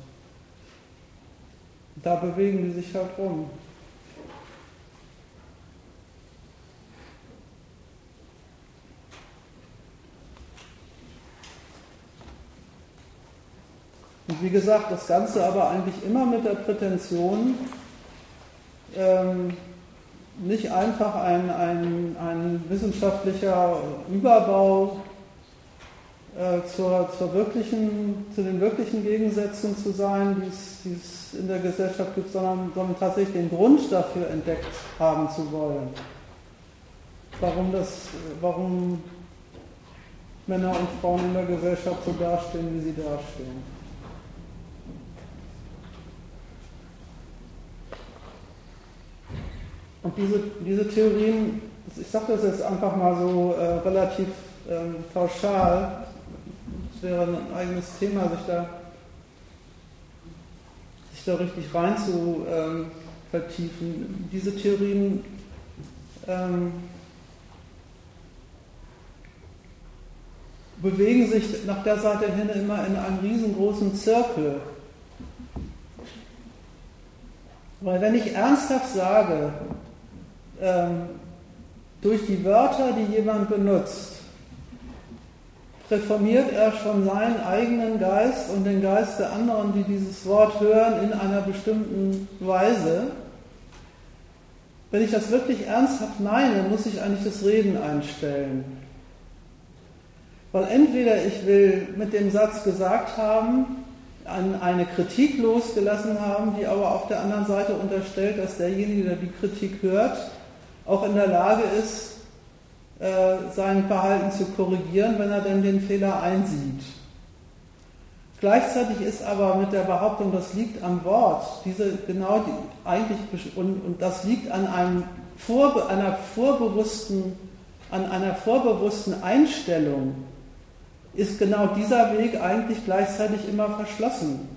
Da bewegen die sich halt rum. Und wie gesagt, das Ganze aber eigentlich immer mit der Prätension, ähm, nicht einfach ein, ein, ein wissenschaftlicher Überbau äh, zur, zur wirklichen, zu den wirklichen Gegensätzen zu sein, die es in der Gesellschaft gibt, sondern, sondern tatsächlich den Grund dafür entdeckt haben zu wollen. Warum, das, warum Männer und Frauen in der Gesellschaft so dastehen, wie sie dastehen. Und diese, diese Theorien, ich sage das jetzt einfach mal so äh, relativ ähm, pauschal, es wäre ein eigenes Thema, sich da, sich da richtig rein zu ähm, vertiefen. Diese Theorien ähm, bewegen sich nach der Seite hin immer in einem riesengroßen Zirkel. Weil wenn ich ernsthaft sage, ähm, durch die Wörter, die jemand benutzt, präformiert er schon seinen eigenen Geist und den Geist der anderen, die dieses Wort hören, in einer bestimmten Weise. Wenn ich das wirklich ernsthaft meine, muss ich eigentlich das Reden einstellen. Weil entweder ich will mit dem Satz gesagt haben, eine Kritik losgelassen haben, die aber auf der anderen Seite unterstellt, dass derjenige, der die Kritik hört, auch in der Lage ist, sein Verhalten zu korrigieren, wenn er denn den Fehler einsieht. Gleichzeitig ist aber mit der Behauptung, das liegt am Wort, diese genau die, eigentlich und, und das liegt an einem Vor, einer vorbewussten, an einer vorbewussten Einstellung, ist genau dieser Weg eigentlich gleichzeitig immer verschlossen.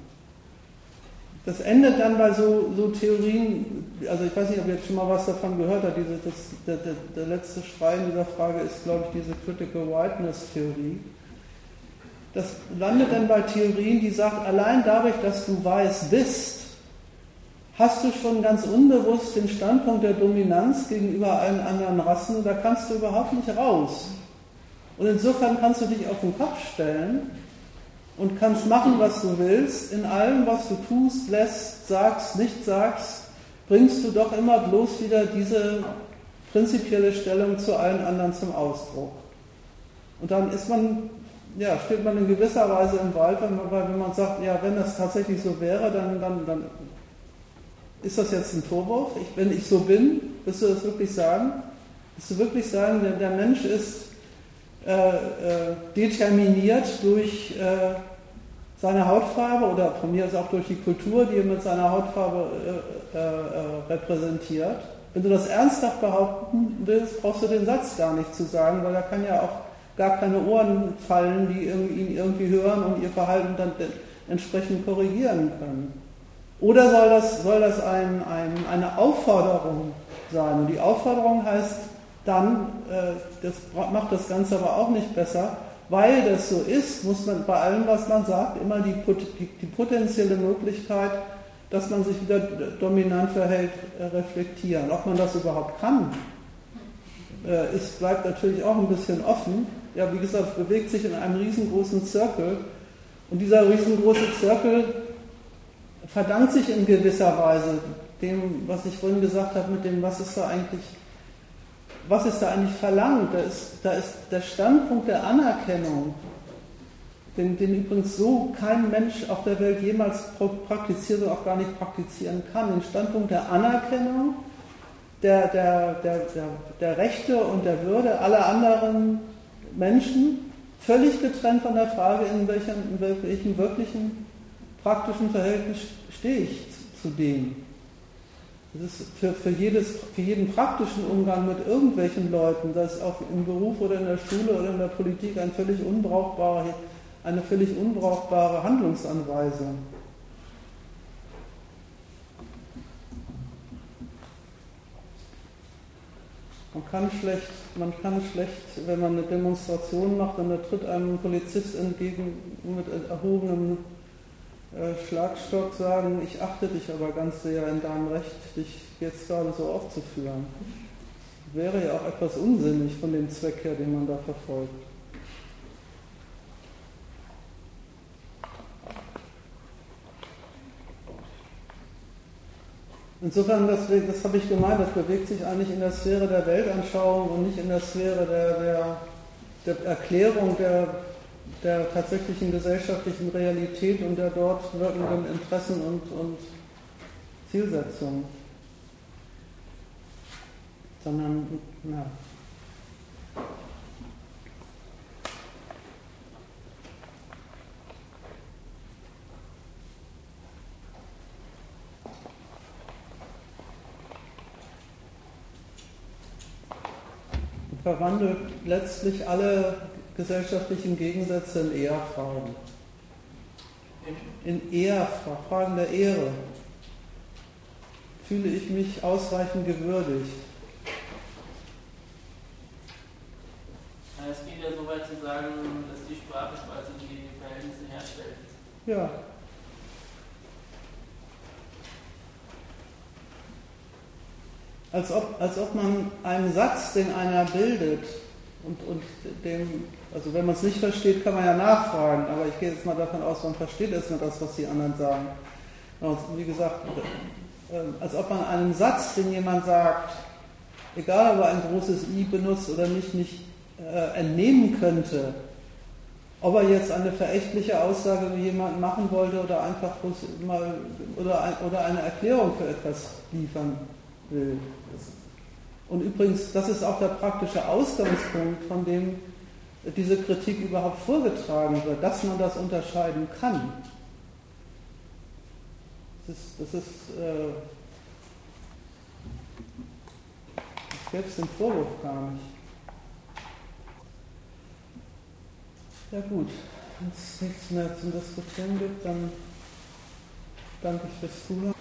Das endet dann bei so, so Theorien, also ich weiß nicht, ob ihr jetzt schon mal was davon gehört habt, diese, das, der, der, der letzte Schrei in dieser Frage ist, glaube ich, diese Critical Whiteness-Theorie. Das landet dann bei Theorien, die sagt, allein dadurch, dass du weiß bist, hast du schon ganz unbewusst den Standpunkt der Dominanz gegenüber allen anderen Rassen, da kannst du überhaupt nicht raus. Und insofern kannst du dich auf den Kopf stellen und kannst machen, was du willst. In allem, was du tust, lässt, sagst, nicht sagst, bringst du doch immer bloß wieder diese prinzipielle Stellung zu allen anderen zum Ausdruck. Und dann ist man, ja, steht man in gewisser Weise im Wald, wenn man, wenn man sagt, ja, wenn das tatsächlich so wäre, dann, dann, dann ist das jetzt ein Vorwurf. Ich, wenn ich so bin, wirst du das wirklich sagen? Wirst du wirklich sagen, der, der Mensch ist Äh, äh, determiniert durch äh, seine Hautfarbe oder von mir aus auch durch die Kultur, die er mit seiner Hautfarbe äh, äh, repräsentiert. Wenn du das ernsthaft behaupten willst, brauchst du den Satz gar nicht zu sagen, weil da kann ja auch gar keine Ohren fallen, die ihn irgendwie hören und ihr Verhalten dann entsprechend korrigieren können. Oder soll das, soll das ein, ein, eine Aufforderung sein? Und die Aufforderung heißt, dann, äh, das macht das Ganze aber auch nicht besser, weil das so ist, muss man bei allem, was man sagt, immer die, die, die potenzielle Möglichkeit, dass man sich wieder dominant verhält, äh, reflektieren. Ob man das überhaupt kann, äh, es bleibt natürlich auch ein bisschen offen. Ja, wie gesagt, es bewegt sich in einem riesengroßen Zirkel. Und dieser riesengroße Zirkel verdankt sich in gewisser Weise dem, was ich vorhin gesagt habe, mit dem, was ist da eigentlich, was ist da eigentlich verlangt. Da ist, da ist der Standpunkt der Anerkennung, den, den übrigens so kein Mensch auf der Welt jemals praktiziert und auch gar nicht praktizieren kann, den Standpunkt der Anerkennung der, der, der, der, der Rechte und der Würde aller anderen Menschen, völlig getrennt von der Frage, in welchem, in welchem wirklichen praktischen Verhältnis stehe ich zu dem. Das ist für, für, jedes, für jeden praktischen Umgang mit irgendwelchen Leuten, sei es auch im Beruf oder in der Schule oder in der Politik, ein völlig unbrauchbare, eine völlig unbrauchbare Handlungsanweisung. Man kann schlecht, man kann schlecht, wenn man eine Demonstration macht und da tritt einem ein Polizist entgegen mit erhobenem äh, Schlagstock sagen, ich achte dich aber ganz sehr in deinem Recht, dich jetzt gerade so aufzuführen. Wäre ja auch etwas unsinnig von dem Zweck her, den man da verfolgt. Insofern, das, das habe ich gemeint, das bewegt sich eigentlich in der Sphäre der Weltanschauung und nicht in der Sphäre der, der, der Erklärung der, der tatsächlichen gesellschaftlichen Realität und der dort wirkenden Interessen und, und Zielsetzungen. Sondern, ja. Verwandelt letztlich alle gesellschaftlichen Gegensätze in Ehrfragen. In Ehrfragen der Ehre. Fühle ich mich ausreichend gewürdigt? Es geht ja so weit zu sagen, dass die Sprache quasi die Verhältnisse herstellt. Ja. Als ob, als ob man einen Satz, den einer bildet, und, und dem, also wenn man es nicht versteht, kann man ja nachfragen, aber ich gehe jetzt mal davon aus, man versteht erstmal das, was die anderen sagen. Und wie gesagt, als ob man einen Satz, den jemand sagt, egal ob er ein großes I benutzt oder nicht, nicht äh, entnehmen könnte, ob er jetzt eine verächtliche Aussage über jemanden machen wollte oder einfach mal oder, ein, oder eine Erklärung für etwas liefern will. Und übrigens, das ist auch der praktische Ausgangspunkt, von dem diese Kritik überhaupt vorgetragen wird, dass man das unterscheiden kann. Das ist, das ist äh, das gäbe es den Vorwurf gar nicht. Ja gut, wenn es nichts mehr zum Diskutieren gibt, dann danke ich fürs Zuhören.